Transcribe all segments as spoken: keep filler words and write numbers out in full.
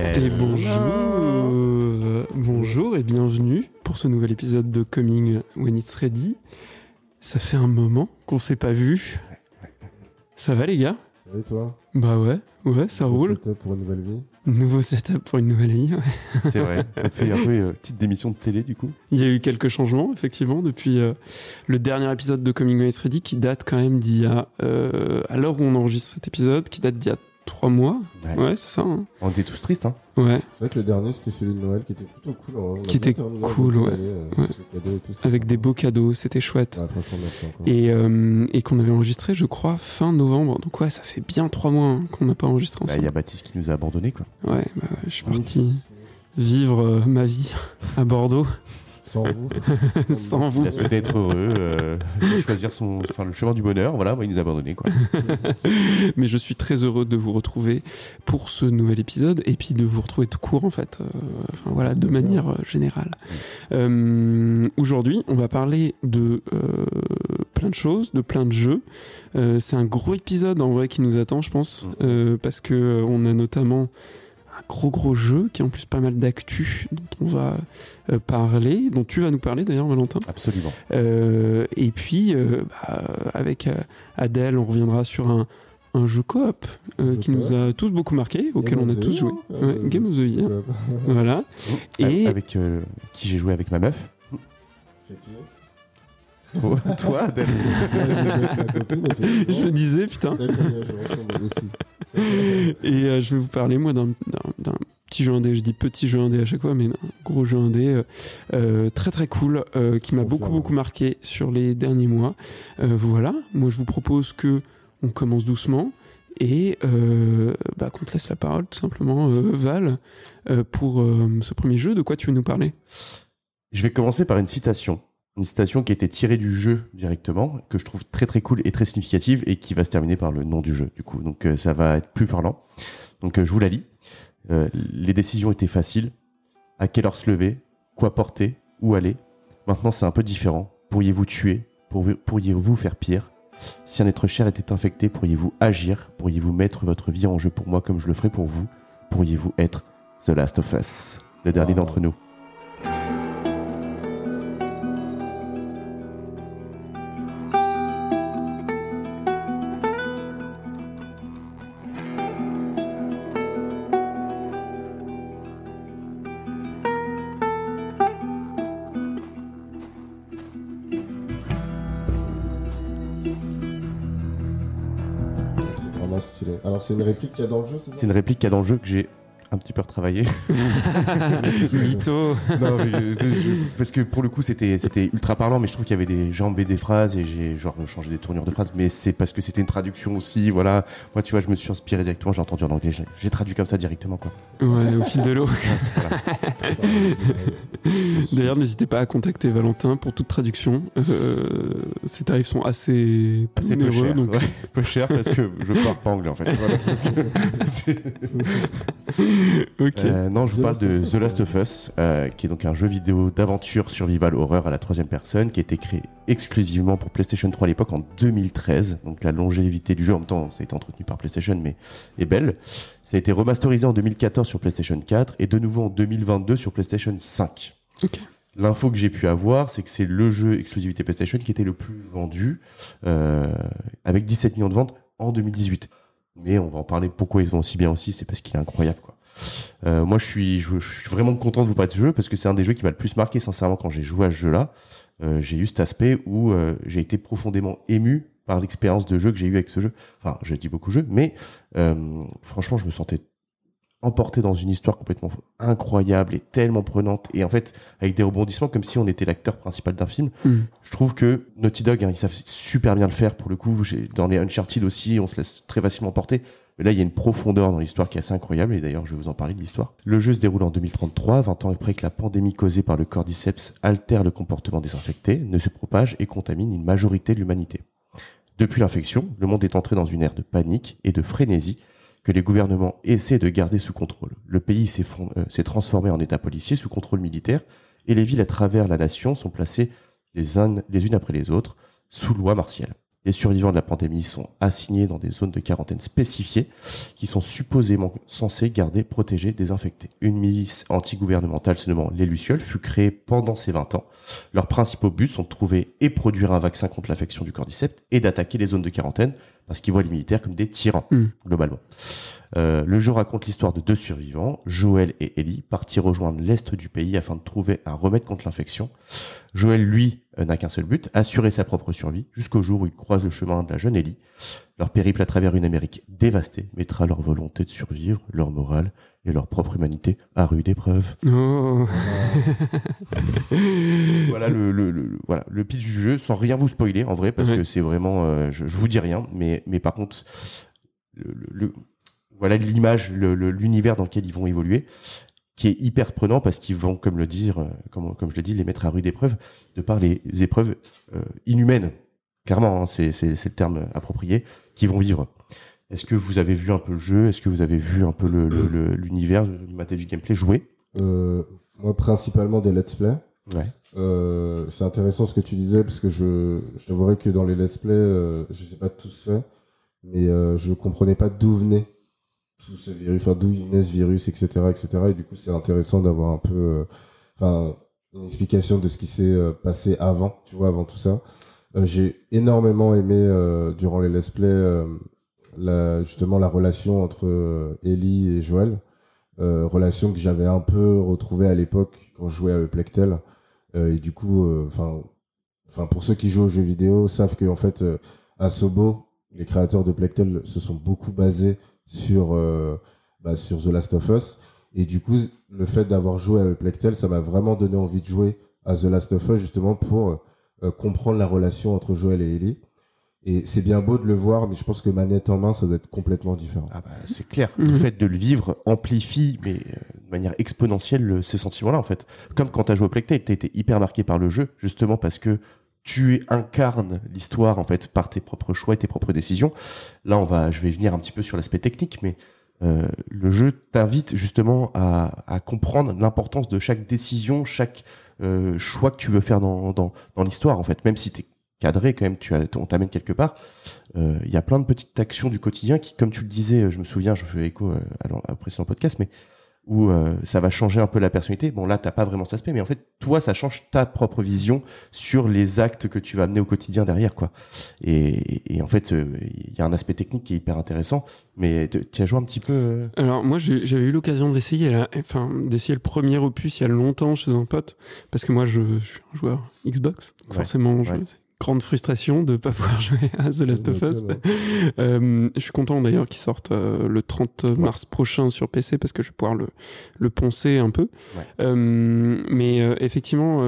Et bonjour, bonjour et bienvenue pour ce nouvel épisode de Coming When It's Ready. Ça fait un moment qu'on s'est pas vu. Ça va les gars ? Et toi ? Bah ouais, ouais, ça Nouveau roule. Setup pour une nouvelle vie. Nouveau setup pour une nouvelle vie, ouais. C'est vrai, ça fait un peu une petite démission de télé du coup. Il y a eu quelques changements, effectivement, depuis euh, le dernier épisode de Coming When It's Ready qui date quand même d'il y a, euh, à l'heure où on enregistre cet épisode, qui date d'il y a trois mois. Ouais, Ouais, c'est ça. Hein. On était tous tristes, hein. Ouais. C'est vrai que le dernier c'était celui de Noël qui était plutôt cool. Hein. On a Qui bien était terminé cool, la ouais. année, euh, Ouais. avec les cadeaux et tout, c'était Avec des sympa. beaux cadeaux, c'était chouette. Ouais, franchement, merci encore. Et, euh, et qu'on avait enregistré, je crois, fin novembre. Donc ouais, ça fait bien trois mois hein, qu'on n'a pas enregistré Bah, il ensemble. y a Baptiste qui nous a abandonnés, quoi. Ouais, bah ouais, je suis Oui, parti c'est- vivre euh, ma vie à Bordeaux Sans vous. sans vous. Il a souhaité être heureux, euh, choisir son, enfin, le chemin du bonheur, voilà, bah, il nous a abandonnés, quoi. Mais je suis très heureux de vous retrouver pour ce nouvel épisode et puis de vous retrouver tout court en fait. Euh, enfin voilà, de manière euh, générale. Euh, aujourd'hui, on va parler de euh, plein de choses, de plein de jeux. Euh, c'est un gros épisode en vrai qui nous attend, je pense, euh, parce que euh, on a notamment un gros gros jeu qui a en plus pas mal d'actu dont on va euh, parler, dont tu vas nous parler d'ailleurs, Valentin. Absolument. Euh, et puis, euh, bah, avec euh, Adèle, on reviendra sur un, un jeu coop euh, Jeu qui nous coop. a tous beaucoup marqué, auquel Game on a of the tous Year, joué. quoi. Ouais, Game of the Year. Ouais. Voilà. Et- Avec euh, qui j'ai joué avec ma meuf. C'est qui ? Oh, toi, Adèle. Ma copine, effectivement. Je me disais, putain. C'est vrai qu'on y a joué ensemble aussi. Et euh, je vais vous parler, moi, d'un, d'un, d'un petit jeu indé. Je dis petit jeu indé à chaque fois, mais un gros jeu indé euh, euh, très très cool euh, qui m'a Confirme. beaucoup beaucoup marqué sur les derniers mois. Euh, voilà. Moi, je vous propose que on commence doucement. Et euh, bah, qu'on te laisse la parole, tout simplement, euh, Val, euh, pour euh, ce premier jeu. De quoi tu veux nous parler ? Je vais commencer par une citation. Une citation qui a été tirée du jeu directement, que je trouve très très cool et très significative, et qui va se terminer par le nom du jeu, du coup. Donc euh, ça va être plus parlant. Donc euh, je vous la lis. Euh, les décisions étaient faciles. À quelle heure se lever ? Quoi porter ? Où aller ? Maintenant c'est un peu différent. Pourriez-vous tuer ? Pourri- Pourriez-vous faire pire ? Si un être cher était infecté, pourriez-vous agir ? Pourriez-vous mettre votre vie en jeu pour moi comme je le ferai pour vous ? Pourriez-vous être The Last of Us, le dernier Wow. d'entre nous ? C'est vraiment stylé. Alors, c'est une réplique qu'il y a dans le jeu, c'est ça ? C'est une réplique qu'il y a dans le jeu que j'ai un petit peu retravaillée. Mytho. Non, mais je- je- parce que pour le coup, c'était c'était ultra parlant, mais je trouve qu'il y avait des j'ai enlevé des phrases et j'ai genre changé des tournures de phrases, mais c'est parce que c'était une traduction aussi, voilà. Moi, tu vois, je me suis inspiré directement, j'ai entendu en anglais, j'ai j'ai traduit comme ça directement, quoi. Ouais, au fil de l'eau. Voilà. D'ailleurs, n'hésitez pas à contacter Valentin pour toute traduction. Euh, ses tarifs sont assez, C'est peu onéreux, cher, donc ouais, peu cher parce que je parle pas anglais en fait. Voilà. Donc, c'est- ok. Euh, non, je vous The parle Last de of Us, The Last of Us, euh, qui est donc un jeu vidéo d'aventure survival horreur à la troisième personne, qui a été créé exclusivement pour PlayStation trois à l'époque en deux mille treize. Donc la longévité du jeu, en même temps, ça a été entretenu par PlayStation, mais est belle. Ça a été remasterisé en deux mille quatorze sur PlayStation quatre et de nouveau en deux mille vingt-deux sur PlayStation cinq. Ok. L'info que j'ai pu avoir, c'est que c'est le jeu exclusivité PlayStation qui était le plus vendu, euh, avec dix-sept millions de ventes en deux mille dix-huit. Mais on va en parler pourquoi ils vont aussi bien aussi, c'est parce qu'il est incroyable, quoi. Euh, moi, je suis, je, je suis vraiment content de vous parler de ce jeu parce que c'est un des jeux qui m'a le plus marqué, sincèrement, quand j'ai joué à ce jeu-là. Euh, j'ai eu cet aspect où euh, j'ai été profondément ému par l'expérience de jeu que j'ai eu avec ce jeu. Enfin, j'ai dit beaucoup de jeux, mais euh, franchement, je me sentais emporté dans une histoire complètement incroyable et tellement prenante, et en fait, avec des rebondissements comme si on était l'acteur principal d'un film. Mm. Je trouve que Naughty Dog, hein, ils savent super bien le faire pour le coup. J'ai- Dans les Uncharted aussi, on se laisse très facilement porter. Mais là, il y a une profondeur dans l'histoire qui est assez incroyable, et d'ailleurs, je vais vous en parler de l'histoire. Le jeu se déroule en deux mille trente-trois, vingt ans après que la pandémie causée par le cordyceps altère le comportement des infectés, ne se propage et contamine une majorité de l'humanité. Depuis l'infection, le monde est entré dans une ère de panique et de frénésie que les gouvernements essaient de garder sous contrôle. Le pays s'est fond- euh, s'est transformé en état policier sous contrôle militaire, et les villes à travers la nation sont placées les unes, les unes après les autres sous loi martiale. Les survivants de la pandémie sont assignés dans des zones de quarantaine spécifiées qui sont supposément censées garder, protéger, désinfecter. Une milice anti-gouvernementale se nommant les Lucioles fut créée pendant ces vingt ans. Leurs principaux buts sont de trouver et produire un vaccin contre l'affection du cordyceps et d'attaquer les zones de quarantaine parce qu'ils voient les militaires comme des tyrans, mmh. globalement. Euh, le jeu raconte l'histoire de deux survivants, Joël et Ellie, partis rejoindre l'est du pays afin de trouver un remède contre l'infection. Joël, lui, n'a qu'un seul but, assurer sa propre survie, jusqu'au jour où ils croisent le chemin de la jeune Ellie. Leur périple à travers une Amérique dévastée mettra leur volonté de survivre, leur morale et leur propre humanité à rude épreuve. Oh. Voilà le, le, le, voilà le pitch du jeu, sans rien vous spoiler en vrai, parce ouais. que c'est vraiment, euh, je, je vous dis rien, mais, mais par contre, le, le, le, voilà l'image, le, le, l'univers dans lequel ils vont évoluer, qui est hyper prenant parce qu'ils vont, comme le dire, comme, comme je l'ai dit, les mettre à rude épreuve, de par les épreuves euh, inhumaines. Clairement, hein, c'est, c'est, c'est le terme approprié, qu'ils vont vivre. Est-ce que vous avez vu un peu le jeu ? Est-ce que vous avez vu un peu le, le, le, l'univers, maté du gameplay jouer ? euh, Moi, principalement des let's play. Ouais. Euh, c'est intéressant ce que tu disais, parce que je, je t'avouerais que dans les let's play, euh, je sais pas tous fait, mais euh, je comprenais pas d'où venait tout ce virus, enfin d'où venait ce virus, et cetera, et cetera. Et du coup, c'est intéressant d'avoir un peu, enfin, euh, une explication de ce qui s'est euh, passé avant, tu vois, avant tout ça. Euh, j'ai énormément aimé euh, durant les let's play euh, la, justement la relation entre euh, Ellie et Joël, euh, relation que j'avais un peu retrouvée à l'époque quand je jouais à Plectel. Euh, et du coup, enfin, euh, enfin pour ceux qui jouent aux jeux vidéo savent que en fait, euh, Asobo, les créateurs de Plectel, se sont beaucoup basés sur euh, bah, sur The Last of Us. Et du coup, le fait d'avoir joué à Plectel, ça m'a vraiment donné envie de jouer à The Last of Us justement pour euh, comprendre la relation entre Joël et Ellie. Et c'est bien beau de le voir, mais je pense que manette en main, ça doit être complètement différent. Ah bah, c'est clair. Mmh. Le fait de le vivre amplifie, mais euh, de manière exponentielle, le, ces sentiments-là, en fait. Comme quand t'as joué au Plectel, t'as été hyper marqué par le jeu, justement parce que tu incarnes l'histoire, en fait, par tes propres choix et tes propres décisions. Là, on va, je vais venir un petit peu sur l'aspect technique, mais euh, le jeu t'invite justement à, à comprendre l'importance de chaque décision, chaque euh, choix que tu veux faire dans, dans, dans l'histoire, en fait. Même si t'es cadré quand même, tu as, on t'amène quelque part. Il euh, y a plein de petites actions du quotidien qui, comme tu le disais, je me souviens, je fais écho euh, à un précédent podcast, mais où euh, ça va changer un peu la personnalité. Bon, là, t'as pas vraiment cet aspect, mais en fait, toi, ça change ta propre vision sur les actes que tu vas amener au quotidien derrière, quoi. Et, et en fait, il euh, y a un aspect technique qui est hyper intéressant. Mais tu as joué un petit peu euh... Alors moi, j'ai, j'avais eu l'occasion d'essayer, la, enfin, d'essayer le premier opus il y a longtemps chez un pote, parce que moi, je, je suis un joueur Xbox, donc ouais, forcément, je, ouais. c'est grande frustration de ne pas pouvoir jouer à The Last of Us. euh, je suis content d'ailleurs qu'il sorte euh, le trente mars ouais. prochain sur P C parce que je vais pouvoir le, le poncer un peu. Ouais. Euh, mais euh, effectivement,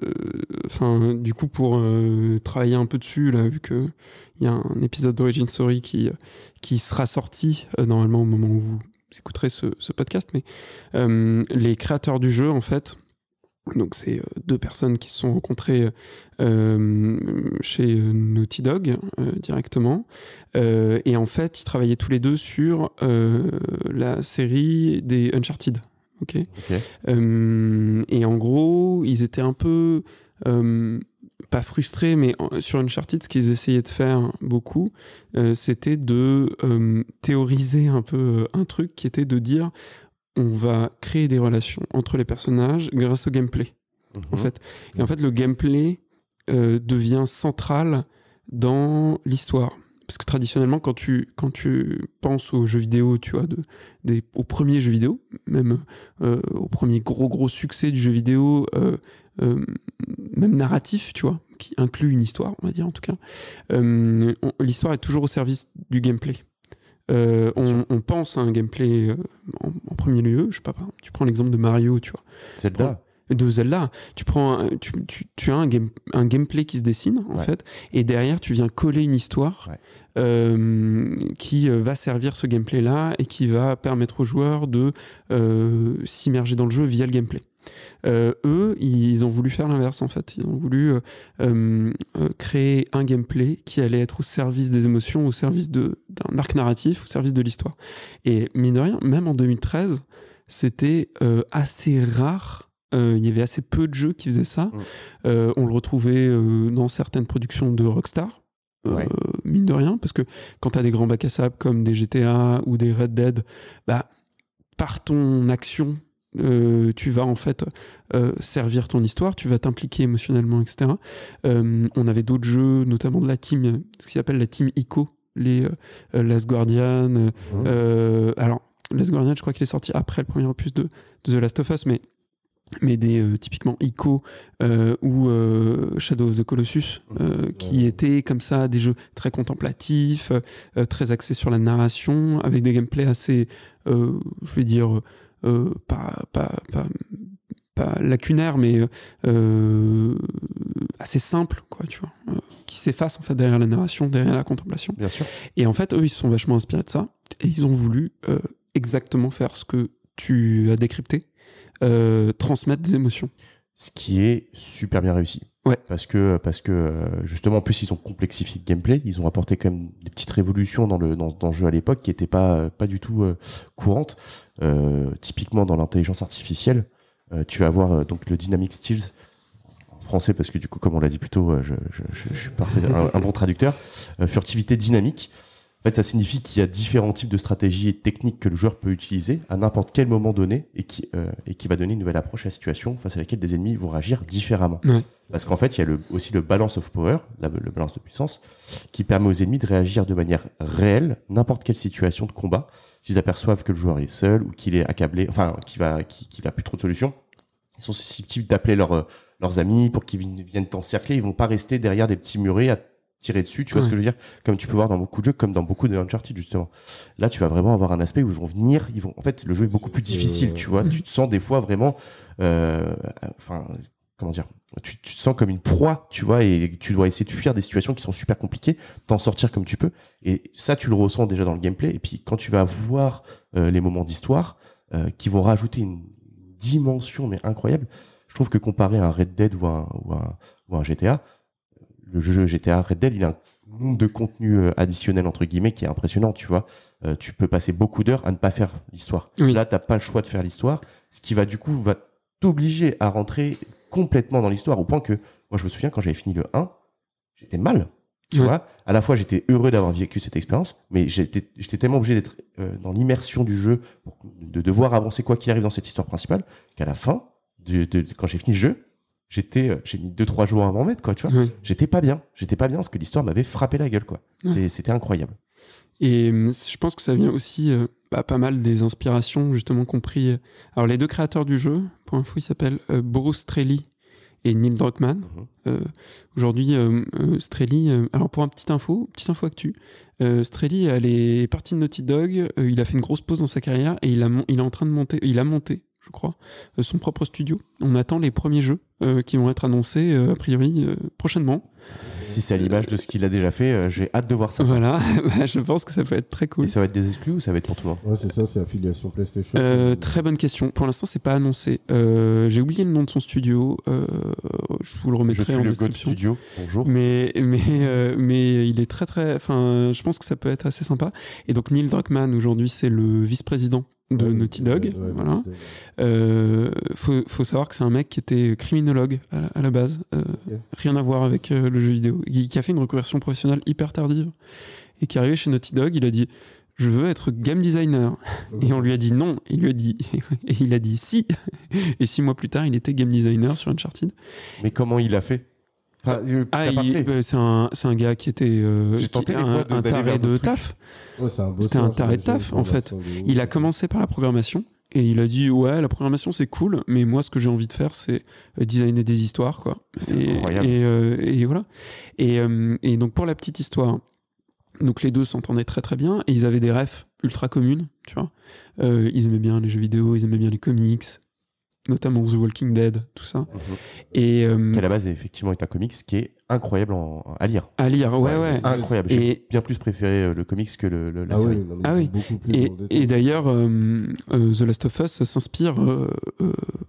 euh, du coup, pour euh, travailler un peu dessus, là, vu qu'il y a un épisode d'Origin Story qui, qui sera sorti euh, normalement au moment où vous écouterez ce, ce podcast, mais euh, les créateurs du jeu, en fait, donc c'est euh, deux personnes qui se sont rencontrées euh, chez Naughty Dog euh, directement euh, et en fait ils travaillaient tous les deux sur euh, la série des Uncharted. Ok. Okay. Euh, et en gros ils étaient un peu euh, pas frustrés, mais en, sur Uncharted ce qu'ils essayaient de faire beaucoup euh, c'était de euh, théoriser un peu un truc qui était de dire on va créer des relations entre les personnages grâce au gameplay, mmh. en fait. Et en fait, le gameplay euh, devient central dans l'histoire. Parce que traditionnellement, quand tu, quand tu penses aux jeux vidéo, tu vois, de, des, aux premiers jeux vidéo, même euh, au premier gros gros succès du jeu vidéo, euh, euh, même narratif, tu vois, qui inclut une histoire, on va dire en tout cas, euh, on, l'histoire est toujours au service du gameplay. Euh, on, on pense à un gameplay euh, en, en premier lieu. Je sais pas, tu prends l'exemple de Mario, tu vois. Zelda. De Zelda. Tu prends, un, tu, tu, tu as un, game, un gameplay qui se dessine en ouais. fait, et derrière tu viens coller une histoire ouais. euh, qui va servir ce gameplay-là et qui va permettre aux joueurs de euh, s'immerger dans le jeu via le gameplay. Euh, eux, ils ont voulu faire l'inverse en fait. Ils ont voulu euh, euh, créer un gameplay qui allait être au service des émotions, au service de, d'un arc narratif, au service de l'histoire. Et mine de rien, même en deux mille treize, c'était euh, assez rare. Euh, il y avait assez peu de jeux qui faisaient ça. Mmh. Euh, on le retrouvait euh, dans certaines productions de Rockstar. ouais. euh, mine de rien, parce que quand tu as des grands bacs à sable comme des G T A ou des Red Dead, bah, par ton action, euh, tu vas en fait euh, servir ton histoire, tu vas t'impliquer émotionnellement, et cetera. Euh, on avait d'autres jeux, notamment de la team, ce qui s'appelle la team ICO, les euh, Last Guardian. Mmh. Euh, alors, Last Guardian, je crois qu'il est sorti après le premier opus de, de The Last of Us, mais mais des euh, typiquement Ico euh, ou euh, Shadow of the Colossus euh, qui ouais. étaient comme ça des jeux très contemplatifs, euh, très axés sur la narration, avec des gameplays assez euh, je vais dire euh, pas, pas, pas, pas lacunaires mais euh, assez simples quoi, tu vois, euh, qui s'effacent en fait derrière la narration, derrière la contemplation. Bien sûr. Et en fait eux ils se sont vachement inspirés de ça et ils ont voulu euh, exactement faire ce que tu as décrypté. Euh, transmettre des émotions. Ce qui est super bien réussi. Ouais. Parce que, parce que justement, en plus, ils ont complexifié le gameplay. Ils ont apporté quand même des petites révolutions dans le, dans, dans le jeu à l'époque qui n'étaient pas, pas du tout euh, courantes. Euh, typiquement, dans l'intelligence artificielle, euh, tu vas avoir euh, donc le Dynamic Stills, en français, parce que du coup, comme on l'a dit plus tôt, euh, je, je, je, je suis parfait, un, un bon traducteur. Euh, furtivité dynamique. En fait, ça signifie qu'il y a différents types de stratégies et de techniques que le joueur peut utiliser à n'importe quel moment donné et qui, euh, et qui va donner une nouvelle approche à la situation face à laquelle des ennemis vont réagir différemment. Ouais. Parce qu'en fait, il y a le, aussi le balance of power, la, le balance de puissance, qui permet aux ennemis de réagir de manière réelle, n'importe quelle situation de combat. S'ils aperçoivent que le joueur est seul ou qu'il est accablé, enfin, qu'il va, qu'il, qu'il a plus trop de solutions, ils sont susceptibles d'appeler leurs, leurs amis pour qu'ils viennent t'encercler. Ils vont pas rester derrière des petits murets à tirer dessus, tu vois ouais. ce que je veux dire, comme tu peux voir dans beaucoup de jeux, comme dans beaucoup de Uncharted justement. Là, tu vas vraiment avoir un aspect où ils vont venir, ils vont, en fait, le jeu est beaucoup plus difficile, tu vois. Mmh. Tu te sens des fois vraiment, euh, enfin, comment dire, tu, tu te sens comme une proie, tu vois, et tu dois essayer de fuir des situations qui sont super compliquées, t'en sortir comme tu peux. Et ça, tu le ressens déjà dans le gameplay. Et puis quand tu vas voir euh, les moments d'histoire euh, qui vont rajouter une dimension mais incroyable, je trouve que comparé à un Red Dead ou un ou un, ou un G T A, le jeu G T A Red Dead, il a un nombre de contenus additionnels entre guillemets qui est impressionnant, tu vois. Euh, tu peux passer beaucoup d'heures à ne pas faire l'histoire. Oui. Là, t'as pas le choix de faire l'histoire, ce qui va du coup va t'obliger à rentrer complètement dans l'histoire au point que moi je me souviens quand j'avais fini le un, j'étais mal. Tu ouais. vois, à la fois j'étais heureux d'avoir vécu cette expérience, mais j'étais, j'étais tellement obligé d'être euh, dans l'immersion du jeu, pour, de devoir avancer quoi qu'il arrive dans cette histoire principale, qu'à la fin, de, de, quand j'ai fini le jeu, j'étais, j'ai mis deux trois jours à m'en remettre, quoi, tu vois. Oui. J'étais pas bien, j'étais pas bien parce que l'histoire m'avait frappé la gueule, quoi. Ouais. C'est, c'était incroyable. Et je pense que ça vient aussi euh, bah, pas mal des inspirations justement qu'ont pris. Euh, alors les deux créateurs du jeu, pour info, ils s'appellent euh, Bruce Straley et Neil Druckmann. Mm-hmm. Euh, aujourd'hui, euh, euh, Straley. Euh, alors pour un petit info, petite info actu, euh, Straley, elle est partie de Naughty Dog. Euh, il a fait une grosse pause dans sa carrière et il a, il est en train de monter. Il a monté. Je crois, euh, son propre studio. On attend les premiers jeux euh, qui vont être annoncés, euh, a priori, euh, prochainement. Si c'est à l'image de ce qu'il a déjà fait, euh, j'ai hâte de voir ça. Voilà, bah, je pense que ça peut être très cool. Et ça va être des exclus ou ça va être pour tout le monde ? Ouais, c'est ça, c'est affiliation PlayStation. Euh, très bonne question. Pour l'instant, c'est pas annoncé. Euh, j'ai oublié le nom de son studio. Euh, je vous le remettrai je suis en le description. God Studio. Bonjour. Mais mais euh, mais il est très très. Enfin, je pense que ça peut être assez sympa. Et donc Neil Druckmann aujourd'hui, c'est le vice-président de ouais, Naughty Dog. Ouais, ouais, voilà. Euh, faut, faut savoir que c'est un mec qui était criminologue à la, à la base. Euh, okay. Rien à voir avec euh, le jeu vidéo. Qui, qui a fait une reconversion professionnelle hyper tardive et qui est arrivé chez Naughty Dog. Il a dit je veux être game designer. Okay. Et on lui a dit non. Il lui a dit et il a dit si. Et six mois plus tard, il était game designer sur Uncharted. Mais comment il a fait? Enfin, ah, il, bah, c'est, un, c'est un gars qui était euh, J'ai tenté qui, des un, fois de, un taré de taf. Ouais, c'est un C'était un taré de taf, en fait. Il a commencé par la programmation et il a dit ouais, la programmation c'est cool, mais moi ce que j'ai envie de faire c'est designer des histoires, quoi. C'est et, incroyable. Et, euh, et voilà. Et, euh, et donc pour la petite histoire, donc les deux s'entendaient très très bien et ils avaient des refs ultra communes, tu vois. Euh, ils aimaient bien les jeux vidéo, ils aimaient bien les comics, notamment The Walking Dead, tout ça. Mmh. Et euh, qui à la base effectivement est un comics qui est incroyable en, à lire. À lire, ouais, ouais. ouais. Incroyable. Et j'ai bien plus préféré le comics que le, le, la ah série. Oui, non, ah oui. Beaucoup plus et, et d'ailleurs, euh, euh, The Last of Us s'inspire euh, euh,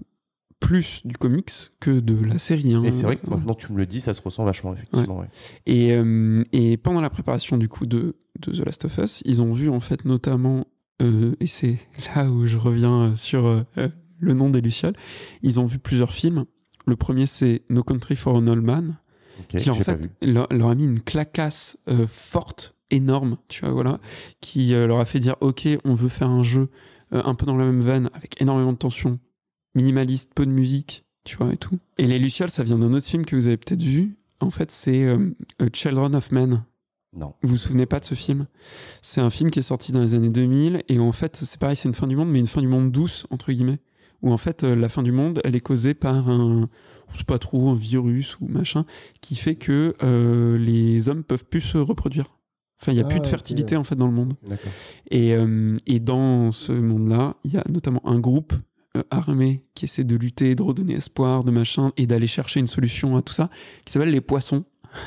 plus du comics que de la série. Hein. Et c'est vrai que maintenant tu me le dis, ça se ressent vachement, effectivement. Ouais. Ouais. Et, euh, et pendant la préparation du coup de, de The Last of Us, ils ont vu en fait notamment, euh, et c'est là où je reviens sur euh, le nom des Lucioles, ils ont vu plusieurs films. Le premier c'est No Country for an Old Man, Okay, qui en j'ai pas fait vu. leur, leur a mis une clacasse euh, forte, énorme, tu vois, voilà, qui euh, leur a fait dire ok, on veut faire un jeu euh, un peu dans la même veine, avec énormément de tension, minimaliste, peu de musique, tu vois, et tout. Et Les Lucioles, ça vient d'un autre film que vous avez peut-être vu. En fait, c'est euh, Children of Men. Non. Vous vous souvenez pas de ce film? C'est un film qui est sorti dans les années deux mille, et en fait, c'est pareil, c'est une fin du monde, mais une fin du monde douce, entre guillemets. Où en fait, euh, la fin du monde, elle est causée par un, je sais pas trop, un virus ou machin, qui fait que euh, les hommes peuvent plus se reproduire. Enfin, il y a Ah, plus de ok. fertilité en fait dans le monde. D'accord. Et, euh, et dans ce monde-là, il y a notamment un groupe euh, armé qui essaie de lutter, de redonner espoir, de machin, et d'aller chercher une solution à tout ça, qui s'appelle les poissons.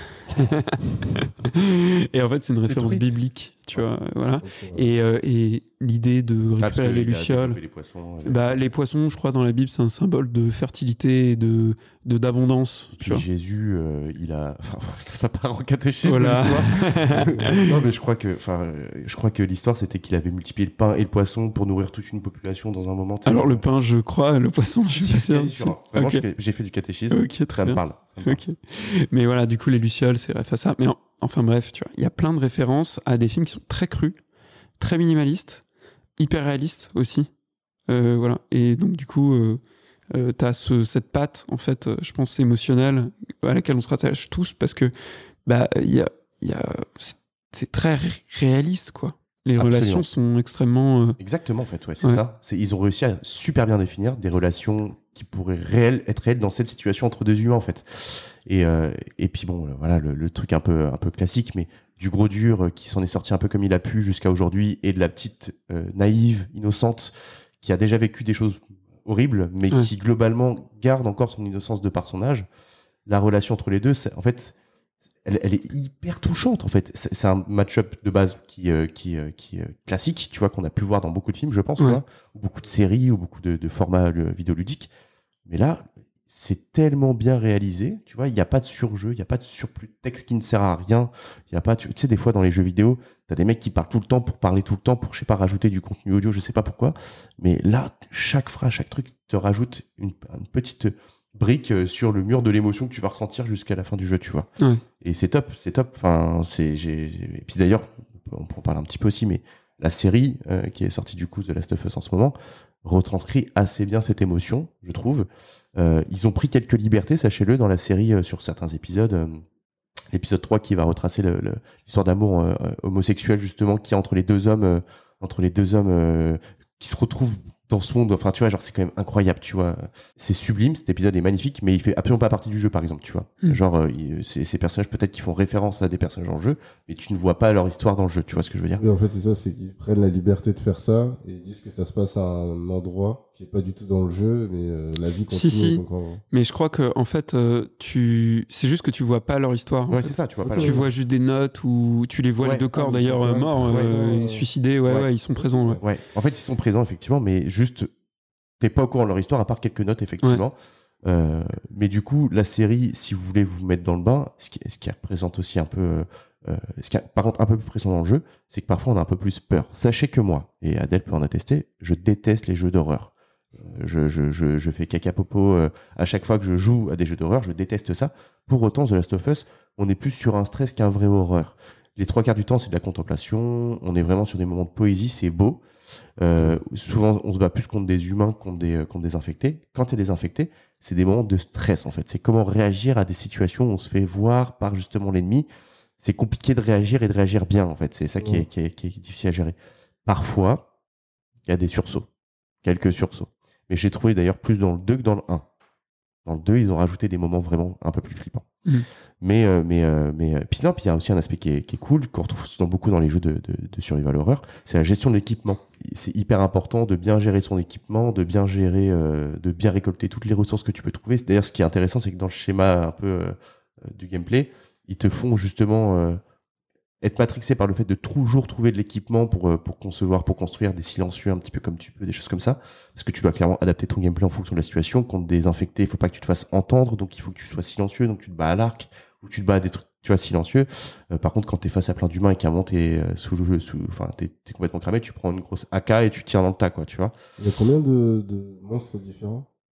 Et en fait, c'est une référence truites. biblique, tu vois, voilà. Ok, ouais. Et, euh, et l'idée de Ah, parce récupérer que les il a lucioles. développé les poissons. euh, Bah, les poissons, je crois, dans la Bible, c'est un symbole de fertilité et de, de, d'abondance. Et Tu puis vois. Jésus, euh, il a. Enfin, ça part en catéchisme Voilà. l'histoire. Non, mais je crois que, enfin, euh, je crois que l'histoire c'était qu'il avait multiplié le pain et le poisson pour nourrir toute une population dans un moment. tu sais. Alors, le pain, je crois, le poisson, je Si, suis si, sûr. quasi sûr, hein. Vraiment, Ok. je- j'ai fait du catéchisme. Ok, très ça me bien. parle. ça me parle. Ok. Mais voilà, du coup, les Lucioles, c'est bref à ça. Mais en- enfin, bref, tu vois, il y a plein de références à des films qui sont très crus, très minimalistes, hyper réalistes aussi. Euh, voilà. Et donc, du coup, euh, euh, t'as ce, cette patte, en fait, euh, je pense, émotionnelle, à laquelle on se rattache tous, parce que, bah, il y a, il y a, c'est, c'est très ré- réaliste, quoi. Les Absolument. relations sont extrêmement. euh, Exactement, en fait, ouais, c'est Ouais. ça. C'est, ils ont réussi à super bien définir des relations qui pourraient réelles, être réelles dans cette situation entre deux humains, en fait. Et, euh, et puis bon, euh, voilà, le, le truc un peu, un peu classique, mais du gros dur euh, qui s'en est sorti un peu comme il a pu jusqu'à aujourd'hui, et de la petite euh, naïve, innocente, qui a déjà vécu des choses horribles, mais Ouais. qui globalement garde encore son innocence de par son âge. La relation entre les deux, c'est, en fait, elle, elle est hyper touchante, en fait. C'est, c'est un match-up de base qui, euh, qui, euh, qui est classique, tu vois, qu'on a pu voir dans beaucoup de films, je pense, Ouais. tu vois, ou beaucoup de séries, ou beaucoup de, de formats euh, vidéoludiques. Mais là, c'est tellement bien réalisé, tu vois, il n'y a pas de surjeu, il n'y a pas de surplus de texte qui ne sert à rien, il y a pas, tu tu sais, des fois dans les jeux vidéo, t'as des mecs qui parlent tout le temps pour parler tout le temps, pour, je sais pas, rajouter du contenu audio, je sais pas pourquoi, mais là, chaque phrase, chaque truc te rajoute une, une petite brique euh, sur le mur de l'émotion que tu vas ressentir jusqu'à la fin du jeu, tu vois. Ouais. Et c'est top, c'est top, enfin, c'est, j'ai, j'ai- et puis d'ailleurs, on peut en parler un petit peu aussi, mais la série euh, qui est sortie du coup The Last of Us en ce moment retranscrit assez bien cette émotion, je trouve. Euh, ils ont pris quelques libertés, sachez-le, dans la série euh, sur certains épisodes. Euh, l'épisode trois qui va retracer le, le- l'histoire d'amour euh, euh, homosexuel justement qui est entre les deux hommes, euh, entre les deux hommes euh, qui se retrouvent dans ce monde. Enfin, tu vois, genre c'est quand même incroyable, tu vois. C'est sublime, cet épisode est magnifique, mais il fait absolument pas partie du jeu, par exemple, tu vois. Mm. Genre, euh, il- c'est ces personnages peut-être qui font référence à des personnages dans le jeu, mais tu ne vois pas leur histoire dans le jeu, tu vois ce que je veux dire? Oui, en fait, c'est ça, c'est qu'ils prennent la liberté de faire ça et ils disent que ça se passe à un endroit qui est pas du tout dans le jeu, mais euh, la vie continue. Si, si. Donc, en- Mais je crois que en fait, euh, tu, c'est juste que tu vois pas leur histoire. en Ouais, fait. c'est ça, tu vois Ok. pas. Tu le- vois juste des notes ou tu les vois Ouais. les deux corps Ah, mais ils d'ailleurs sont euh, quand même morts, euh, présents, euh, suicidés, ouais, Ouais. ouais, ils sont présents. Ouais. Ouais, en fait, ils sont présents, effectivement, mais juste, t'es pas au courant de leur histoire, à part quelques notes, effectivement. Euh, mais du coup, la série, si vous voulez vous mettre dans le bain, ce qui, ce qui représente aussi un peu, euh, euh, ce qui est par contre un peu plus présent dans le jeu, c'est que parfois on a un peu plus peur. Sachez que moi, et Adèle peut en attester, je déteste les jeux d'horreur. Euh, Je, je, je, je fais caca popo euh, à chaque fois que je joue à des jeux d'horreur, je déteste ça. Pour autant, The Last of Us, on est plus sur un stress qu'un vrai horreur. Les trois quarts du temps, c'est de la contemplation, on est vraiment sur des moments de poésie, c'est beau. Euh, souvent, on se bat plus contre des humains que contre des, euh, contre des infectés. Quand tu es des infectés, c'est des moments de stress, en fait. C'est comment réagir à des situations où on se fait voir par justement l'ennemi. C'est compliqué de réagir et de réagir bien, en fait. C'est ça qui est, qui est, qui est difficile à gérer. Parfois, il y a des sursauts. Quelques sursauts. Mais j'ai trouvé d'ailleurs plus dans le deux que dans le un. Dans le deux, ils ont rajouté des moments vraiment un peu plus flippants. Mmh. Mais, euh, mais, euh, mais, euh, puis non, puis il y a aussi un aspect qui est, qui est cool, qu'on retrouve dans beaucoup dans les jeux de, de, de survival horror, c'est la gestion de l'équipement. C'est hyper important de bien gérer son équipement, de bien gérer, euh, de bien récolter toutes les ressources que tu peux trouver. D'ailleurs, ce qui est intéressant, c'est que dans le schéma un peu euh, du gameplay, ils te font justement euh, être matrixé par le fait de toujours trouver de l'équipement pour, euh, pour concevoir, pour construire des silencieux un petit peu comme tu peux, des choses comme ça. Parce que tu dois clairement adapter ton gameplay en fonction de la situation. Contre des infectés, il faut pas que tu te fasses entendre, donc il faut que tu sois silencieux, donc tu te bats à l'arc, ou tu te bats à des trucs, tu vois, silencieux. Euh, par contre, quand t'es face à plein d'humains et qu'à un moment t'es euh, sous le, sous, enfin, t'es, t'es complètement cramé, tu prends une grosse A K et tu tires dans le tas, quoi, tu vois. Il y a combien de, de monstres différents?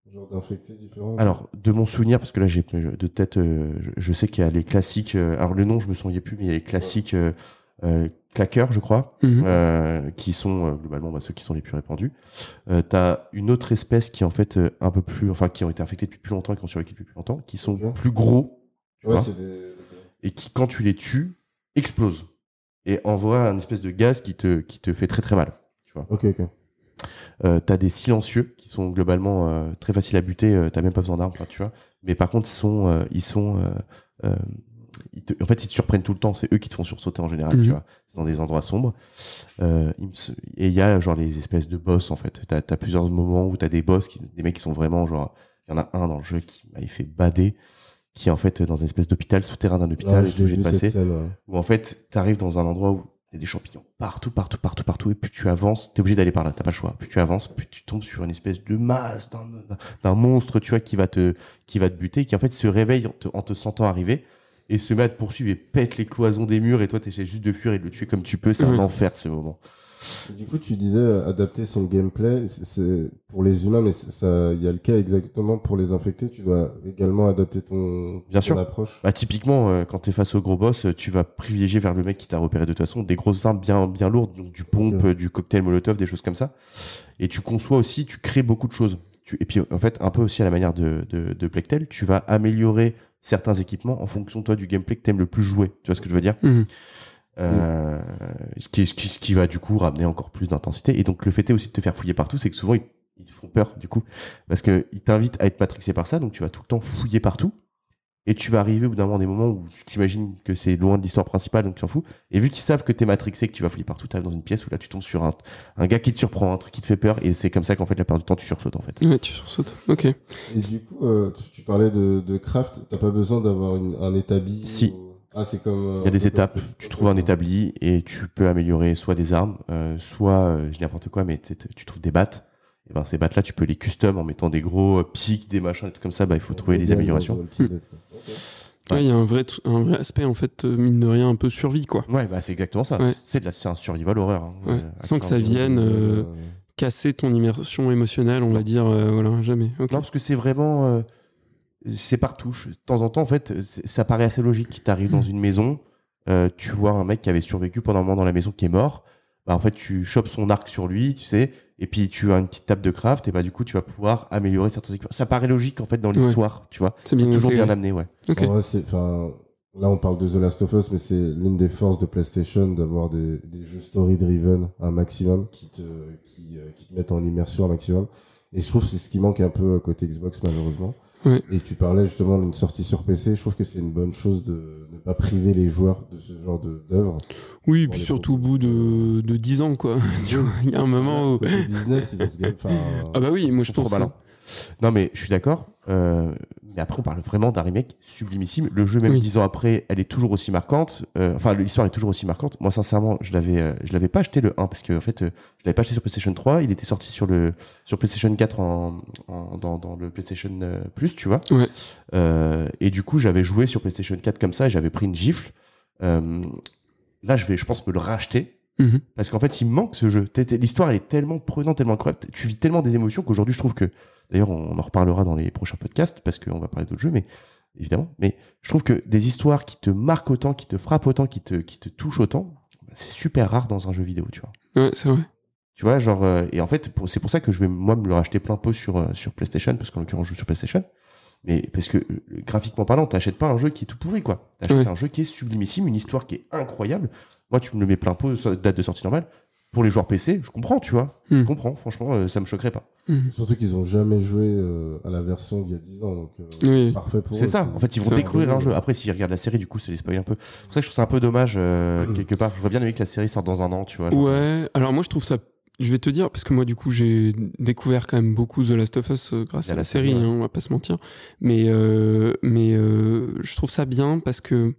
Genre d'infectés différents. Alors, de mon souvenir, parce que là, j'ai de tête, euh, je, je sais qu'il y a les classiques. Euh, alors, le nom, je me souviens plus, mais il y a les classiques euh, euh, claqueurs, je crois, Mhm. euh, qui sont euh, globalement bah, ceux qui sont les plus répandus. Euh, T'as une autre espèce qui est en fait euh, un peu plus, enfin, qui ont été infectés depuis plus longtemps et qui ont survécu depuis plus longtemps, qui sont Ok. plus gros, tu Ouais, vois, c'est des. et qui, quand tu les tues, explosent et envoient un espèce de gaz qui te, qui te fait très très mal. Tu vois. Ok, ok. Euh, t'as des silencieux qui sont globalement euh, très faciles à buter. Euh, t'as même pas besoin d'armes, enfin, tu vois. Mais par contre, ils sont, euh, ils sont, euh, euh, ils te, en fait, ils te surprennent tout le temps. C'est eux qui te font sursauter en général, Mhm. tu vois. C'est dans des endroits sombres. Euh, il me se- et il y a genre les espèces de boss en fait. T'as, t'as plusieurs moments où t'as des boss, qui, des mecs qui sont vraiment genre. Il y en a un dans le jeu qui m'a fait bader, qui est en fait dans une espèce d'hôpital, souterrain d'un hôpital, Ouais, et je t'es l'ai obligé de vu cette passer. scène, ouais. Où en fait, t'arrives dans un endroit où il y a des champignons partout, partout, partout, partout, et plus tu avances, t'es obligé d'aller par là, t'as pas le choix. Plus tu avances, plus tu tombes sur une espèce de masse d'un, d'un, d'un monstre, tu vois, qui va te, qui va te buter, qui en fait se réveille en te, en te sentant arriver, et se met à te poursuivre et pète les cloisons des murs, et toi t'essaies juste de fuir et de le tuer comme tu peux, c'est Ouais. un enfer ce moment. Du coup, tu disais euh, adapter son gameplay, c'est- c'est pour les humains, mais c'est- ça, il y a le cas exactement pour les infectés. Tu dois également adapter ton, Bien ton sûr. approche. Bah, typiquement, euh, quand t'es face au gros boss, euh, tu vas privilégier vers le mec qui t'a repéré de toute façon des grosses armes bien, bien lourdes, donc du pompe, Ok. euh, du cocktail molotov, des choses comme ça. Et tu conçois aussi, tu crées beaucoup de choses. Tu, et puis, en fait, un peu aussi à la manière de, de, de Plague Tale, tu vas améliorer certains équipements en fonction, toi, du gameplay que t'aimes le plus jouer. Tu vois ce que je veux dire? Mhm. Euh, ce, qui, ce, qui, ce qui va du coup ramener encore plus d'intensité. Et donc le fait est aussi de te faire fouiller partout, c'est que souvent ils, ils te font peur du coup, parce que ils t'invitent à être matrixé par ça, donc tu vas tout le temps fouiller partout. Et tu vas arriver au bout d'un moment des moments où tu t'imagines que c'est loin de l'histoire principale, donc tu t'en fous. Et vu qu'ils savent que t'es matrixé, que tu vas fouiller partout, t'arrives dans une pièce où là tu tombes sur un, un gars qui te surprend, un truc qui te fait peur, et c'est comme ça qu'en fait la plupart du temps tu sursautes en fait. Ouais, tu sursautes. Ok. Et du coup, euh, tu, tu parlais de, de craft, t'as pas besoin d'avoir une- un établi Si. ou- Ah, c'est comme. euh, Il y a un des peu étapes, comme- tu trouves un établi et tu peux améliorer soit des armes, euh, soit, euh, je dis n'importe quoi, mais tu sais, tu trouves des battes. Et ben ces battes là tu peux les custom en mettant des gros euh, pics, des machins, des trucs comme ça, bah il faut trouver les Bien, améliorations. dans The Walking Dead, quoi. Ok. Ouais, il y a un vrai, tr- un vrai aspect, en fait, euh, mine de rien, un peu survie, quoi. Ouais, bah c'est exactement ça. Ouais. C'est de la, c'est un survival horreur. Hein. Ouais. Euh, Sans que ça action, vienne euh, Euh, casser ton immersion émotionnelle, on va dire, euh, voilà, jamais. Ok. Non, parce que c'est vraiment. Euh, c'est par touche. De temps en temps, en fait, c'est- ça paraît assez logique. Tu arrives dans une maison, euh, tu vois un mec qui avait survécu pendant un moment dans la maison qui est mort. Bah, en fait, tu chopes son arc sur lui, tu sais, et puis tu as une petite table de craft, et bah, du coup, tu vas pouvoir améliorer certains équipements. Ça paraît logique, en fait, dans l'histoire, tu vois. C'est bien toujours intégré. bien amené, ouais. Ok. En vrai, c'est, enfin, là, on parle de The Last of Us, mais c'est l'une des forces de PlayStation d'avoir des, des jeux story-driven un maximum, qui te, qui, euh, qui te mettent en immersion un maximum. Et je trouve que c'est ce qui manque un peu côté Xbox, malheureusement. Ouais. Et tu parlais justement d'une sortie sur P C. Je trouve que c'est une bonne chose de ne pas priver les joueurs de ce genre de, d'œuvre. Oui, Pour puis les surtout au propos. bout de, de dix ans, quoi. Tu vois, il y a un moment où... Côté business, ils vont se gagner. Enfin, Ah bah oui, moi je Ils sont pense... trop malins. Non, mais je suis d'accord. Euh, mais après, on parle vraiment d'un remake sublimissime. Le jeu, même Oui. dix ans après, elle est toujours aussi marquante. Euh, enfin, l'histoire est toujours aussi marquante. Moi, sincèrement, je l'avais, euh, je l'avais pas acheté le un parce que en fait, euh, je l'avais pas acheté sur PlayStation trois. Il était sorti sur le sur PlayStation quatre en, en dans, dans le PlayStation euh, Plus, tu vois. Ouais. Euh, et du coup, j'avais joué sur PlayStation quatre comme ça et j'avais pris une gifle. Euh, là, je vais, je pense, me le racheter. Mhm. Parce qu'en fait, il me manque ce jeu. T'es- t'es- L'histoire, elle est tellement prenante, tellement incroyable. Tu vis tellement des émotions qu'aujourd'hui, je trouve que. D'ailleurs, on en reparlera dans les prochains podcasts parce qu'on va parler d'autres jeux, mais évidemment. Mais je trouve que des histoires qui te marquent autant, qui te frappent autant, qui te, qui te touchent autant, c'est super rare dans un jeu vidéo, tu vois. Ouais, c'est vrai. Tu vois, genre. euh, et en fait, pour- c'est pour ça que je vais, moi, me le racheter plein pot sur, euh, sur PlayStation, parce qu'en l'occurrence, je joue sur PlayStation. Mais parce que, euh, graphiquement parlant, t'achètes pas un jeu qui est tout pourri, quoi. T'achètes Ouais. un jeu qui est sublimissime, une histoire qui est incroyable. Moi, tu me le mets plein pot, so- date de sortie normale. Pour les joueurs P C, je comprends, tu vois. Je Hmm. comprends, franchement, euh, ça me choquerait pas. Mhm. surtout qu'ils ont jamais joué euh, à la version d'il y a dix ans. Donc, euh, Oui. parfait pour eux. C'est ça, en fait, ils vont c'est découvrir un vrai. jeu. Après, s'ils regardent la série, du coup, ça les spoil un peu. C'est pour ça que je trouve ça un peu dommage, euh, quelque part. J'aurais bien aimé que la série sorte dans un an, tu vois. genre. Ouais, alors moi je trouve ça... Je vais te dire, parce que moi du coup j'ai découvert quand même beaucoup The Last of Us euh, grâce Il y a à la la série, série, ouais. hein, on va pas se mentir. Mais, euh, mais euh, je trouve ça bien parce que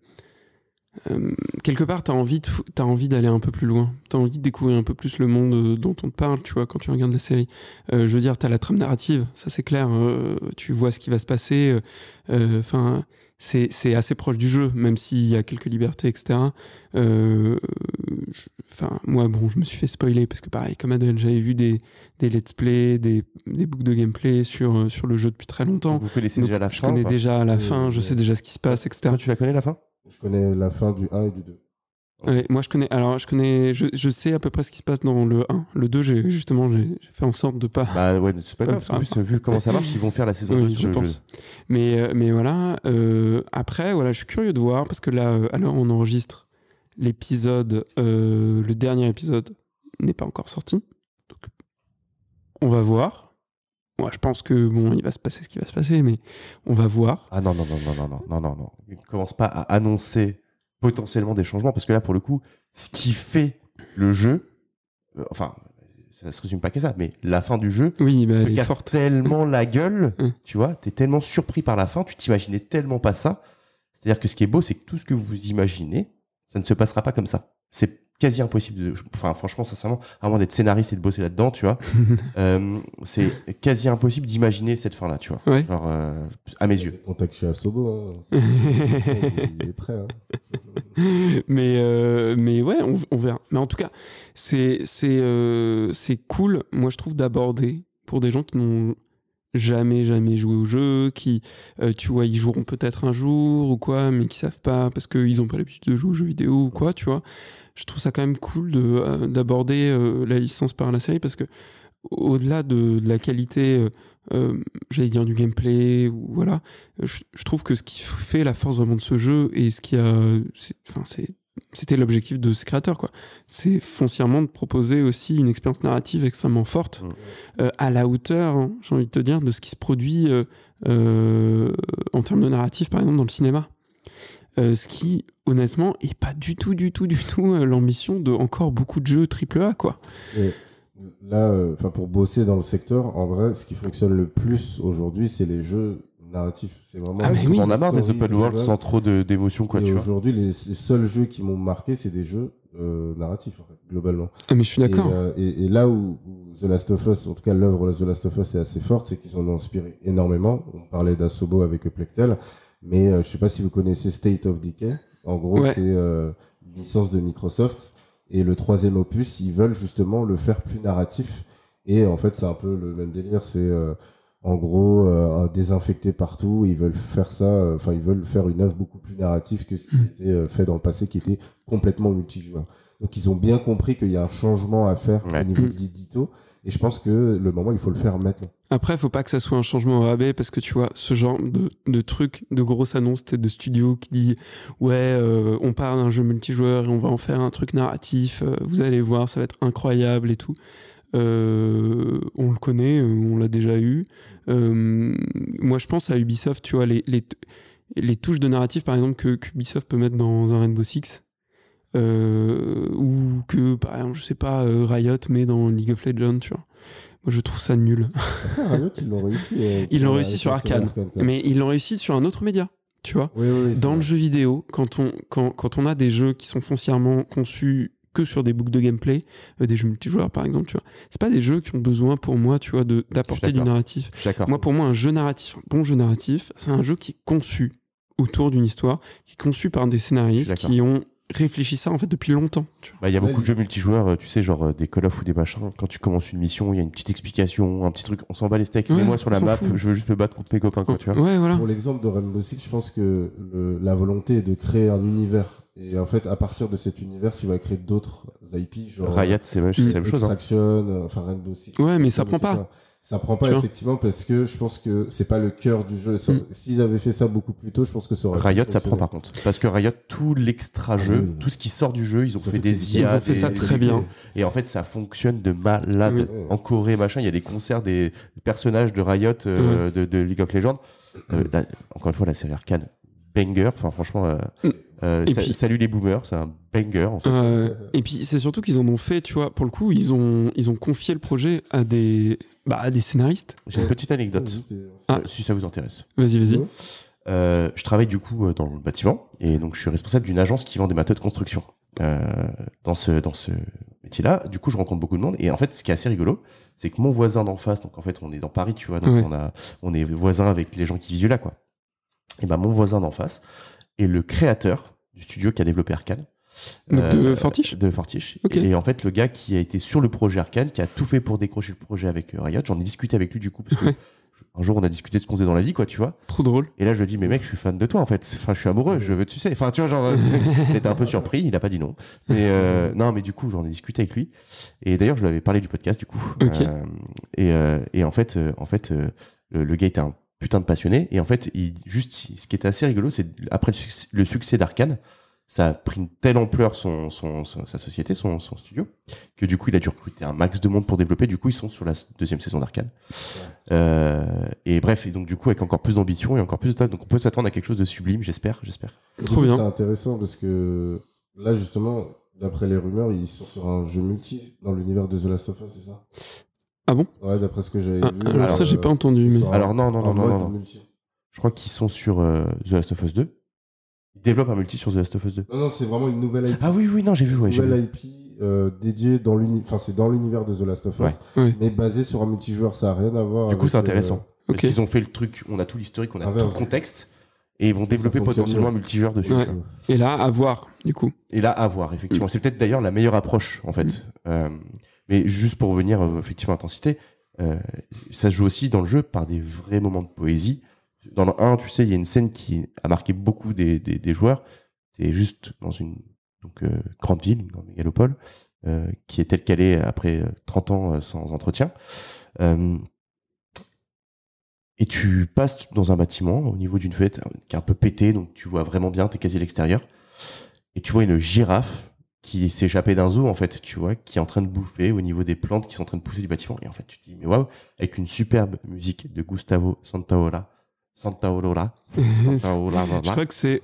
euh, quelque part t'as envie, de fou- t'as envie d'aller un peu plus loin. T'as envie de découvrir un peu plus le monde euh, dont on te parle, tu vois, quand tu regardes la série. Euh, je veux dire, t'as la trame narrative, ça c'est clair. euh, tu vois ce qui va se passer. Enfin... Euh, c'est, c'est assez proche du jeu, même s'il y a quelques libertés, et cetera. Euh, enfin, moi, bon, je me suis fait spoiler parce que pareil, comme Adèle, j'avais vu des, des let's play, des, des boucles de gameplay sur, sur le jeu depuis très longtemps. Vous connaissez Donc, déjà la je fin? connais Quoi. déjà la Oui, fin, oui, je oui. sais déjà ce qui se passe, et cetera. Toi, tu la connais la fin? Je connais la fin du un et du deux. Ouais, moi, je connais, alors, je connais, je, je sais à peu près ce qui se passe dans le un. Le deux, j'ai, justement, j'ai, j'ai fait en sorte de pas. Bah ouais, c'est pas Pas grave, parce qu'en grave. plus, vu comment ça marche, ils vont faire la saison Oui, deux sur je le pense. jeu. Mais, euh, mais voilà, euh, après, voilà, je suis curieux de voir parce que là, euh, alors on enregistre l'épisode, euh, le dernier épisode n'est pas encore sorti. Donc, on va voir. Moi, je pense que bon, il va se passer ce qui va se passer, mais on va voir. Ah non, non, non, non, non, non, non, non, non. Ne commence pas à annoncer potentiellement des changements, parce que là, pour le coup, ce qui fait le jeu, euh, enfin, ça se résume pas qu'à ça, mais la fin du jeu Oui, bah, te elle est casse forte. tellement la gueule, Hum. tu vois, t'es tellement surpris par la fin, tu t'imaginais tellement pas ça. C'est-à-dire que ce qui est beau, c'est que tout ce que vous imaginez, ça ne se passera pas comme ça. C'est quasi impossible de, enfin, franchement, sincèrement, à moins d'être scénariste et de bosser là-dedans, tu vois, euh, c'est quasi impossible d'imaginer cette fin-là, tu vois. Ouais. Genre, euh, à mes yeux. Contact chez Asobo. Hein. Il est prêt. Hein. mais, euh, mais ouais, on, on verra. Mais en tout cas, c'est, c'est, euh, c'est cool, moi je trouve, d'aborder pour des gens qui n'ont jamais, jamais joué au jeu, qui, euh, tu vois, ils joueront peut-être un jour ou quoi, mais qui savent pas parce qu'ils n'ont pas l'habitude de jouer aux jeux vidéo ou quoi, tu vois. Je trouve ça quand même cool de, euh, d'aborder euh, la licence par la série parce que au-delà de, de la qualité, euh, euh, j'allais dire du gameplay, ou voilà, je, je trouve que ce qui fait la force vraiment de ce jeu et ce qui a, c'est, enfin, c'est, c'était l'objectif de ses créateurs, quoi. C'est foncièrement de proposer aussi une expérience narrative extrêmement forte, Mmh. euh, à la hauteur, hein, j'ai envie de te dire, de ce qui se produit euh, euh, en termes de narratif, par exemple, dans le cinéma. Euh, ce qui, honnêtement, est pas du tout, du tout, du tout euh, l'ambition de encore beaucoup de jeux triple A, quoi. Et là, enfin, pour bosser dans le secteur, en vrai, ce qui fonctionne le plus aujourd'hui, c'est les jeux narratifs. C'est vraiment. Ah, mais oui. On a marre des story open world driven. sans trop de, d'émotion, quoi, Et tu vois. aujourd'hui, les, les seuls jeux qui m'ont marqué, c'est des jeux euh, narratifs, en fait, globalement. Ah, mais je suis d'accord. Et, euh, et, et là où, où The Last of Us, en tout cas l'œuvre The Last of Us est assez forte, c'est qu'ils en ont inspiré énormément. On parlait d'Asobo avec Plectel, mais euh, je sais pas si vous connaissez State of Decay. En gros, Ouais. c'est euh, une licence de Microsoft. Et le troisième opus, ils veulent justement le faire plus narratif. Et en fait, c'est un peu le même délire. C'est euh, en gros euh, désinfecté partout. Ils veulent faire ça. Enfin, euh, ils veulent faire une œuvre beaucoup plus narrative que ce qui était euh, fait dans le passé, qui était complètement multijoueur. Donc, ils ont bien compris qu'il y a un changement à faire Ouais. au niveau Mm. de l'édito. Et je pense que le moment, il faut le faire maintenant. Après, il faut pas que ça soit un changement au rabais parce que tu vois, ce genre de, de truc, de grosse annonce t'sais, de studio qui dit ouais, euh, on part d'un jeu multijoueur et on va en faire un truc narratif, euh, vous allez voir, ça va être incroyable et tout. Euh, on le connaît, euh, on l'a déjà eu. Euh, moi, je pense à Ubisoft, tu vois, les, les, les touches de narratif, par exemple, que, que Ubisoft peut mettre dans un Rainbow Six. Euh, ou que, par exemple, je sais pas, euh, Riot met dans League of Legends, tu vois. Moi, je trouve ça nul. Après, Riot, ils l'ont réussi. euh, Ils l'ont pour réussi la- sur avec Arcane, Arcane, quoi. mais ils l'ont réussi sur un autre média, tu vois. Oui, oui, oui, c'est Dans le vrai. jeu vidéo, quand on, quand, quand on a des jeux qui sont foncièrement conçus que sur des boucles de gameplay, euh, des jeux multijoueurs par exemple, tu vois, c'est pas des jeux qui ont besoin pour moi, tu vois, de, d'apporter du d'accord. narratif. Je suis d'accord. Moi, pour moi, un jeu narratif, un bon jeu narratif, c'est un jeu qui est conçu autour d'une histoire, qui est conçu par des Je scénaristes suis d'accord. qui ont réfléchi ça en fait depuis longtemps. Tu vois. Bah, il y a Ouais, beaucoup de les- jeux multijoueurs, euh, tu sais, genre euh, des Call of ou des machins. Quand tu commences une mission, il y a une petite explication, un petit truc. On s'en bat les steaks. Ouais, Mais moi, sur la on s'en map, fout. je veux juste me battre contre mes copains, quoi, tu vois. Ouais, voilà. Pour l'exemple de Rainbow Six, je pense que le, la volonté est de créer un univers. Et en fait, à partir de cet univers, tu vas créer d'autres I P, genre Riot, c'est c'est la même chose. Hein. Extraction, euh, enfin Rainbow Six. Ouais, mais ça Rainbow prend Six, pas. ouais. Ça prend pas, Tu vois. effectivement, parce que je pense que c'est pas le cœur du jeu. Ça- Mm. S'ils avaient fait ça beaucoup plus tôt, je pense que ça aurait Riot, pu ça prend fonctionner. par contre. Parce que Riot, tout l'extra-jeu, Ah oui. tout ce qui sort du jeu, ils ont Surtout fait que des c'est- I A. ils ont fait des- ça des- très bien. Et en fait, ça fonctionne de malade. Oui. Ouais. En Corée, machin, il y a des concerts des personnages de Riot, euh, de, de League of Legends. Euh, là, encore une fois, la série Arcane, banger. Enfin, franchement, euh, Mm. euh, Et sa- puis- salut les boomers, c'est un banger, en fait. Euh, et puis c'est surtout qu'ils en ont fait, tu vois, pour le coup, ils ont, ils ont confié le projet à des, bah, à des scénaristes. J'ai une petite anecdote, Juste, euh, Ah. si ça vous intéresse. Vas-y, vas-y. Ouais. Euh, je travaille du coup euh, dans le bâtiment et donc je suis responsable d'une agence qui vend des matériaux de construction. Euh, dans ce dans ce métier-là, du coup, je rencontre beaucoup de monde et en fait, ce qui est assez rigolo, c'est que mon voisin d'en face, donc en fait, on est dans Paris, tu vois, donc Ouais. on a on est voisins avec les gens qui vivent là, quoi. Et ben mon voisin d'en face est le créateur du studio qui a développé Arcane. Donc de Fortiche De Fortiche. Okay. Et en fait, le gars qui a été sur le projet Arcane, qui a tout fait pour décrocher le projet avec Riot, j'en ai discuté avec lui du coup, parce que un jour on a discuté de ce qu'on faisait dans la vie, quoi, tu vois. Trop drôle. Et là je lui dis, mais mec, je suis fan de toi en fait. Enfin, je suis amoureux, je veux te sucer. Enfin, tu vois, genre, j'étais un peu surpris, il a pas dit non. Mais euh, non, mais du coup, j'en ai discuté avec lui. Et d'ailleurs, je lui avais parlé du podcast, du coup. Okay. Euh, et, euh, et en fait, euh, en fait, euh, le, le gars était un putain de passionné. Et en fait, il, juste, ce qui était assez rigolo, c'est après le succès, le succès d'Arcane, ça a pris une telle ampleur son, son, son sa société, son, son studio, que du coup il a dû recruter un max de monde pour développer. Du coup ils sont sur la deuxième saison d'Arcane. Ouais. Euh, et bref, et donc du coup avec encore plus d'ambition et encore plus de taf, donc on peut s'attendre à quelque chose de sublime, j'espère, j'espère. Trop bien. C'est intéressant parce que là justement, d'après les rumeurs, ils sont sur un jeu multi dans l'univers de The Last of Us, c'est ça? Ah bon? Ouais, d'après ce que j'avais ah, vu. Alors, alors ça j'ai pas entendu. Mais... Alors non non non non non. non. Je crois qu'ils sont sur euh, The Last of Us deux. Ils développent un multi sur The Last of Us deux. Non, non, c'est vraiment une nouvelle I P. Ah oui, oui, non, j'ai vu, ouais. Une nouvelle I P euh, dédiée dans l'univers, enfin, c'est dans l'univers de The Last of Us, ouais. Ouais. mais basé sur un multijoueur, ça n'a rien à voir. Du coup, c'est intéressant. Euh... Okay. Parce qu'ils ont fait le truc, on a tout l'historique, on a Inverse. Tout le contexte, et ils vont développer potentiellement un multijoueur dessus. Ouais. Et là, à voir, du coup. Et là, à voir, effectivement. Mm. C'est peut-être d'ailleurs la meilleure approche, en fait. Mm. Euh, mais juste pour revenir, euh, effectivement, à intensité, euh, ça se joue aussi dans le jeu par des vrais moments de poésie. Dans le un, tu sais, il y a une scène qui a marqué beaucoup des, des, des joueurs. C'est juste dans une donc, euh, grande ville, une grande mégalopole, euh, qui est telle qu'elle est après trente ans euh, sans entretien. Euh, et tu passes dans un bâtiment au niveau d'une fenêtre qui est un peu pété, donc tu vois vraiment bien, t'es quasi à l'extérieur. Et tu vois une girafe qui s'est échappée d'un zoo, en fait, tu vois, qui est en train de bouffer au niveau des plantes qui sont en train de pousser du bâtiment. Et en fait, tu te dis, mais waouh, avec une superbe musique de Gustavo Santaolalla. Santaolalla. Santaolalla. Je crois que c'est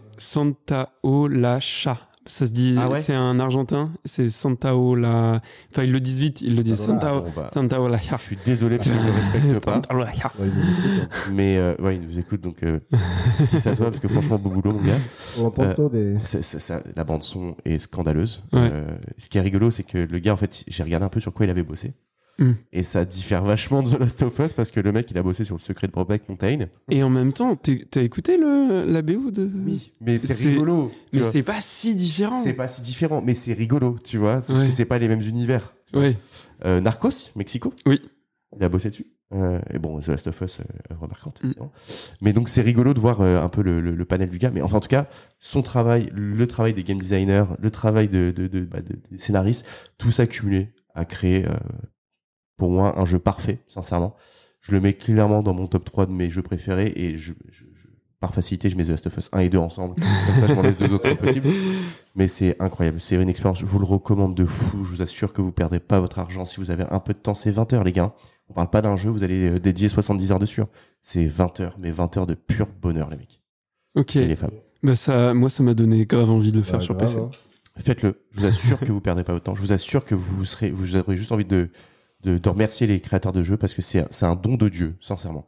Santaolalla. Ça se dit, ah ouais, c'est un argentin, c'est Santaolalla. Enfin, ils le disent vite, ils le disent Santaolalla. Bon, bah, Santaolalla. Je suis désolé parce que je ne le respecte pas. Ouais, mais euh, ouais, il nous écoute, donc euh, c'est à toi parce que franchement, beau boulot, mon gars. On entend euh, des. C'est, c'est, ça, la bande son est scandaleuse. Ouais. Euh, ce qui est rigolo, c'est que le gars, en fait, j'ai regardé un peu sur quoi il avait bossé. Mm. Et ça diffère vachement de The Last of Us parce que le mec il a bossé sur le secret de Brokeback Mountain. Et en même temps, t'as écouté le, la B O de. Oui, mais c'est, c'est rigolo. Mais vois. C'est pas si différent. C'est pas si différent, mais c'est rigolo, tu vois. C'est ouais. Parce que c'est pas les mêmes univers. Ouais. Euh, Narcos, Mexico. Oui. Il a bossé dessus. Euh, et bon, The Last of Us, euh, remarquante. Mm. Mais donc c'est rigolo de voir euh, un peu le, le, le panel du gars. Mais enfin, en tout cas, son travail, le travail des game designers, le travail de, de, de, bah, de, des scénaristes, tout ça cumulé a créé. Euh, pour moi, un jeu parfait, sincèrement. Je le mets clairement dans mon top trois de mes jeux préférés et je, je, je, par facilité, je mets The Last of Us un et deux ensemble. Comme ça, je m'en laisse deux autres impossibles. Mais c'est incroyable. C'est une expérience, je vous le recommande de fou. Je vous assure que vous perdrez pas votre argent si vous avez un peu de temps. C'est vingt heures, les gars. On parle pas d'un jeu, vous allez dédier soixante-dix heures dessus. C'est vingt heures, mais vingt heures de pur bonheur, les mecs. Ok. Et les femmes. Bah ça, moi, ça m'a donné grave envie de le faire ouais, sur grave, P C. Hein. Faites-le. Je vous assure que vous perdrez pas votre temps. Je vous assure que vous serez, vous aurez juste envie de, De, de remercier les créateurs de jeux parce que c'est, c'est un don de Dieu, sincèrement.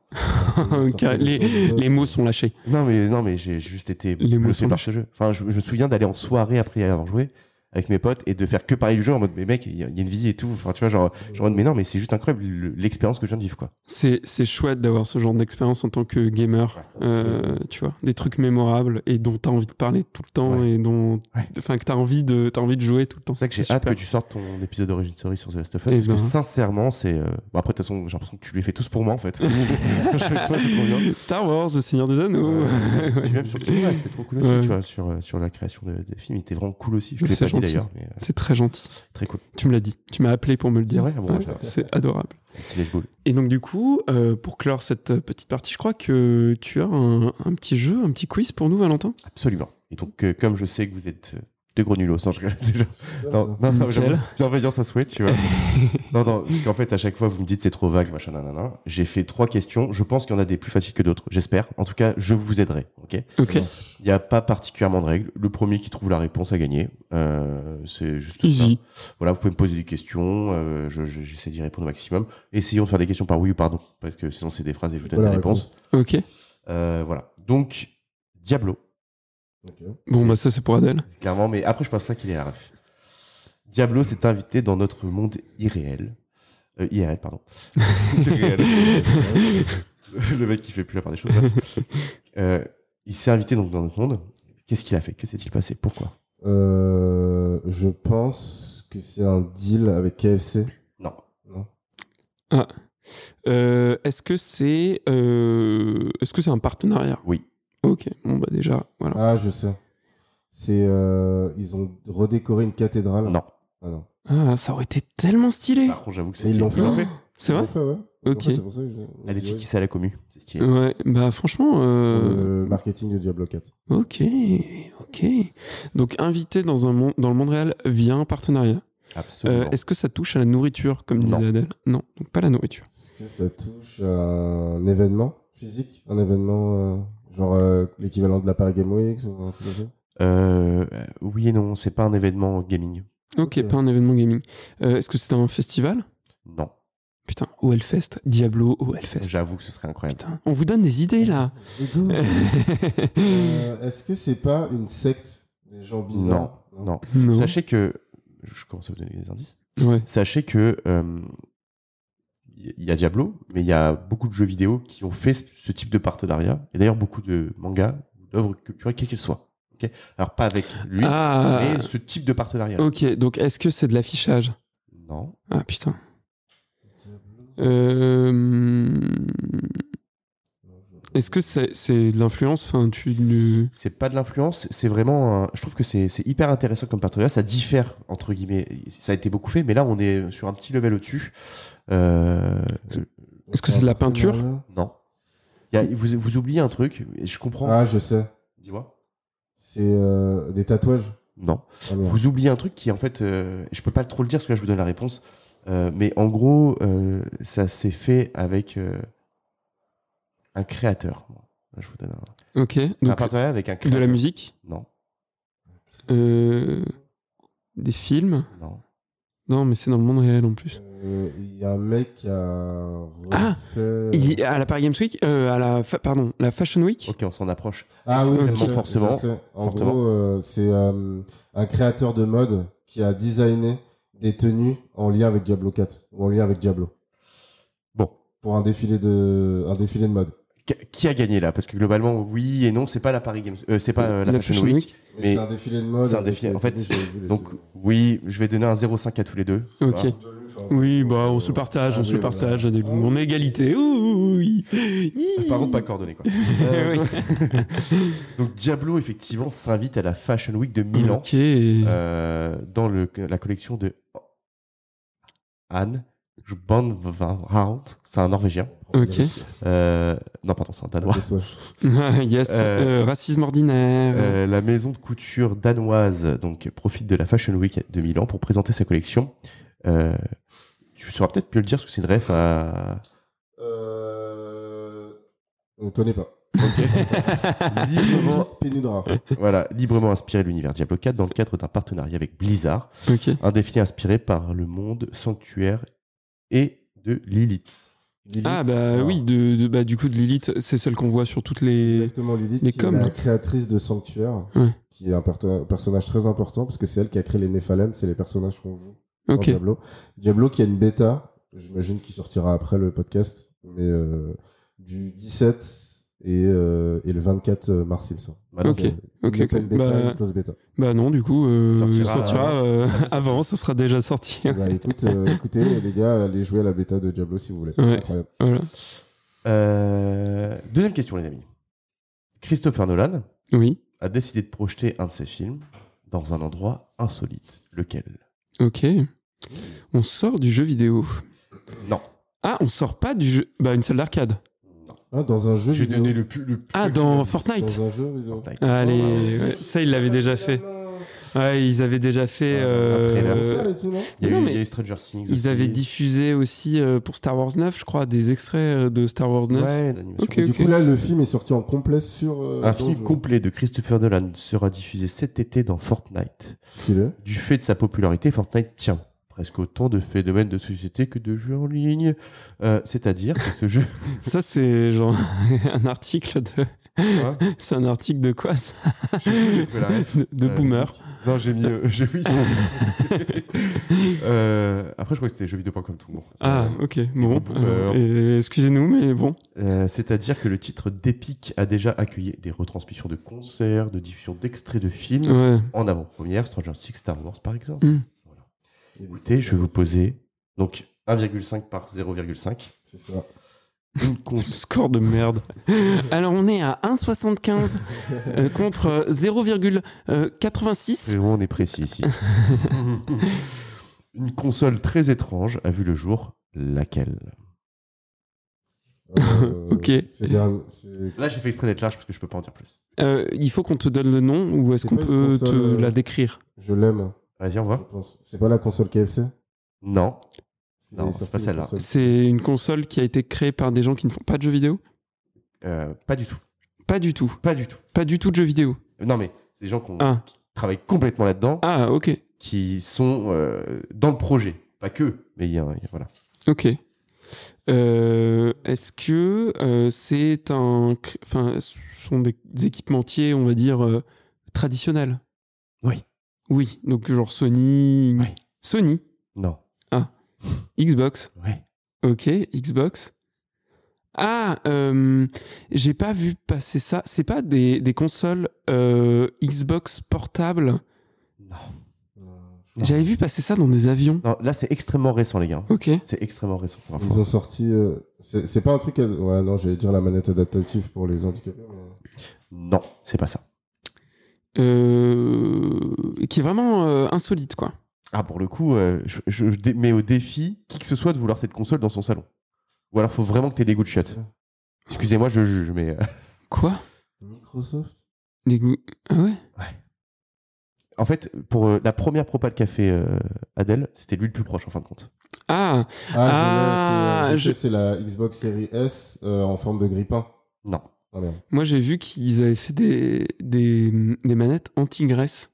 les, les mots sont lâchés. Non, mais, non, mais j'ai juste été bluffé par ce jeu. Enfin, je, je me souviens d'aller en soirée après avoir joué avec mes potes et de faire que parler du jeu en mode, mais mec, il y, y a une vie et tout. Enfin, tu vois, genre, genre, mais non, mais c'est juste incroyable l'expérience que je viens de vivre, quoi. C'est, c'est chouette d'avoir ce genre d'expérience en tant que gamer. Ouais, euh, tu vois, des trucs mémorables et dont t'as envie de parler tout le temps ouais. et dont, enfin, ouais. que t'as envie de, t'as envie de jouer tout le temps. C'est ça que j'ai hâte que tu sortes ton épisode d'Origin Story sur The Last of Us. Et parce ben. que sincèrement, c'est, euh... bon, après, de toute façon, j'ai l'impression que tu les fais tous pour moi, en fait. À chaque fois, c'est trop bien. Star Wars, Le Seigneur des Anneaux. Ouais. Puis même sur le cinéma, c'était trop cool aussi, ouais. tu vois, sur, euh, sur la création de, des films. Il était vraiment cool aussi. Je te l'ai pas dit d'ailleurs. Mais, euh... c'est très gentil. Très cool. Tu me l'as dit. Tu m'as appelé pour me le dire. C'est vrai, bon, ouais, c'est adorable. Petit et donc du coup, euh, pour clore cette petite partie, je crois que tu as un, un petit jeu, un petit quiz pour nous, Valentin. Absolument. Et donc, euh, comme je sais que vous êtes euh, de gros nulos, sans je rigole déjà. Non, non, non, j'avoue, bienveillance à souhait, tu vois. non, non, parce qu'en fait, à chaque fois, vous me dites c'est trop vague, machin, nanana. J'ai fait trois questions. Je pense qu'il y en a des plus faciles que d'autres. J'espère. En tout cas, je vous aiderai. Ok. Ok. Il n'y a pas particulièrement de règles. Le premier qui trouve la réponse a gagné. Euh, c'est juste easy. Ça. Voilà, vous pouvez me poser des questions. Euh, je, je, j'essaie d'y répondre au maximum. Essayons de faire des questions par oui ou pardon, parce que sinon c'est des phrases et je vous donne des réponses. Ok. Euh, voilà. Donc, Diablo. Okay. Bon, bah ça c'est pour Adèle. Clairement, mais après je pense pas qu'il est à ref. Diablo s'est invité dans notre monde irréel. Euh, I R L, pardon. Irréel. Le mec qui fait plus la part des choses. Euh, il s'est invité donc dans notre monde. Qu'est-ce qu'il a fait? Que s'est-il passé? Pourquoi? Euh, je pense que c'est un deal avec K F C. Non. Non. Ah. Euh, est-ce que c'est euh, est-ce que c'est un partenariat? Oui. Ok, bon bah déjà, voilà. Ah, je sais. C'est euh, ils ont redécoré une cathédrale. Non. Ah non. Ah, ça aurait été tellement stylé. Par contre, j'avoue que c'est Ils stylé. l'ont fait. fait. C'est Ils vrai? l'ont fait, ouais. Ils l'ont Ok. fait, c'est pour ça que je- Elle est ouais. tissée à la commu. C'est stylé. Ouais, bah franchement, Pour euh, le marketing de Diablo quatre. ok, ok. Donc invité dans un monde, dans le monde réel via un partenariat. Absolument. Euh, est-ce que ça touche à la nourriture, comme Non. disait Adèle? Non, donc pas la nourriture. Est-ce que ça touche à un événement physique? Un événement euh, genre euh, l'équivalent de la Paris Game Week ou un truc comme ça? Euh, oui et non, c'est pas un événement gaming. Ok, Ok. pas un événement gaming. Euh, est-ce que c'est un festival? Non. Putain, O L Fest, Diablo O L Fest. J'avoue que ce serait incroyable. Putain, on vous donne des idées là. Ego. Euh, Est-ce que c'est pas une secte des gens Non, bizarres? non. Non. Sachez que. Je commence à vous donner des indices. Ouais. Sachez que. euh, Il y a Diablo, mais il y a beaucoup de jeux vidéo qui ont fait ce ce type de partenariat. Et d'ailleurs, beaucoup de mangas, d'œuvres culturelles, quelles qu'elles soient. Ok. Alors, pas avec lui, Ah, mais ce type de partenariat. ok, donc est-ce que c'est de l'affichage? Non. Ah putain. Euh... Est-ce que c'est c'est de l'influence? Enfin, tu ne- C'est pas de l'influence, c'est vraiment. un- Je trouve que c'est c'est hyper intéressant comme partenariat. Ça diffère, entre guillemets. Ça a été beaucoup fait, mais là, on est sur un petit level au-dessus. Euh, Est-ce que c'est de la peinture? Non. Il y a- vous, vous oubliez un truc, et je comprends. Ah, je sais. Dis-moi. C'est euh, des tatouages. Non. Ah, merde. Vous oubliez un truc qui, en fait, euh, je peux pas trop le dire parce que là, je vous donne la réponse. Euh, mais en gros, euh, ça s'est fait avec euh, un créateur. Bon, là, je vous donne un. Ok, C'est un donc partenariat avec un de créateur. la musique, Non. euh, des films. Non. Non, mais c'est dans le monde réel en plus. Euh, Il y a un mec qui a Ah, refait... Il- à la Paris Games Week, euh, à la fa- pardon, la Fashion Week. Ok, on s'en approche. Ah oui, Extrêmement je sais, forcément. je sais. En Fortement. gros, euh, c'est euh, un créateur de mode qui a designé des tenues en lien avec Diablo quatre ou en lien avec Diablo Bon. pour un défilé de un défilé de mode. Qu- Qui a gagné là? Parce que globalement, oui et non, c'est pas la Paris Games, euh, c'est pas euh, la, Fashion, Week. Mais Mais c'est un défilé de mode. c'est un avec défilé, les en fait, tenues, j'avais vu les donc tenues. oui, je vais donner un zéro virgule cinq à tous les deux. Ok. Voilà. Oui, bah on se partage, Ah on se oui, partage, voilà. on est- on est égalité. Ouh, oui. Par contre, pas coordonné quoi. Euh, donc Diablo effectivement s'invite à la Fashion Week de Milan Ok. euh, dans le, la collection de Anne Banvraut. C'est un Norvégien. Ok. Euh, non pardon, c'est un Danois. Yes. Euh, Euh, racisme ordinaire. Euh, la maison de couture danoise donc profite de la Fashion Week de Milan pour présenter sa collection. Euh, tu sauras peut-être mieux le dire parce que c'est une ref à. Euh... On ne connaît pas. librement, Pénudra. voilà, librement inspiré de l'univers Diablo quatre dans le cadre d'un partenariat avec Blizzard. Ok. Un défilé inspiré par le monde sanctuaire et de Lilith. Lilith, Ah bah alors, oui, de, de- bah, du coup de Lilith, c'est celle qu'on voit sur toutes les. Exactement, Lilith, les qui coms. est la créatrice de Sanctuaire, Ouais. qui est un, per- un personnage très important parce que c'est elle qui a créé les Néphalem, c'est les personnages qu'on joue dans Ok. Diablo. Diablo qui a une bêta, j'imagine qu'il sortira après le podcast, mais euh, du dix-sept et, euh, et le vingt-quatre mars, il me semble. Voilà. Ok. Donc, euh, ok, une ok. open bêta, Bah- une close bêta. Bah non, du coup, euh, Sortira sortira, avant. euh, avant, ça sera déjà sorti. Bah, écoute, euh, écoutez, les gars, allez jouer à la bêta de Diablo si vous voulez. Ouais. Incroyable. Voilà. Euh, deuxième question, les amis. Christopher Nolan Oui. a décidé de projeter un de ses films dans un endroit insolite. Lequel? Ok. On sort du jeu vidéo. Non. Ah, on sort pas du jeu. Bah, une salle d'arcade. Ah, dans un jeu J'ai vidéo. donné le plus. Le plus Ah, dans Fortnite. Dans un jeu vidéo. Fortnite. Allez, Oh, ouais, ça, ils l'avaient déjà fait. Ouais, ils avaient déjà fait. Ouais, euh, un trailer. Comme ça, et tout, non Il y a, Non, eu, mais il y a eu Stranger Things. Ils aussi. avaient diffusé aussi euh, pour Star Wars neuf, je crois, des extraits euh, de Star Wars neuf. Ouais, l'animation. Ok, Et du ok. coup, là, le film est sorti en complet sur. euh, Un dans film le jeu. complet de Christopher Nolan sera diffusé cet été dans Fortnite. Stylé. Du fait de sa popularité, Fortnite tient presque autant de phénomènes de société que de jeux en ligne. Euh, C'est-à-dire que ce jeu... Ça, c'est genre un article de, Hein C'est un article de quoi ça? Je sais plus, j'ai trouvé la ref. De, de Euh, boomer. Non, j'ai mis. Euh, j'ai oui. euh, après, je crois que c'était jeuxvideo point com tout le monde. Ah, Euh, ok. Bon. boomer. euh, et- excusez-nous, mais bon. euh, C'est-à-dire que le titre d'Epic a déjà accueilli des retransmissions de concerts, de diffusion d'extraits de films Ouais. en avant-première, Stranger Things, Star Wars par exemple. Mm. Voilà. Écoutez, je vais vous poser donc un virgule cinq par zéro virgule cinq. C'est ça. Une cons- Score de merde. Alors, on est à un virgule soixante-quinze euh, contre zéro virgule quatre-vingt-six. C'est bon, on est précis ici. Une console très étrange a vu le jour. Laquelle? Euh, Ok. c'est derni- c'est- Là, j'ai fait exprès d'être large parce que je peux pas en dire plus. Euh, il faut qu'on te donne le nom ou est-ce C'est qu'on pas une peut console, te euh, la décrire? Je l'aime, Vas-y, on je voit. pense. C'est pas la console K F C? Non. Ils Non, avaient c'est sorti pas une celle-là. console. C'est une console qui a été créée par des gens qui ne font pas de jeux vidéo? Euh, pas du tout. Pas du tout. Pas du tout. Pas du tout de jeux vidéo. Non, mais c'est des gens qui, ont- Ah, qui travaillent complètement là-dedans, ah ok. qui sont euh, dans le projet. Pas que, mais il y a, il y a- voilà. Ok. Euh, est-ce que euh, c'est un... cr- Enfin, ce sont des, des équipementiers, on va dire, euh, traditionnels? Oui. Oui, donc genre Sony... Oui. Sony, Non. Xbox. Oui. Ok, Xbox. Ah, euh, j'ai pas vu passer ça. C'est pas des, des consoles euh, Xbox portables? Non. Euh, je- Non. J'avais vu passer ça dans des avions. Non, là, c'est extrêmement récent, les gars. Ok. C'est extrêmement récent. pour Ils info. ont sorti. euh, C'est c'est pas un truc. à- Ouais, non, j'allais dire la manette adaptative pour les handicapés. mais- Non, c'est pas ça. Euh, qui est vraiment euh, insolite, quoi. Ah, pour le coup, euh, je, je- je dé- mets au défi qui que ce soit de vouloir cette console dans son salon. Ou alors, faut vraiment que t'aies des goûts de chiottes. Excusez-moi, je juge, mais... euh, Quoi? Microsoft? Des goûts... Ah ouais? En fait, pour euh, la première propale qu'a fait euh, Adèle, c'était lui le plus proche, en fin de compte. Ah, Ah, Ah, je l'ai, c'est, euh, je- je sais, c'est la Xbox Series S euh, en forme de grippin. Non. Ah merde. moi j'ai vu qu'ils avaient fait des, des, des manettes anti-graisse.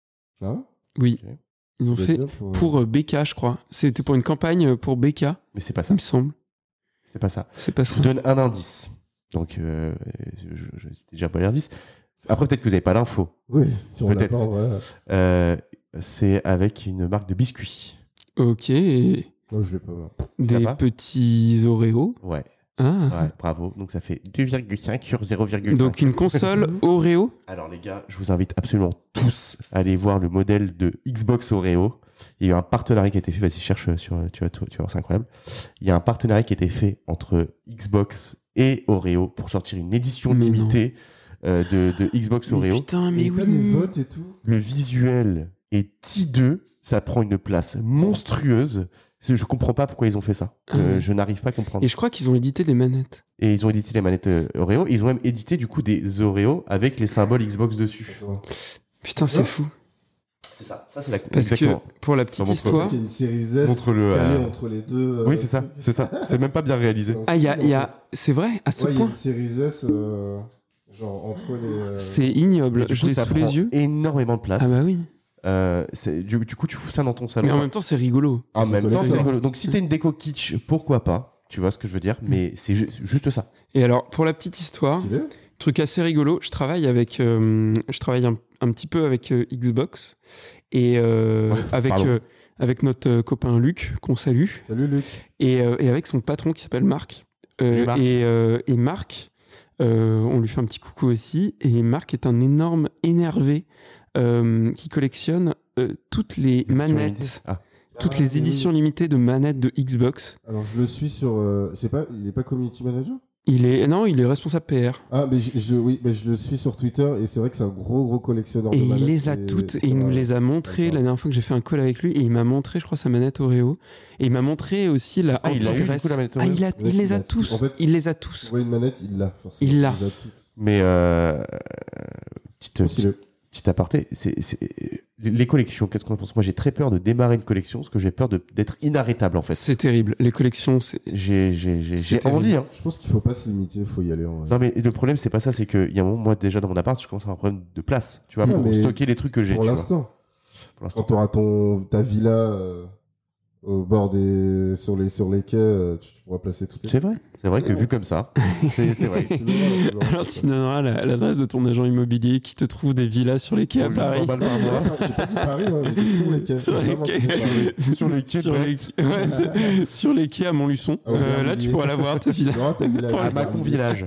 Ah ouais? Oui. Ok. Ils ont Ça doit fait être bien pour, pour euh, B K, je crois. C'était pour une campagne pour B K, Mais c'est pas il ça. me semble. C'est pas ça. C'est pas Je ça. vous donne un indice. Donc, euh, je, je, c'était déjà pas l'indice. Après, peut-être que vous n'avez pas l'info. Oui, si on l'a Peut-être. pas en vrai. Euh, c'est avec une marque de biscuits. Ok. et Non, je l'ai pas. moi. Des pas petits Oreo. Ouais, Ah. ouais, bravo. Donc, ça fait deux virgule cinq sur zéro virgule cinq. Donc une console Oreo. Alors, les gars, je vous invite absolument tous à aller voir le modèle de Xbox Oreo. Il y a eu un partenariat qui a été fait. Vas-y, cherche sur. Tu vas, tu vas voir, c'est incroyable. Il y a un partenariat qui a été fait entre Xbox et Oreo pour sortir une édition Mais limitée euh, de, de Xbox Mais Oreo. putain, Il y mais a pas des oui. votes et tout. Le visuel est hideux. Ça prend une place monstrueuse. C'est- Je comprends pas pourquoi ils ont fait ça. Ah Euh, ouais. je n'arrive pas à comprendre. Et je crois qu'ils ont édité des manettes. Et ils ont édité les manettes euh, Oreo. Et ils ont même édité du coup des Oreo avec les symboles Xbox dessus. D'accord. Putain, c'est Ouais. fou. C'est ça. Ça c'est la. Parce Exactement. que pour la petite Bah, mon histoire, Il y a une série S Montre-le, calée euh, entre les deux. euh, Oui, c'est ça. trucs. C'est ça. C'est même pas bien réalisé. C'est un ah, il y a, style, il y en a... fait. c'est vrai, à ce Ouais, il y a point. une série S, euh, genre entre les. euh, C'est ignoble. Mais du Je coup, l'ai ça sous prend les yeux. énormément de place. Ah bah oui. Euh, c'est- du, du coup, tu fous ça dans ton salon. Mais en même temps, c'est rigolo. en ça même peut temps, être c'est ça. rigolo. Donc, si t'as une déco kitsch, pourquoi pas? Tu vois ce que je veux dire? Mais c'est ju- juste ça. Et alors, pour la petite histoire, stylé. truc assez rigolo, je travaille avec, euh, je travaille un, un petit peu avec euh, Xbox et euh, Ouais, avec pardon. euh, avec notre euh, copain Luc qu'on salue Salut Luc. et, euh, et avec son patron qui s'appelle Marc. Euh, Salut, Marc. Et, euh, et Marc, euh, on lui fait un petit coucou aussi. Et Marc est un énorme énervé euh, qui collectionne euh, toutes les Édition manettes, limitée. Ah. toutes Ah, les oui, éditions oui. limitées de manettes de Xbox. Alors je le suis sur. euh, C'est pas. Il est pas community manager? Il est non, il est responsable P R. Ah, mais je, je- oui, mais je le suis sur Twitter et c'est vrai que c'est un gros gros collectionneur Et de il manettes. les a et toutes et ça il nous va- les a montrées D'accord. la dernière fois que j'ai fait un call avec lui et il m'a montré, je crois, sa manette Oreo et il m'a montré aussi la Ah, il a eu, du anti-graisse. coup, la manette Ah, Oreo il, a- Ouais, il les il a a tous. tout. En fait, il les a Tu tous. vois une manette, il l'a forcément. Il l'a. les a toutes. Mais euh, petite, Trop stylé. petite, petite aparté, c'est, c'est- les les collections, qu'est-ce qu'on en pense? Moi, j'ai très peur de démarrer une collection parce que j'ai peur de, d'être inarrêtable en fait. C'est terrible. Les collections, c'est. J'ai, j'ai, j'ai, C'est j'ai terrible. envie. Hein. Je pense qu'il faut pas se limiter, il faut y aller en vrai. Non, mais le problème, c'est pas ça, c'est qu'il y a un moment, moi, déjà dans mon appart, je commence à avoir un problème de place, tu vois, Ouais, pour mais stocker les trucs que j'ai. Pour tu vois. l'instant, Pour l'instant. quand tu auras ton, ta villa euh, au bord des, sur les, sur les quais, euh, tu, tu pourras placer tout tes... C'est vrai. C'est vrai que vu comme ça, c'est, c'est vrai. Tu le verras, tu le verras. Alors tu donneras la- l'adresse de ton agent immobilier qui te trouve des villas sur les quais à huit cents Paris. balles par mois. Enfin, j'ai pas dit Paris, hein, j'ai dit sur les quais. Sur les Vraiment, quais. c'est ça. Sur les quais de Sur les, Brest. ouais, c'est- sur les quais à Montluçon. Ah, au Euh, là, Aubervilliers. tu pourras la voir, ta villa. Tu verras ta villa Pour À la- Mâcon Village.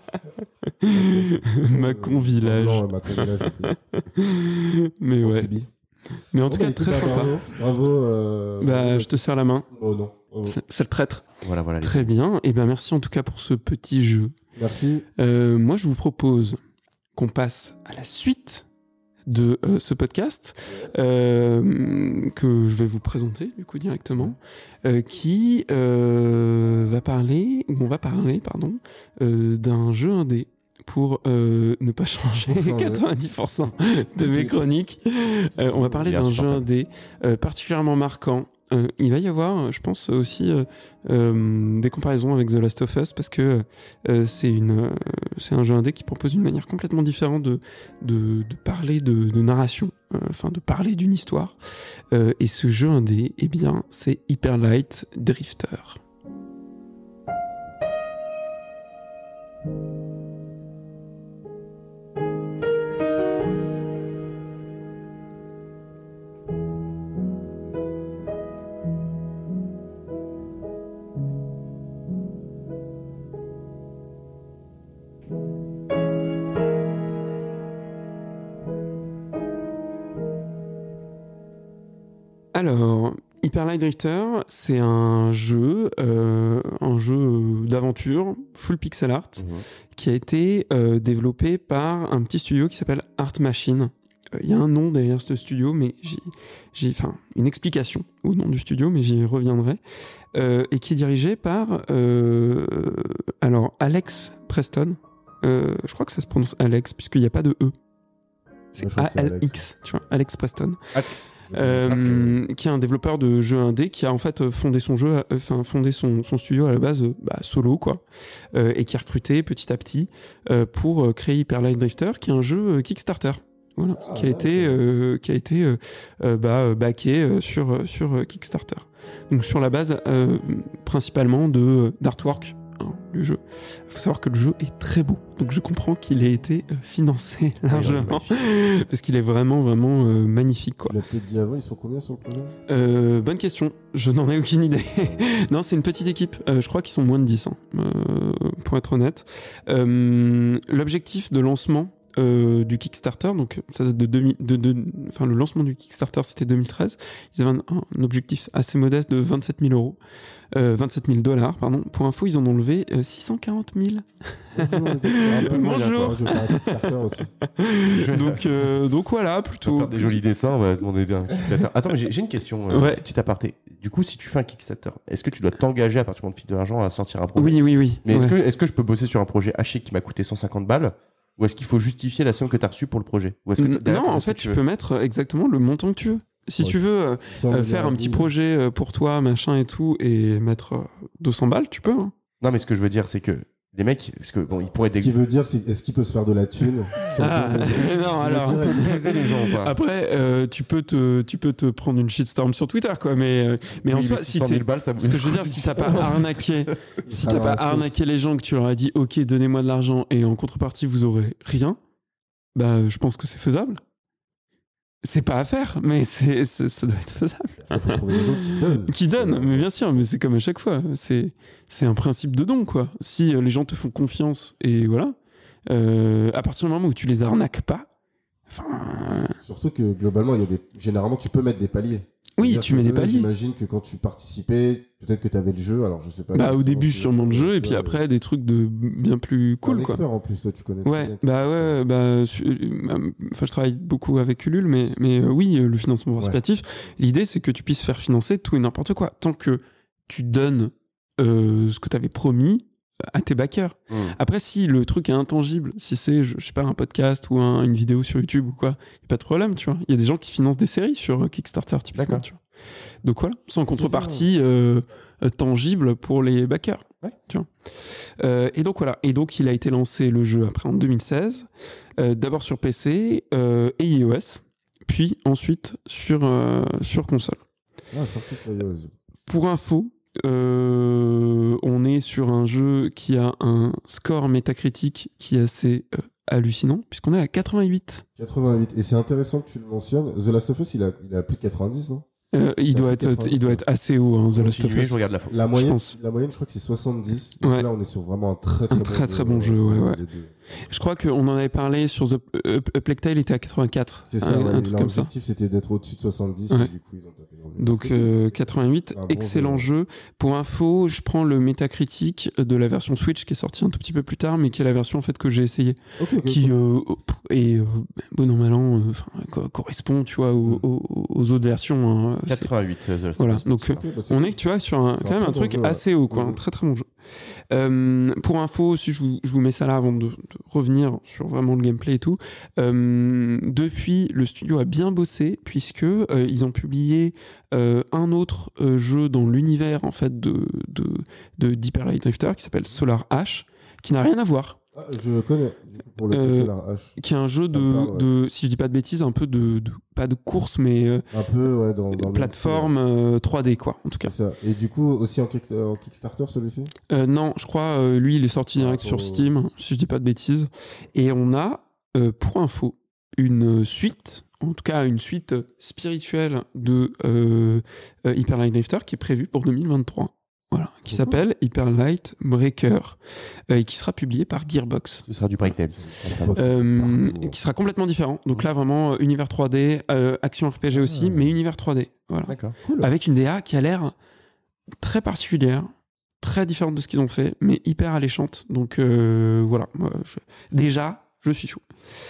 Mâcon Village. Non, Mâcon Village en plus. Mais En ouais. Tibi. Mais en Bon, tout bah, cas, écoute, très bah, sympa. Bravo, bravo. euh, Bah, bravo, je te serre la main. Oh non. Oh. C'est c'est le traître. Voilà, voilà. les Très bien. Et ben merci en tout cas pour ce petit jeu. Merci. Euh, moi, je vous propose qu'on passe à la suite de euh, ce podcast euh, que je vais vous présenter du coup directement, euh, qui euh, va parler, ou on va parler, pardon, euh, d'un jeu indé pour euh, ne pas changer Pour changer. quatre-vingt-dix pour cent de mes chroniques. Euh, on va parler Bien d'un jeu supportable. indé euh, particulièrement marquant. Euh, il va y avoir, je pense aussi, euh, euh, des comparaisons avec The Last of Us parce que euh, c'est une, euh, c'est un jeu indé qui propose une manière complètement différente de, de, de parler de, de narration, euh, enfin de parler d'une histoire. Euh, et ce jeu indé, eh bien, c'est Hyper Light Drifter. Alors, Hyper Light Drifter, c'est un jeu, euh, un jeu d'aventure full pixel art Mhm. qui a été euh, développé par un petit studio qui s'appelle Art Machine. Euh, Il y a un nom derrière ce studio, mais j'ai, j'ai, enfin, une explication au nom du studio, mais j'y reviendrai. Euh, et qui est dirigé par, euh, alors, Alex Preston. Euh, je crois que ça se prononce Alex, puisqu'il n'y a pas de E. C'est Moi, je crois que c'est A L X, tu vois, Alex Preston. Axe. Euh, qui est un développeur de jeux indé qui a en fait fondé son jeu, enfin fondé son, son studio à la base bah, solo quoi, euh, et qui a recruté petit à petit euh, pour créer Hyper Light Drifter, qui est un jeu Kickstarter, voilà, Ah, qui a ouais, été, euh, qui a été euh, euh, bah, backé euh, sur sur Kickstarter. Donc sur la base euh, principalement de d'artwork. Hein, du jeu. Il faut savoir que le jeu est très beau, donc je comprends qu'il ait été euh, financé largement parce qu'il est vraiment vraiment euh, magnifique quoi. Tu l'as peut-être dit avant, ils sont combien sur le projet? Euh, bonne question, je n'en ai aucune idée. Non, c'est une petite équipe, euh, je crois qu'ils sont moins de dix, hein, euh, pour être honnête. Euh, l'objectif de lancement euh, du Kickstarter, donc ça date de, deux mille, de, de enfin le lancement du Kickstarter c'était deux mille treize, ils avaient un, un objectif assez modeste de vingt-sept mille euros. Euh, vingt-sept mille dollars, pardon. Pour info, ils en ont levé euh, six cent quarante mille. Bonjour. Un peu moyen, Bonjour. quoi. Je vais faire un Kickstarter aussi. donc, euh, donc voilà, Pour plutôt. faire des jolis dessins, on va demander un Kickstarter. Attends, mais j'ai, j'ai une question, euh, Ouais. petit aparté. Du coup, si tu fais un Kickstarter, est-ce que tu dois t'engager à partir du moment où tu files de l'argent à sortir un projet? Oui, oui, oui. Mais est-ce Ouais. que, est-ce que je peux bosser sur un projet haché qui m'a coûté cent cinquante balles? Ou est-ce qu'il faut justifier la somme que tu as reçue pour le projet? Ou est-ce que N- derrière, non, t'as en ce que fait, tu veux peux mettre exactement le montant que tu veux. Si Ouais. tu veux euh, cent euh, mille faire un petit euros. projet euh, pour toi, machin et tout, et mettre euh, deux cents balles, tu peux. Hein. Non, mais ce que je veux dire, c'est que les mecs, parce que bon, ils pourraient Ce qui dé- veut dire, c'est est-ce qu'il peut se faire de la thune sur Ah, le dos des- non, Je alors. dirais- baiser les gens, quoi. Après, euh, tu peux te, tu peux te prendre une shitstorm sur Twitter, quoi. Mais, euh, mais en Oui, soi, mais si six cent t'es, mille balles, ça me- ce que je veux dire, si t'as pas arnaqué, si t'as Alors, pas c'est- arnaqué les gens, que tu leur as dit, ok, donnez-moi de l'argent, et en contrepartie, vous aurez rien, bah, je pense que c'est faisable. C'est pas à faire, mais c'est, c'est- ça doit être faisable. Il faut trouver des gens qui donnent. Qui donne, mais bien sûr, mais c'est comme à chaque fois. C'est, c'est un principe de don, quoi. Si euh, les gens te font confiance, et voilà, euh, à partir du moment où tu les arnaques pas, enfin, Surtout que globalement, il y a des... généralement, tu peux mettre des paliers. oui, C'est-à-dire tu que mets des eux, paliers. J'imagine que quand tu participais, peut-être que tu avais le jeu, alors je sais pas. Bah, au exactement début, si- sûrement le jeu, et tu puis vois, après, des trucs de bien plus t'es cool, un quoi. expert en plus, toi, tu connais. très Ouais, bien. bah ouais, bah, su- euh, enfin, je travaille beaucoup avec Ulule, mais, mais euh, oui, euh, le financement Ouais. participatif, l'idée, c'est que tu puisses faire financer tout et n'importe quoi, tant que tu donnes euh, ce que tu avais promis à tes backers. Mmh. Après, si le truc est intangible, si c'est, je, je sais pas, un podcast ou un- une vidéo sur YouTube ou quoi, y a pas de problème, tu vois. Il y a des gens qui financent des séries sur euh, Kickstarter, typiquement, D'accord. tu vois. Donc voilà, sans contrepartie euh, euh, tangible pour les backers. Ouais. Tu vois. Euh, et donc voilà, et donc il a été lancé le jeu après en deux mille seize, euh, d'abord sur P C euh, et iOS, puis ensuite sur, euh, sur console. Ah, sorti sur iOS. Pour info, euh, on est sur un jeu qui a un score métacritique qui est assez euh, hallucinant, puisqu'on est à quatre-vingt-huit. quatre-vingt-huit. Et c'est intéressant que tu le mentionnes. The Last of Us, il a, il a plus de quatre-vingt-dix, non? Euh, il, Ça doit fait être, quatre-vingt-dix, il doit être assez haut, hein, The Last of Continuez, Us. je regarde la photo. La moyenne, pense. la moyenne, je crois que c'est soixante-dix. Donc Ouais. là, on est sur vraiment un très très Un bon très, jeu. très bon jeu, ouais, ouais. Les deux. Je crois qu'on en avait parlé sur The euh, A Plague Tale, il était à quatre-vingt-quatre. C'est ça, un, ouais. un truc comme ça. L'objectif, c'était d'être au-dessus de soixante-dix. Ouais. Et du coup, ils ont tapé dans le Donc C'est euh, cool. quatre-vingt-huit, C'est un bon excellent jeu. jeu. Pour info, je prends le Metacritic de la version Switch qui est sortie un tout petit peu plus tard, mais qui est la version en fait que j'ai essayé, Ok, ok. qui cool. euh, est euh, bon an mal an, euh, enfin, co- correspond, tu vois, aux, Mm. aux- aux autres versions. Hein. C'est- quatre-vingt-huit, euh, The Last Voilà, of Us. donc, c'est Ok, ça. bah, c'est On cool. est, tu vois, sur un, C'est quand un même un très bon truc jeu, ouais. assez haut, quoi, un Mhm. très très bon jeu. Euh, pour info, si je vous, je vous mets ça là avant de, de revenir sur vraiment le gameplay et tout, euh, depuis le studio a bien bossé puisque euh, ils ont publié euh, un autre euh, jeu dans l'univers en fait de de, de Deeper Light Drifter qui s'appelle Solar Ash, qui n'a rien à voir. Ah, je connais, du coup, pour le coup, Euh, Solar Ash. Qui est un jeu Ça de, me parle, ouais. de, si je dis pas de bêtises, un peu de, de pas de course, mais euh, Un peu, ouais, dans, dans le plateforme euh, trois D, quoi, en tout cas. C'est ça. Et du coup, aussi en, kick- en Kickstarter, celui-ci? Euh, non, je crois, euh, lui, il est sorti direct Ah, sur oh. Steam, si je dis pas de bêtises. Et on a, euh, pour info, une suite, en tout cas une suite spirituelle de euh, euh, Hyper Light Drifter qui est prévue pour deux mille vingt-trois. Voilà, qui Trop s'appelle Hyper Light Breaker euh, et qui sera publié par Gearbox. Ce sera du breakdance. Box, Euh, partout. qui sera complètement différent. Donc là, vraiment, euh, univers trois D, euh, action R P G aussi, Ah. mais univers trois D. Voilà. D'accord. Cool. Avec une D A qui a l'air très particulière, très différente de ce qu'ils ont fait, mais hyper alléchante. Donc euh, voilà, moi, je- déjà, je suis chaud.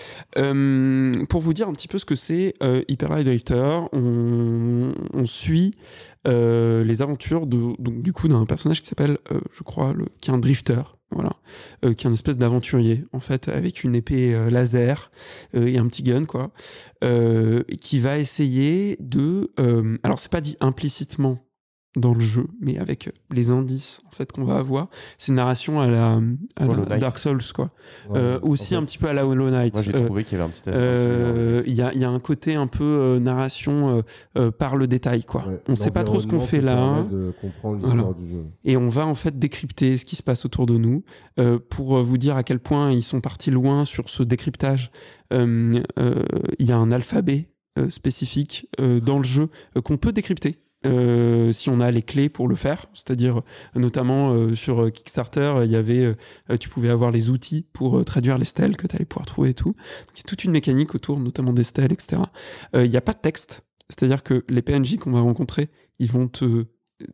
Euh, pour vous dire un petit peu ce que c'est euh, Hyper Light Drifter, on, on suit euh, les aventures de, donc, du coup d'un personnage qui s'appelle, euh, je crois, le, qui est un drifter. Voilà, euh, qui est une espèce d'aventurier en fait, avec une épée euh, laser euh, et un petit gun quoi, euh, qui va essayer de, euh, alors c'est pas dit implicitement dans le jeu, mais avec les indices en fait qu'on va avoir, c'est une narration à la, à Hollow la Knight. Dark Souls quoi, Ouais, euh, en aussi fait, un petit peu à la Hollow Knight. Moi, j'ai Euh, trouvé qu'il y avait un petit. euh, Il y, a, il y a un côté un peu euh, narration euh, euh, par le détail quoi. ouais, On sait pas trop ce qu'on l'environnement fait qui là. permet de comprendre l'histoire Voilà. du jeu. Et on va en fait décrypter ce qui se passe autour de nous euh, pour vous dire à quel point ils sont partis loin sur ce décryptage. Euh, euh, Il y a un alphabet euh, spécifique euh, dans le jeu euh, qu'on peut décrypter. Euh, si on a les clés pour le faire, c'est-à-dire euh, notamment euh, sur Kickstarter, il y avait, euh, tu pouvais avoir les outils pour euh, traduire les stèles que tu allais pouvoir trouver et tout. Donc, il y a toute une mécanique autour, notamment des stèles, et cetera. Euh, il n'y a pas de texte, c'est-à-dire que les P N J qu'on va rencontrer, ils vont te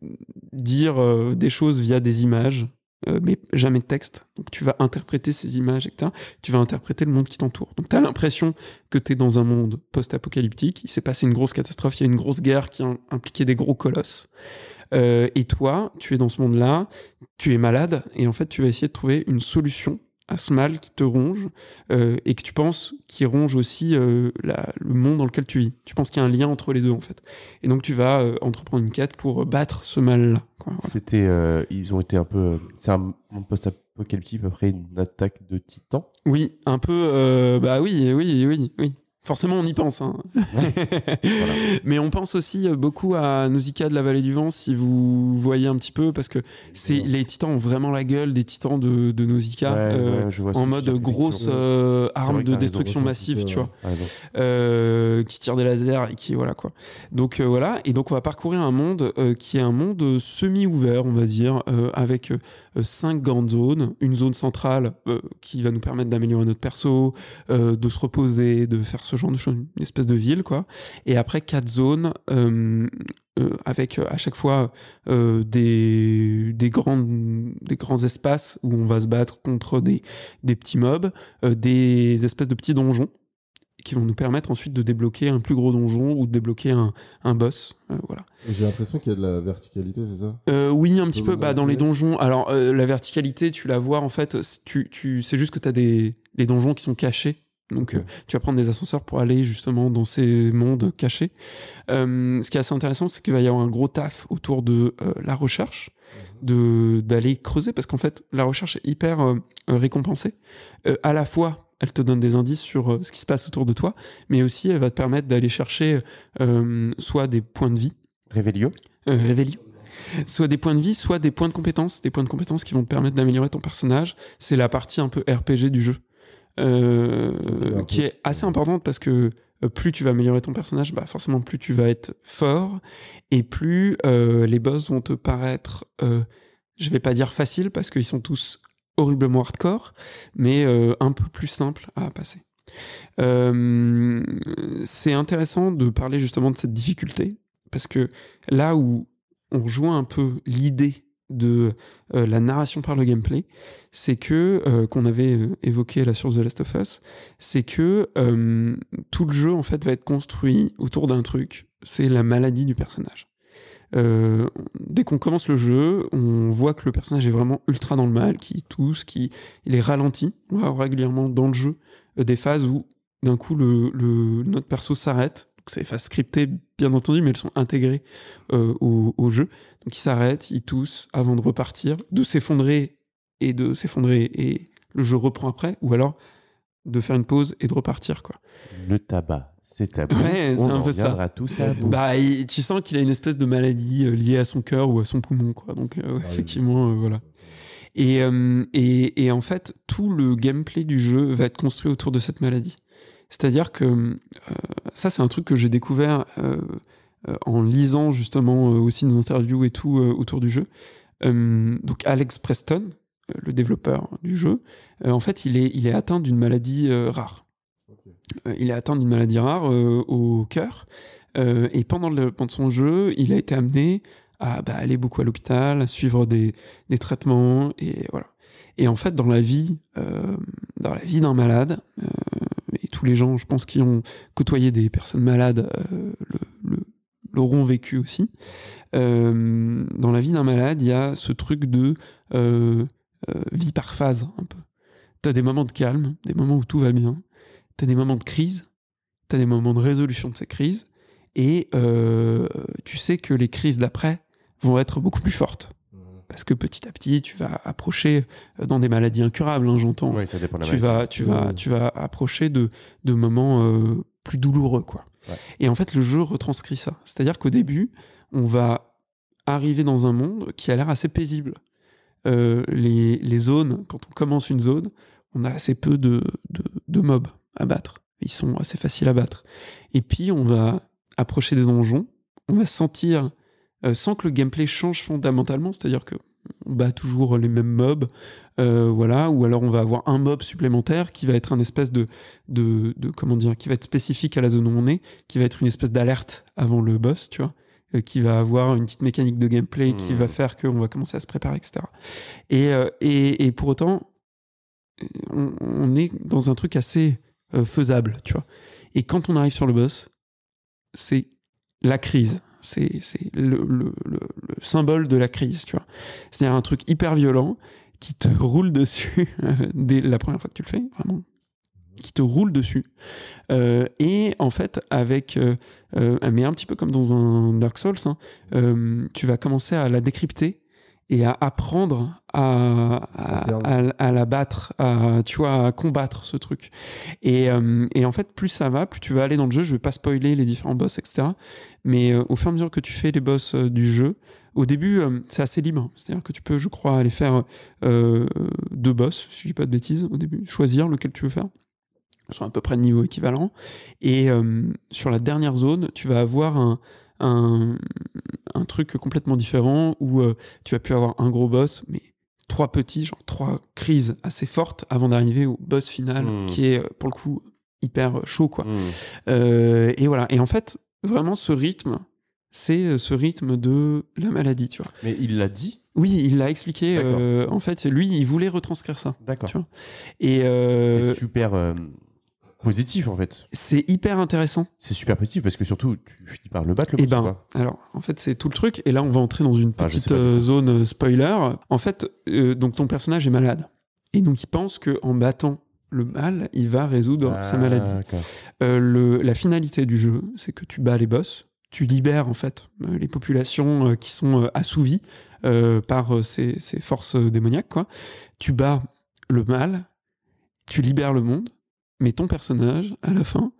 dire euh, des choses via des images, euh, mais jamais de texte. Donc tu vas interpréter ces images, et cetera. Tu vas interpréter le monde qui t'entoure. Donc tu as l'impression que tu es dans un monde post-apocalyptique. Il s'est passé une grosse catastrophe, il y a une grosse guerre qui a impliqué des gros colosses. Euh, et toi, tu es dans ce monde-là, tu es malade, et en fait tu vas essayer de trouver une solution à ce mal qui te ronge euh, et que tu penses qui ronge aussi euh, la, le monde dans lequel tu vis. Tu penses qu'il y a un lien entre les deux en fait. Et donc tu vas euh, entreprendre une quête pour battre ce mal-là. Quoi, voilà. C'était, euh, ils ont été un peu. euh, C'est un monde post-apocalyptique après une attaque de titans. Oui, un peu. Euh, bah oui, oui, oui, oui. Forcément, on y pense. Hein. Voilà. Mais on pense aussi beaucoup à Nausicaa de la Vallée du Vent, si vous voyez un petit peu, parce que c'est, les titans ont vraiment la gueule des titans de, de Nausicaa, Ouais, euh, ouais, je vois ce en que tu mode veux dire, grosse effectivement. euh, C'est arme vrai que de t'as raison, destruction ressenti massive, ça, tu ouais. vois. Ah, raison. Euh, qui tire des lasers et qui voilà quoi. Donc euh, voilà, et donc on va parcourir un monde euh, qui est un monde semi-ouvert, on va dire, euh, avec euh, cinq grandes zones, une zone centrale euh, qui va nous permettre d'améliorer notre perso, euh, de se reposer, de faire ce genre de choses, une espèce de ville quoi. Et après quatre zones euh, euh, avec euh, à chaque fois euh, des des grandes des grands espaces où on va se battre contre des des petits mobs, euh, des espèces de petits donjons qui vont nous permettre ensuite de débloquer un plus gros donjon ou de débloquer un, un boss. Euh, voilà. Et j'ai l'impression qu'il y a de la verticalité, c'est ça? Euh, oui, un petit Dans peu. le Bah, dans les monter. donjons. Alors, euh, la verticalité, tu la vois en fait. c'est- Tu, tu, c'est juste que tu as des les donjons qui sont cachés. Donc, Ok. euh, tu vas prendre des ascenseurs pour aller justement dans ces mondes cachés. Euh, ce qui est assez intéressant, c'est qu'il va y avoir un gros taf autour de euh, la recherche, de d'aller creuser, parce qu'en fait, la recherche est hyper euh, récompensée. Euh, à la fois, elle te donne des indices sur euh, ce qui se passe autour de toi, mais aussi, elle va te permettre d'aller chercher euh, soit des points de vie, Révélio. euh, Révélio, soit des points de vie, soit des points de compétences, des points de compétences qui vont te permettre d'améliorer ton personnage. C'est la partie un peu R P G du jeu, euh, Okay, qui est assez importante parce que euh, plus tu vas améliorer ton personnage, bah forcément plus tu vas être fort et plus euh, les boss vont te paraître, euh, je vais pas dire faciles parce qu'ils sont tous horriblement hardcore, mais euh, un peu plus simples à passer. Euh, c'est intéressant de parler justement de cette difficulté parce que là où on rejoint un peu l'idée de euh, la narration par le gameplay, c'est que, euh, qu'on avait euh, évoqué là sur The Last of Us, c'est que euh, tout le jeu en fait va être construit autour d'un truc, c'est la maladie du personnage. Euh, dès qu'on commence le jeu, on voit que le personnage est vraiment ultra dans le mal, qui tousse, qui il est ralenti. On va avoir régulièrement dans le jeu euh, des phases où d'un coup le, le notre perso s'arrête. Donc c'est des phases scriptées bien entendu, mais elles sont intégrées euh, au, au jeu. Donc il s'arrête, il tousse avant de repartir, de s'effondrer et de s'effondrer et le jeu reprend après, ou alors de faire une pause et de repartir quoi. Le tabac. C'est tabou. Ouais, c'est on un en peu ça. reviendra tous à bout. Bah, il- tu sens qu'il a une espèce de maladie euh, liée à son cœur ou à son poumon, quoi. Donc, euh, ouais, Ah oui, effectivement, mais- euh, voilà. Et, euh, et, et en fait, tout le gameplay du jeu va être construit autour de cette maladie. C'est-à-dire que euh, ça, c'est un truc que j'ai découvert euh, euh, en lisant justement euh, aussi des interviews et tout euh, autour du jeu. Euh, donc, Alex Preston, euh, le développeur du jeu, euh, en fait, il est, il est atteint d'une maladie euh, rare. Ok. Euh, il est atteint d'une maladie rare euh, au cœur. Euh, et pendant, le, pendant son jeu, il a été amené à bah, aller beaucoup à l'hôpital, à suivre des, des traitements. Et voilà. Et en fait, dans la vie, euh, dans la vie d'un malade, euh, et tous les gens, je pense, qui ont côtoyé des personnes malades euh, le, le, l'auront vécu aussi. Euh, dans la vie d'un malade, il y a ce truc de euh, euh, vie par phase, un peu. T'as des moments de calme, des moments où tout va bien. T'as des moments de crise, t'as des moments de résolution de ces crises, et euh, tu sais que les crises d'après vont être beaucoup plus fortes. Parce que petit à petit, tu vas approcher dans des maladies incurables, hein, j'entends. Oui, ça dépend de la Tu maladie. vas, tu vas, Ouais. tu vas approcher de, de moments euh, plus douloureux, quoi. Ouais. Et en fait, le jeu retranscrit ça. C'est-à-dire qu'au début, on va arriver dans un monde qui a l'air assez paisible. Euh, les, les zones, quand on commence une zone, on a assez peu de, de, de mobs à battre. Ils sont assez faciles à battre. Et puis, on va approcher des donjons, on va sentir, euh, sans que le gameplay change fondamentalement, c'est-à-dire que on bat toujours les mêmes mobs, euh, voilà, ou alors on va avoir un mob supplémentaire qui va être un espèce de, de, de, comment dire, qui va être spécifique à la zone où on est, qui va être une espèce d'alerte avant le boss, tu vois, euh, qui va avoir une petite mécanique de gameplay qui Mmh. va faire qu'on va commencer à se préparer, et cetera. Et, euh, et, et pour autant, on, on est dans un truc assez euh, faisable, tu vois. Et quand on arrive sur le boss, c'est la crise. C'est, c'est le, le, le, le symbole de la crise, tu vois. C'est-à-dire un truc hyper violent qui te roule dessus euh, dès la première fois que tu le fais, vraiment. Qui te roule dessus. Euh, et en fait, avec. Euh, euh, mais un petit peu comme dans un Dark Souls, hein, euh, tu vas commencer à la décrypter et à apprendre à, à, à, à la battre, à, tu vois, à combattre ce truc. Et, euh, et en fait, plus ça va, plus tu vas aller dans le jeu. Je vais pas spoiler les différents boss, et cetera. Mais euh, au fur et à mesure que tu fais les boss euh, du jeu, au début, euh, c'est assez libre. C'est-à-dire que tu peux, je crois, aller faire euh, deux boss, si je dis pas de bêtises, au début, choisir lequel tu veux faire. Ils sont à peu près de niveau équivalent. Et euh, sur la dernière zone, tu vas avoir un, un, un truc complètement différent où euh, tu vas plus avoir un gros boss, mais trois petits, genre trois crises assez fortes avant d'arriver au boss final, Mmh. qui est pour le coup hyper chaud, quoi. Mmh. Euh, et voilà. Et en fait, vraiment, ce rythme, c'est ce rythme de la maladie, tu vois. Mais il l'a dit. Oui, il l'a expliqué. D'accord. Euh, en fait, lui, il voulait retranscrire ça. D'accord. Tu vois. Et euh, C'est super euh, positif en fait. c'est hyper intéressant. C'est super positif parce que surtout tu finis par le battre le Et boss, ben, ou pas alors, en fait, c'est tout le truc. Et là, on va entrer dans une Ah, je petite sais pas du euh, tout. zone euh, spoiler. En fait, euh, donc ton personnage est malade. Et donc, il pense qu'en battant le mal, il va résoudre Ah, sa maladie. d'accord. Euh, le, la finalité du jeu, c'est que tu bats les boss, tu libères en fait euh, les populations euh, qui sont euh, assouvies euh, par euh, ces, ces forces euh, démoniaques, quoi. Tu bats le mal, tu libères le monde, mais ton personnage, à la fin,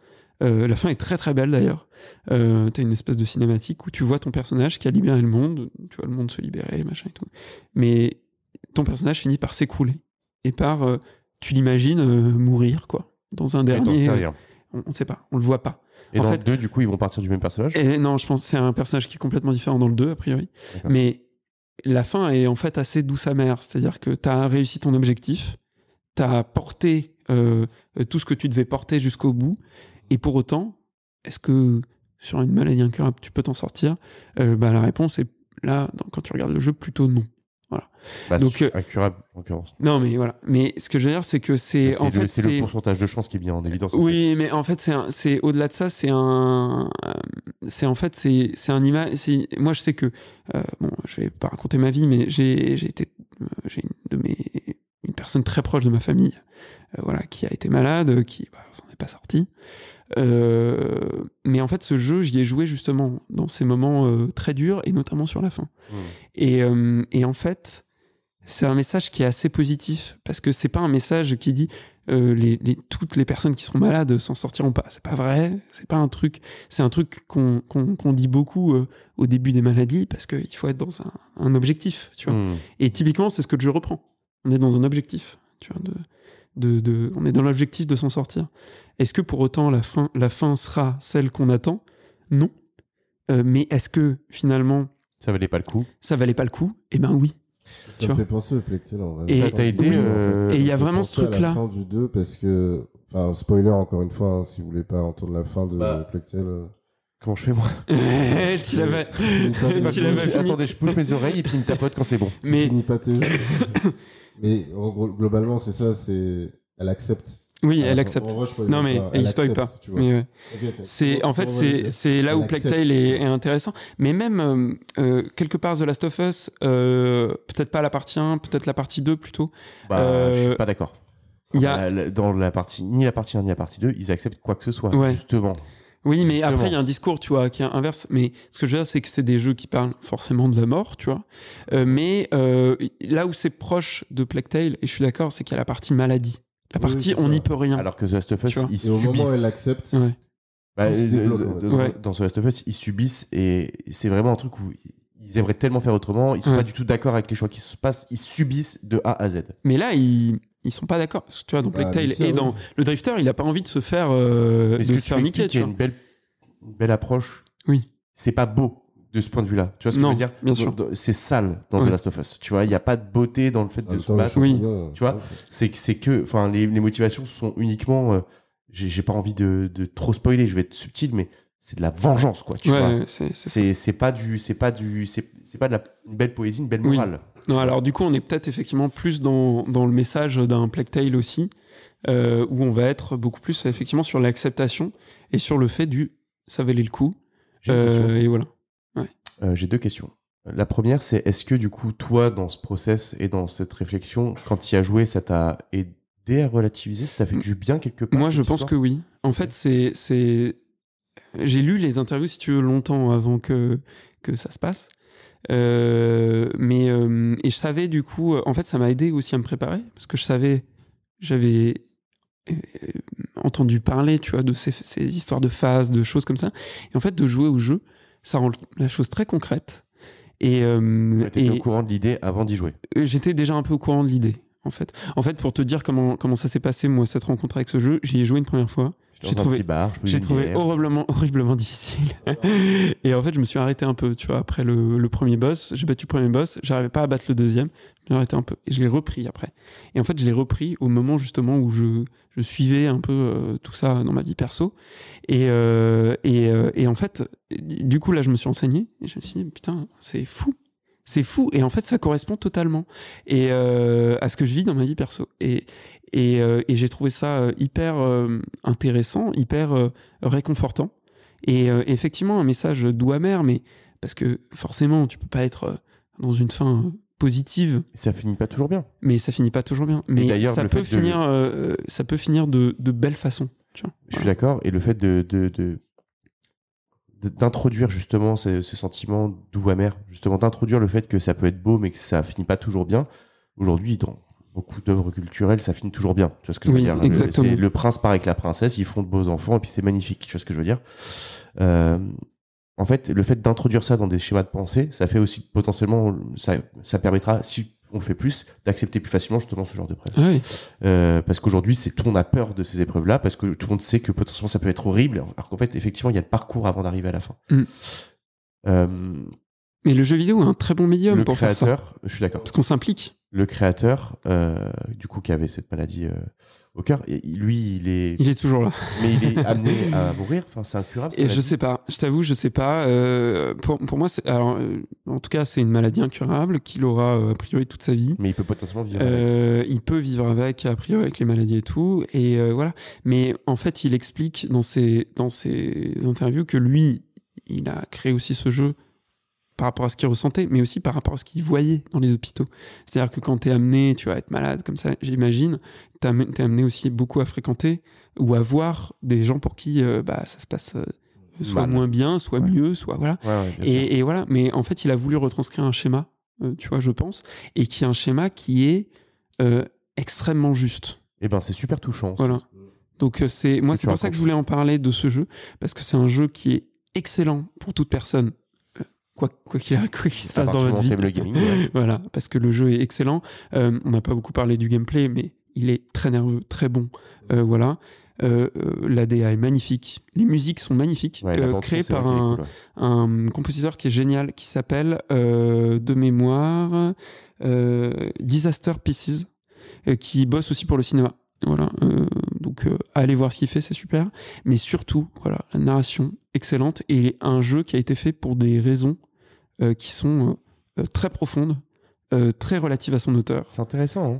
Euh, la fin est très très belle d'ailleurs. Euh, t'as une espèce de cinématique où tu vois ton personnage qui a libéré le monde, tu vois le monde se libérer, machin et tout. Mais ton personnage finit par s'écrouler et par, euh, tu l'imagines euh, mourir quoi, dans un Et t'en dernier. sais rien. On ne sait pas, on le voit pas. Et En dans fait- le deux, du coup, ils vont partir du même personnage. Et non, je pense que c'est un personnage qui est complètement différent dans le deux a priori. D'accord. Mais la fin est en fait assez douce amère, c'est-à-dire que t'as réussi ton objectif, t'as porté euh, tout ce que tu devais porter jusqu'au bout, et pour autant, est-ce que sur une maladie incurable tu peux t'en sortir? Euh, bah, la réponse est là, dans- quand tu regardes le jeu, plutôt non. Bah, donc, c'est euh, incurable, en l'occurrence. Non, mais voilà. Mais ce que je veux dire, c'est que c'est C'est en le, fait c'est le pourcentage de chance qui vient en évidence. en fait. oui, mais en fait, c'est, un- c'est au-delà de ça, c'est un, euh, c'est en fait, c'est, c'est un image. c'est- Moi, je sais que, euh, bon, je vais pas raconter ma vie, mais j'ai, j'ai été, euh, j'ai une de mes, une personne très proche de ma famille, euh, voilà, qui a été malade, qui, bah, s'en est pas sorti. Euh, mais en fait, ce jeu, j'y ai joué justement dans ces moments euh, très durs et notamment sur la fin. Mmh. Et, euh, et en fait, c'est un message qui est assez positif parce que c'est pas un message qui dit euh, les, les, toutes les personnes qui seront malades s'en sortiront pas. C'est pas vrai. C'est pas un truc. C'est un truc qu'on qu'on, qu'on dit beaucoup euh, au début des maladies parce qu'il faut être dans un, un objectif, tu vois. Mmh. Et typiquement, c'est ce que le jeu reprend. On est dans un objectif, tu vois. De, de, de, on est dans l'objectif de s'en sortir. Est-ce que pour autant la fin, la fin sera celle qu'on attend ? Non. Euh, mais est-ce que finalement Ça valait pas le coup. ça valait pas le coup ? Eh ben oui. Ça Tu me vois. fait penser au Plectel en vrai. Et- Ça t'a aidé, oui. euh, Et il y a Ça me fait vraiment ce penser à truc-là. la fin du deux parce que. Enfin, spoiler encore une fois, hein, si vous voulez pas entendre la fin de Bah. Plectel. euh, Comment je fais moi tu l'avais. pas- tu l'avais fini. Attendez, je bouge mes oreilles et puis il me tapote quand c'est bon. Tu Mais finis pas tes jeux. Mais en gros, globalement, c'est ça, c'est. Elle accepte. oui, À la elle fin. accepte. En vrai, je spoil Non mais pas, il elle spoil pas. accepte, tu vois. Mais ouais. Ok, t'as- C'est comment en tu fait peux c'est envoyer c'est là Elle où accepte, Plague Tale est, tu est vois. intéressant. Mais même euh, euh, quelque part The Last of Us, euh, peut-être pas la partie un, peut-être la partie deux plutôt. Bah, Euh, je suis pas d'accord. Il y a La- la- Dans la partie, ni la partie un ni la partie deux, ils acceptent quoi que ce soit. Ouais. Justement. oui, mais Justement. après il y a un discours, tu vois, qui est inverse. Mais ce que je veux dire, c'est que c'est des jeux qui parlent forcément de la mort, tu vois. Euh, mais euh, là où c'est proche de Plague Tale, et je suis d'accord, c'est qu'il y a la partie maladie. La Oui, partie c'est on ça. n'y peut rien. Alors que The Last of Us, Tu vois. ils Et au subissent. moment où elle accepte, Ouais. Bah, Tout se euh, débloque, euh, en fait. dans, Ouais. dans The Last of Us, ils subissent et c'est vraiment un truc où ils aimeraient tellement faire autrement. Ils sont Ouais. pas du tout d'accord avec les choix qui se passent. Ils subissent de A à Z. Mais là, ils ils sont pas d'accord. Parce que, tu vois, dans Plague Bah, Tale mais ça, et oui. dans le Drifter, il a pas envie de se faire euh, Mais ce de que se tu faire niquer, expliques, il tu y a vois. une belle, une belle approche. Oui. C'est pas beau de ce point de vue-là. Tu vois ce que Non, je veux dire bien sûr. Dans- dans- C'est sale dans Ouais. The Last of Us. Tu vois, il y a pas de beauté dans le fait en de même se temps, le battre. Oui. champignon, Tu vois, ouais. C'est que c'est que, enfin, les, les motivations sont uniquement. euh, j'ai j'ai pas envie de, de trop spoiler. Je vais être subtil, mais c'est de la vengeance, quoi. Tu vois. Ouais, c'est c'est ça. C'est c'est pas du, c'est pas du, c'est c'est pas de la une belle poésie, une belle Oui. morale. Non, alors du coup, on est peut-être effectivement plus dans, dans le message d'un Plague Tale aussi, euh, où on va être beaucoup plus effectivement sur l'acceptation et sur le fait du ça valait le coup. J'ai une Euh, question. et voilà. Euh, j'ai deux questions. La première, c'est est-ce que du coup, toi, dans ce process et dans cette réflexion, quand tu y as joué, ça t'a aidé à relativiser, ça t'a fait du bien quelque part? Moi, cette je pense histoire que oui. En fait, c'est c'est j'ai lu les interviews si tu veux longtemps avant que que ça se passe. Euh, mais euh, et je savais du coup, en fait, ça m'a aidé aussi à me préparer parce que je savais, j'avais euh, entendu parler, tu vois, de ces, ces histoires de phases, de choses comme ça. Et en fait, de jouer au jeu, ça rend la chose très concrète. Et, euh, Ouais, t'étais et au courant de l'idée avant d'y jouer. euh, j'étais déjà un peu au courant de l'idée, en fait. En fait, pour te dire comment comment ça s'est passé, moi, cette rencontre avec ce jeu, j'y ai joué une première fois. J'étais J'ai dans un trouvé- petit bar, je buvais J'ai une trouvé bière. horriblement, horriblement difficile. Et en fait, je me suis arrêté un peu, tu vois, après le, le premier boss. J'ai battu le premier boss, j'arrivais pas à battre le deuxième. Je me suis arrêté un peu. Et je l'ai repris après. Et en fait, je l'ai repris au moment justement où je, je suivais un peu euh, tout ça dans ma vie perso. Et, euh, et, euh, et en fait, du coup, là, je me suis renseigné. Et je me suis dit, putain, c'est fou. C'est fou. Et en fait, ça correspond totalement et, euh, à ce que je vis dans ma vie perso. Et, et, euh, et j'ai trouvé ça euh, hyper euh, intéressant, hyper euh, réconfortant. Et euh, effectivement, un message doux amer, mais parce que forcément, tu peux pas être euh, dans une fin euh, positive, Et ça finit pas toujours bien. mais ça finit pas toujours bien. Mais d'ailleurs, ça le peut fait de finir, euh, ça peut finir de, de belle façon. Tu vois. Je suis d'accord. Et le fait de, de, de- de- d'introduire justement ce, ce sentiment doux amer, justement d'introduire le fait que ça peut être beau mais que ça finit pas toujours bien. Aujourd'hui, dans beaucoup d'œuvres culturelles, ça finit toujours bien. Tu vois ce que je Oui, veux dire? exactement. Le, c'est le prince part avec la princesse, ils font de beaux enfants et puis c'est magnifique. Tu vois ce que je veux dire? Euh, en fait, le fait d'introduire ça dans des schémas de pensée, ça fait aussi potentiellement, ça, ça permettra, si on le fait plus, d'accepter plus facilement justement ce genre de preuves. Ah oui. Euh, parce qu'aujourd'hui, c'est tout le monde a peur de ces épreuves-là, parce que tout le monde sait que potentiellement ça peut être horrible, alors qu'en fait, effectivement, il y a le parcours avant d'arriver à la fin. Mm. Euh, Mais le jeu vidéo est un très bon médium le pour faire ça. créateur, je suis d'accord. Parce qu'on s'implique. Le créateur, euh, du coup, qui avait cette maladie euh, au cœur, et lui, il est, Il est toujours là. mais il est amené à mourir. Enfin, c'est incurable. Et je sais pas, je t'avoue, je sais pas. Euh, pour, pour moi, c'est, alors, euh, en tout cas, c'est une maladie incurable qu'il aura euh, a priori toute sa vie. Mais il peut potentiellement vivre avec. Euh, il peut vivre avec, a priori, avec les maladies et tout. Et euh, voilà. Mais en fait, il explique dans ses, dans ses interviews que lui, il a créé aussi ce jeu par rapport à ce qu'il ressentait, mais aussi par rapport à ce qu'il voyait dans les hôpitaux. C'est-à-dire que quand t'es amené, tu vas être malade comme ça, j'imagine, t'es amené, t'es amené aussi beaucoup à fréquenter ou à voir des gens pour qui euh, bah, ça se passe euh, soit Mal. moins bien, soit Ouais. mieux, soit voilà. Ouais, ouais, bien sûr. Et, et voilà, mais en fait, il a voulu retranscrire un schéma, euh, tu vois, je pense, et qui est un schéma qui est euh, extrêmement juste. Eh ben, c'est super touchant. Voilà. Donc euh, c'est moi, Que c'est tu pour ça que racontes. je voulais en parler de ce jeu, parce que c'est un jeu qui est excellent pour toute personne, euh, quoi quoi qu'il arrive, quoi qu'il se À passe dans partir du votre moment où vie. t'aimes le gaming, ouais. Voilà, parce que le jeu est excellent. Euh, on n'a pas beaucoup parlé du gameplay, mais il est très nerveux, très bon. Euh, voilà. Euh, euh, L'A D A est magnifique. Les musiques sont magnifiques, Ouais, la euh, bande son, créées c'est par vrai qu'elle est un, cool, ouais. un compositeur qui est génial, qui s'appelle, euh, de mémoire, euh, Disaster Pieces, euh, qui bosse aussi pour le cinéma. Voilà. Euh, donc, euh, allez voir ce qu'il fait, c'est super. Mais surtout, voilà, la narration excellente et un jeu qui a été fait pour des raisons euh, qui sont euh, très profondes, euh, très relatives à son auteur. C'est intéressant. Hein.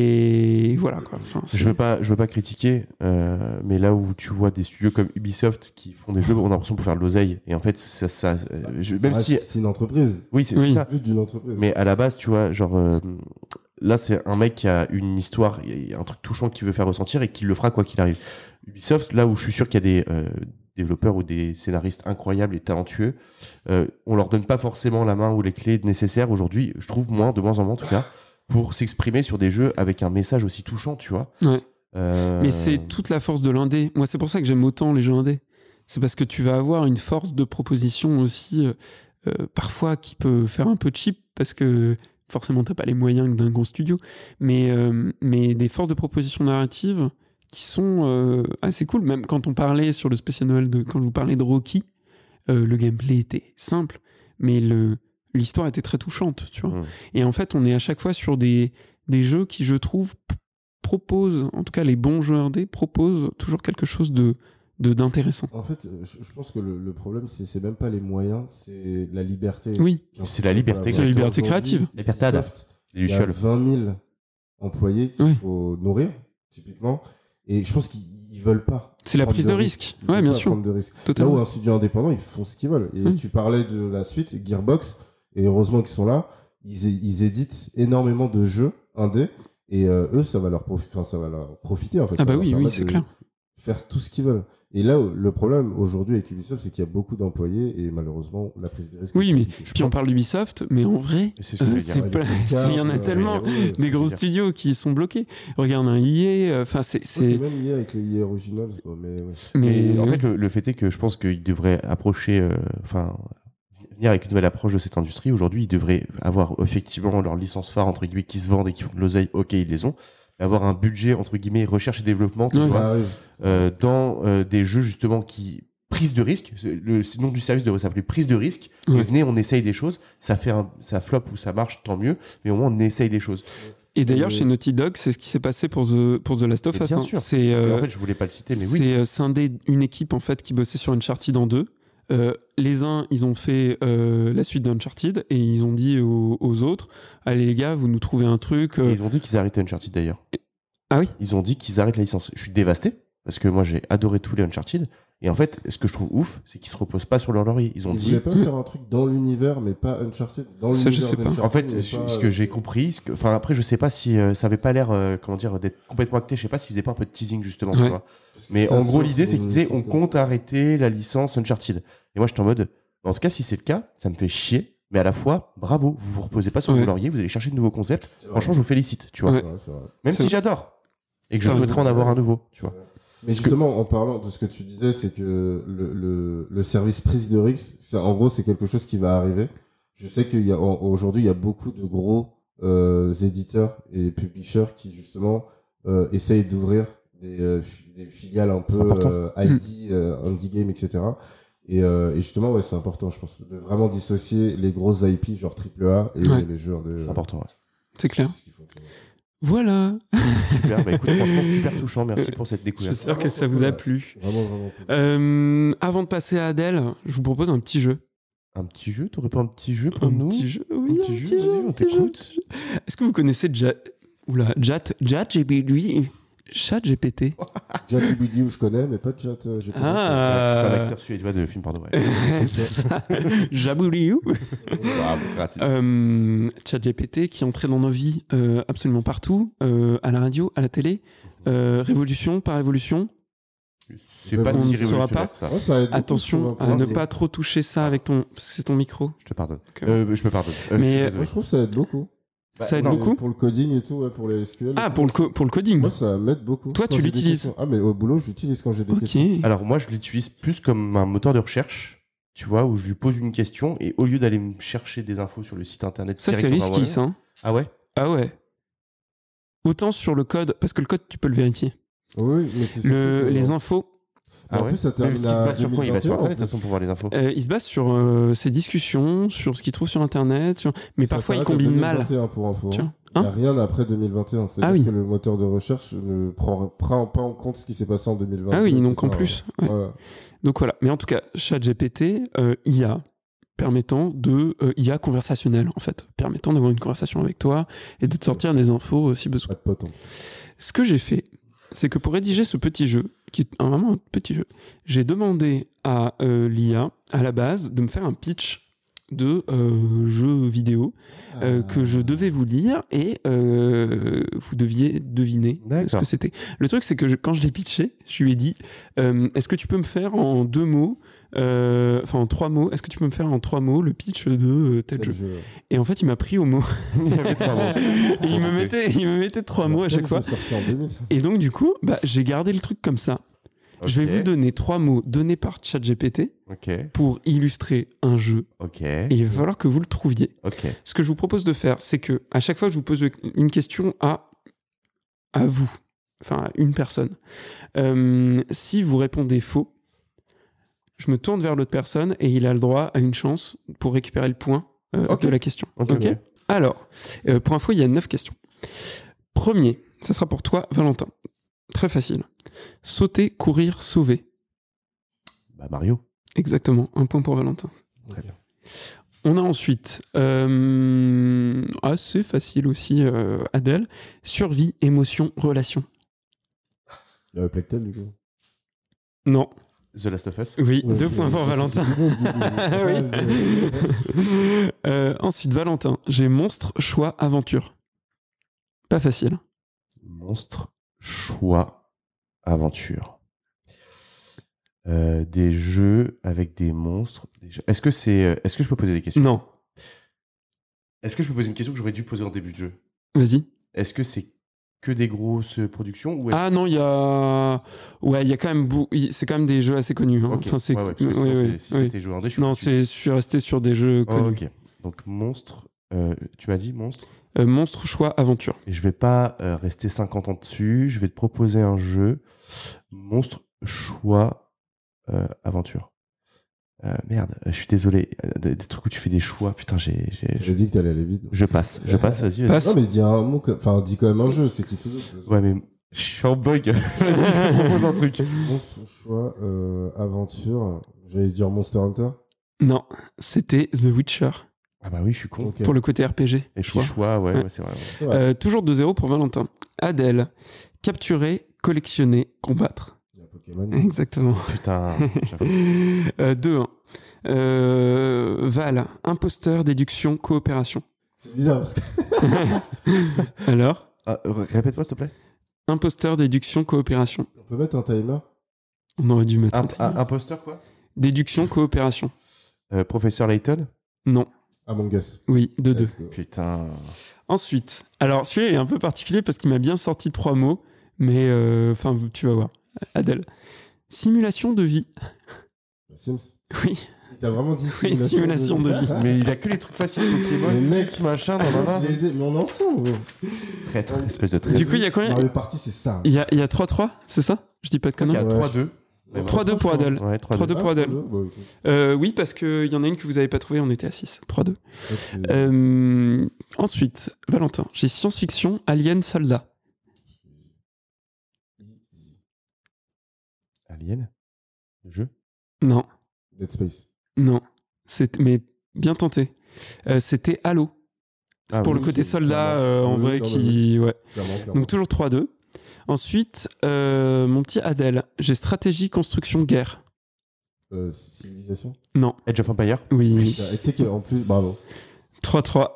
Et voilà quoi. Enfin, c'est- Je veux pas, je veux pas critiquer, euh, mais là où tu vois des studios comme Ubisoft qui font des jeux, on a l'impression pour faire de l'oseille. Et en fait, ça, ça, euh, je- Ça même reste- si, c'est une entreprise. oui, c'est Oui. c'est ça. Le but d'une entreprise. Mais à la base, tu vois, genre, euh, là, c'est un mec qui a une histoire, il y a un truc touchant qu'il veut faire ressentir et qui le fera quoi qu'il arrive. Ubisoft, là où je suis sûr qu'il y a des euh, développeurs ou des scénaristes incroyables et talentueux, euh, on leur donne pas forcément la main ou les clés nécessaires aujourd'hui, je trouve, moins, de moins en moins en tout cas, pour s'exprimer sur des jeux avec un message aussi touchant, tu vois. Ouais. Euh, Mais c'est toute la force de l'indé. Moi, c'est pour ça que j'aime autant les jeux indés. C'est parce que tu vas avoir une force de proposition aussi, euh, euh, parfois qui peut faire un peu cheap, parce que forcément, t'as pas les moyens d'un grand studio, mais, euh, mais des forces de proposition narrative qui sont euh, assez cool. Même quand on parlait sur le spécial Noël, de, quand je vous parlais de Rocky, euh, le gameplay était simple, mais le, l'histoire était très touchante, tu vois. Mmh. Et en fait, on est à chaque fois sur des, des jeux qui, je trouve, p- proposent, en tout cas les bons jeux indés, proposent toujours quelque chose de, de, d'intéressant. En fait, je, je pense que le, le problème, c'est, c'est même pas les moyens, c'est la liberté. Oui, C'est la liberté. C'est la liberté Aujourd'hui, créative. Liberté ad. Ubisoft, Les il y a lucioles. vingt mille employés qu'il Oui. faut nourrir, typiquement. Et je pense qu'ils ils veulent pas. c'est la prendre prise de risque. Ils Ouais, veulent bien pas sûr. prendre de risque. Là où Totalement. un studio indépendant, ils font ce qu'ils veulent. Et Oui. tu parlais de la suite, Gearbox, et heureusement qu'ils sont là, ils, é- ils éditent énormément de jeux indés, et euh, eux, ça va leur, profi- enfin, ça va leur profiter, en fait. Ah Ça bah va oui, leur oui, permettre c'est de clair. faire tout ce qu'ils veulent. Et là, le problème aujourd'hui avec Ubisoft, c'est qu'il y a beaucoup d'employés, et malheureusement, la prise de risque. Oui, est mais compliquée. puis on parle d'Ubisoft, mais en vrai, C'est ce que je euh, voulais c'est dire. Ouais, pas- les c'est- il y en a euh, tellement ouais, des gros studios qui sont bloqués. Regarde un E A, enfin c'est, Je crois que c'est, même lié avec les E A Originals, quoi, mais ouais. mais Mais en ouais. fait, le, le fait est que je pense qu'il devrait approcher, euh, enfin, venir avec une nouvelle approche de cette industrie. Aujourd'hui, ils devraient avoir effectivement leur licence phare, entre guillemets, qui se vendent et qui font de l'oseille. Ok, ils les ont. Mais avoir un budget, entre guillemets, recherche et développement, tu Ouais. vois, Ça arrive. euh, dans euh, des jeux justement qui prise de risque. Le, le nom du service devrait s'appeler prise de risque. Ouais. Et venez, on essaye des choses. Ça fait un, ça flop ou ça marche, tant mieux. Mais au moins, on essaye des choses. Et d'ailleurs, Euh, chez Naughty Dog, c'est ce qui s'est passé pour The, pour The Last of Mais Us. bien hein. sûr. C'est, euh, En fait, je voulais pas le citer, mais oui. c'est euh, scindé une équipe en fait qui bossait sur Uncharted en deux. Euh, les uns, ils ont fait euh, la suite d'Uncharted et ils ont dit aux, aux autres, allez les gars, vous nous trouvez un truc. Et euh, ils ont dit qu'ils arrêtaient Uncharted d'ailleurs. Ah oui. Ils ont dit qu'ils arrêtent la licence. Je suis dévasté parce que moi j'ai adoré tous les Uncharted. Et en fait, ce que je trouve ouf, c'est qu'ils se reposent pas sur leur laurier. Ils ont Ils dit. voulaient pas faire un truc dans l'univers, mais pas Uncharted. Dans Ça, je l'univers sais pas. d'Uncharted, En fait, mais ce pas, ce que euh, j'ai compris, ce que, enfin après, je sais pas si euh, ça avait pas l'air, euh, comment dire, d'être complètement acté. Je sais pas s'ils faisaient pas un peu de teasing justement, tu Ouais. vois. Mais ça en gros, sort l'idée, sur c'est qu'ils une disaient, licence on de- compte arrêter la licence Uncharted. Et moi, j'étais en mode, dans ce cas, si c'est le cas, ça me fait chier. mais à la fois, bravo, vous vous reposez pas sur Ouais. vos lauriers, vous allez chercher de nouveaux concepts. C'est vrai. Franchement, je vous félicite, tu vois. Ouais. Ouais, c'est vrai. Même C'est si vrai. j'adore et que je Ah, souhaiterais en c'est avoir vrai. un nouveau, tu vois. Mais Parce que- justement, en parlant de ce que tu disais, c'est que le, le, le service prise de risque, c'est, en gros, c'est quelque chose qui va arriver. Je sais qu'il y a, en- aujourd'hui, il y a beaucoup de gros euh, éditeurs et publishers qui, justement, euh, essayent d'ouvrir des, euh, fi- des filiales un peu important. euh, I D, euh, indie game, et cetera. Et, euh, et justement, ouais, c'est important, je pense, de vraiment dissocier les grosses I P, genre triple A, et Ouais. les jeux de. C'est important, ouais. C'est clair. ce qu'il faut que- Voilà. Super, bah écoute, franchement, super touchant. Merci pour cette découverte. J'espère que ça vous a plu. Vraiment, vraiment cool. Euh, avant de passer à Adèle, je vous propose un petit jeu. Un petit jeu, t'aurais pas un petit jeu pour Un nous petit jeu, oui, Un petit jeu, vas-y, on un petit jeu, t'écoute. un petit jeu. Est-ce que vous connaissez Ja... Oula, Jat, Jat G P T, Chat G P T. Jack Ubidi, je connais, mais pas de Jat. euh, j'ai pas Ah. C'est un acteur suédois de film, pardon. Ouais. C'est ça. Jabouliou. Bravo, merci. Euh, ChatGPT qui est entré dans nos vies euh, absolument partout, euh, à la radio, à la télé. Euh, révolution par révolution. C'est pas on si ne saura révolutionnaire pas. que ça. Ouais, ça aide beaucoup, Attention je à trouve, ne c'est- pas trop toucher ça avec ton... parce que c'est ton micro. Je te pardonne. Ok. Euh, je me pardonne. Euh, Mais- je suis Moi, désolé. je trouve que ça aide beaucoup. Ça aide non, beaucoup. Pour le coding et tout, ouais, pour les S Q L. et Ah, tout. pour le, co- pour le coding. Moi, ça m'aide beaucoup. Toi, Quand tu j'ai des l'utilises. questions. Ah, mais au boulot, je l'utilise quand j'ai des Ok. questions. Alors moi, je l'utilise plus comme un moteur de recherche, tu vois, où je lui pose une question et au lieu d'aller me chercher des infos sur le site internet, Ça, c'est directement, risqué, ouais. ça. hein. Ah ouais. Ah ouais. Autant sur le code, parce que le code, tu peux le vérifier. Oui, mais c'est surtout Le, que- les infos, Ah En ouais. plus, ça Mais termine ce qui se à passe sur quoi? Il va sur deux mille vingt et un, internet de toute en façon pour voir les infos. euh, il se base sur euh, ses discussions, sur ce qu'il trouve sur Internet, sur... mais Ça parfois il s'arrête à combine mal. deux mille vingt et un pour info. Tu hein. vois. Il n'y a Hein rien après deux mille vingt et un. C'est-à-dire Ah oui. que le moteur de recherche ne prend, prend pas en compte ce qui s'est passé en deux mille vingt. Ah oui, donc et cetera. en plus. ouais. Ouais. Donc voilà. Mais en tout cas, ChatGPT, euh, I A, permettant de. Euh, I A conversationnel, en fait. Permettant d'avoir une conversation avec toi et de te sortir des infos euh, si besoin. Pas de pote. hein. Ce que j'ai fait, c'est que pour rédiger ce petit jeu, qui est un- vraiment un petit jeu, j'ai demandé à euh, l'I A, à la base, de me faire un pitch de euh, jeu vidéo euh, Ah. que je devais vous lire et euh, vous deviez deviner D'accord. ce que c'était. Le truc, c'est que je- quand je l'ai pitché, je lui ai dit euh, est-ce que tu peux me faire en deux mots, euh, enfin en trois mots, est-ce que tu peux me faire en trois mots le pitch de euh, tel Quel jeu jeu. Et en fait, il m'a pris au mot. Il y avait trois mots. Et il me mettait, il me mettait trois mots à chaque fois. C'est sorti en deux mille, ça. Et donc, du coup, bah, j'ai gardé le truc comme ça. Je vais Ok. vous donner trois mots donnés par ChatGPT Ok. pour illustrer un jeu. Ok. Et il va falloir que vous le trouviez. Ok. Ce que je vous propose de faire, c'est que à chaque fois, je vous pose une question à, à vous, enfin à une personne. Euh, si vous répondez faux, je me tourne vers l'autre personne et il a le droit à une chance pour récupérer le point euh, Ok. de la question. Ok. Ok. ok. Alors, euh, pour info, il y a neuf questions. Premier, ça sera pour toi, Valentin. Très facile. Sauter, courir, sauver. Bah Mario. Exactement, un point pour Valentin. Très bien. On a ensuite, euh, assez facile aussi, euh, Adèle, survie, émotion, relation. Il y avait Plectel, du coup. Non, The Last of Us. oui, Ouais, deux c'est- points pour c'est- Valentin. c'est- Oui. Euh, ensuite, Valentin, j'ai monstre, choix, aventure. Pas facile. Monstre, choix, aventure. Euh, des jeux avec des monstres. des jeux- Est-ce que c'est, euh, est-ce que je peux poser des questions? Non, Est-ce que je peux poser une question que j'aurais dû poser en début de jeu? vas-y. Est-ce que c'est que des grosses productions ou est-ce Ah non, il y a, ouais, il y a quand même, beau... il- c'est quand même des jeux assez connus. hein. Ok. Enfin, c'est, Ouais, ouais, parce que oui, sinon, oui, c'est- oui, si oui. c'était joué indé, je suis Non, foutu. c'est, je suis resté sur des jeux Oh, connus. ok. Donc monstre, euh, tu m'as dit monstre. Euh, monstre, choix, aventure. Et je vais pas euh, rester cinquante ans dessus. Je vais te proposer un jeu monstre, choix, euh, aventure. Euh, merde, je suis désolé. Euh, Des, des trucs où tu fais des choix. Putain, j'ai, j'ai- J'ai dit que t'allais aller vite. je passe. Je passe. Vas-y. vas-y. Passe. Non, mais dis un mot, que- enfin, dis quand même un jeu, c'est qui tout d'autre. Ouais, mais je suis en bug. Vas-y, propose un truc. Monstre, choix, euh, aventure. J'allais dire Monster Hunter. Non, c'était The Witcher. Ah bah oui, je suis con. Ok. Pour le côté R P G. Et puis choix. choix, ouais, Ouais. ouais, c'est vrai. ouais. C'est vrai. Euh, toujours deux zéro pour Valentin. Adèle, capturer, collectionner, combattre. Il y a Pokémon. Exactement. Putain, j'avoue. Euh, deux un. Euh, Val, imposteur, déduction, coopération. C'est bizarre parce que. Alors, Ah, r- répète-moi, s'il te plaît. imposteur, déduction, coopération. On peut mettre un timer. On aurait dû mettre un Un, timer. un- imposteur, quoi Déduction, coopération. euh, Professeur Layton. Non. Among Us. Oui, deux deux. Let's go. Putain. Ensuite, alors celui-là est un peu particulier parce qu'il m'a bien sorti trois mots, mais enfin, euh, tu vas voir. Adèle. Simulation de vie. Sims. Oui. Il t'a vraiment dit Oui, simulation de vie. Mais il a que les trucs faciles, Pokémon, Mais mec, Sims, machin, non, non, non. Je l'ai aidé, mais on est ensemble. gros. Traître, espèce de traître. Du coup, il y a combien Mario Party, c'est ça. Il y a, il y a trois trois, c'est ça? Je dis pas de Il y conneries. a Ouais, trois je- deux. trois deux pour Adèle. Ouais, trois trois deux deux. pour Adèle. Ah, ouais, écoute. Euh, oui, parce qu'il y en a une que vous avez pas trouvée, on était à six. trois deux. Ça, c'est- Euh, ensuite, Valentin, j'ai science-fiction, Alien, Soldat. Alien. Le jeu. Non, Dead Space. non. C'est, mais bien tenté. Euh, c'était Halo. C'est Ah pour oui, le côté c'est soldat, clairement. euh, en Oui, vrai, non, qui. Ouais. Clairement, clairement. Donc toujours trois deux. Ensuite, euh, mon petit Adèle, j'ai stratégie, construction, guerre. Euh, civilisation. Non, Edge of Empire. oui. Et tu sais qu'en plus, bravo. trois trois.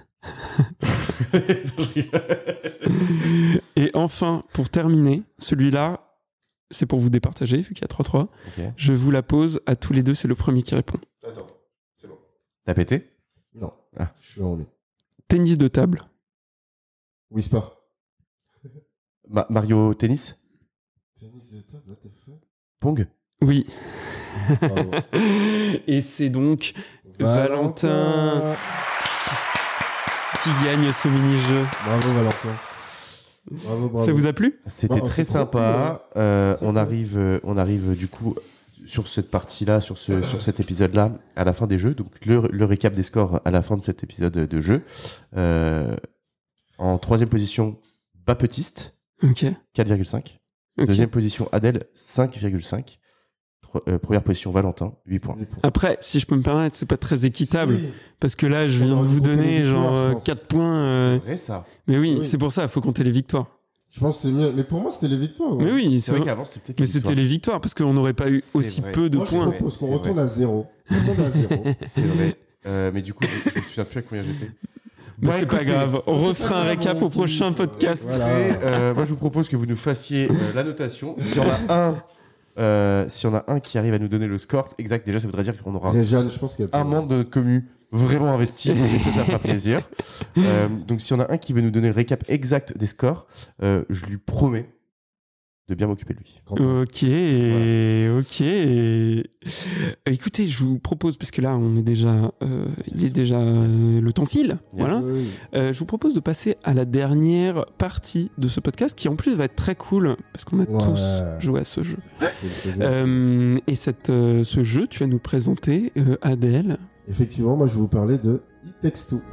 Et enfin, pour terminer, celui-là, c'est pour vous départager, vu qu'il y a trois trois. Ok. Je vous la pose à tous les deux, c'est le premier qui répond. Attends, c'est bon. T'as pété? Non, Ah. je suis en ligne. Tennis de table. Whisper. Ma- Mario Tennis. Tennis de table, what the fuck? Pong. Oui. Bravo. Et c'est donc Valentin qui gagne ce mini-jeu. Bravo, Valentin. Bravo, bravo. Ça vous a plu? C'était Oh, très c'est trop sympa. Euh, C'est on cool. arrive, euh, on arrive du coup sur cette partie-là, sur ce, sur cet épisode-là, à la fin des jeux. Donc le, le récap des scores à la fin de cet épisode de jeu. Euh, en troisième position, Bapetiste, Ok. quatre virgule cinq. ok. Deuxième position, Adèle, cinq virgule cinq. Tro- euh, première position, Valentin, huit points. Après, si je peux me permettre, c'est pas très équitable. Oui. Parce que là, je On viens de aurait vous dû compter donner les victoires, genre je euh, pense. quatre points. euh, C'est vrai ça. Mais oui, Oui. c'est pour ça, il faut compter les victoires. Je pense que c'est mieux. Mais pour moi, c'était les victoires. ouais. Mais oui, C'est c'est vrai vrai. qu'avant c'était peut-être. Mais une c'était histoire. les victoires, parce qu'on n'aurait pas eu C'est aussi vrai. peu de Moi, je points. propose qu'on C'est retourne vrai. à zéro. Tout le monde est à zéro. C'est vrai. Euh, mais du coup, je, je me souviens plus à combien j'étais. Mais Bon, c'est pas écoutez, grave, on c'est refera pas un grave, récap on au prochain kiffe, podcast. voilà. Et, euh, moi, je vous propose que vous nous fassiez euh, la notation. S'il y en a un, euh, s'il y en a un qui arrive à nous donner le score exact, déjà, ça voudrait dire qu'on aura Réjeanne, je pense qu'il y a un membre de notre commu vraiment investi. Et ça, ça fera plaisir. Euh, donc, s'il y en a un qui veut nous donner le récap exact des scores, euh, je lui promets de bien m'occuper de lui. Ok, ok. Euh, Écoutez, je vous propose, parce que là, on est déjà, euh, il est déjà euh, le temps file, voilà. Oui. Euh, je vous propose de passer à la dernière partie de ce podcast, qui en plus va être très cool, parce qu'on a Ouais. tous joué à ce jeu. C'est- c'est- Euh, et cette, euh, ce jeu, tu vas nous présenter euh, Adèle. Effectivement, moi, je vais vous parler de It Takes Two.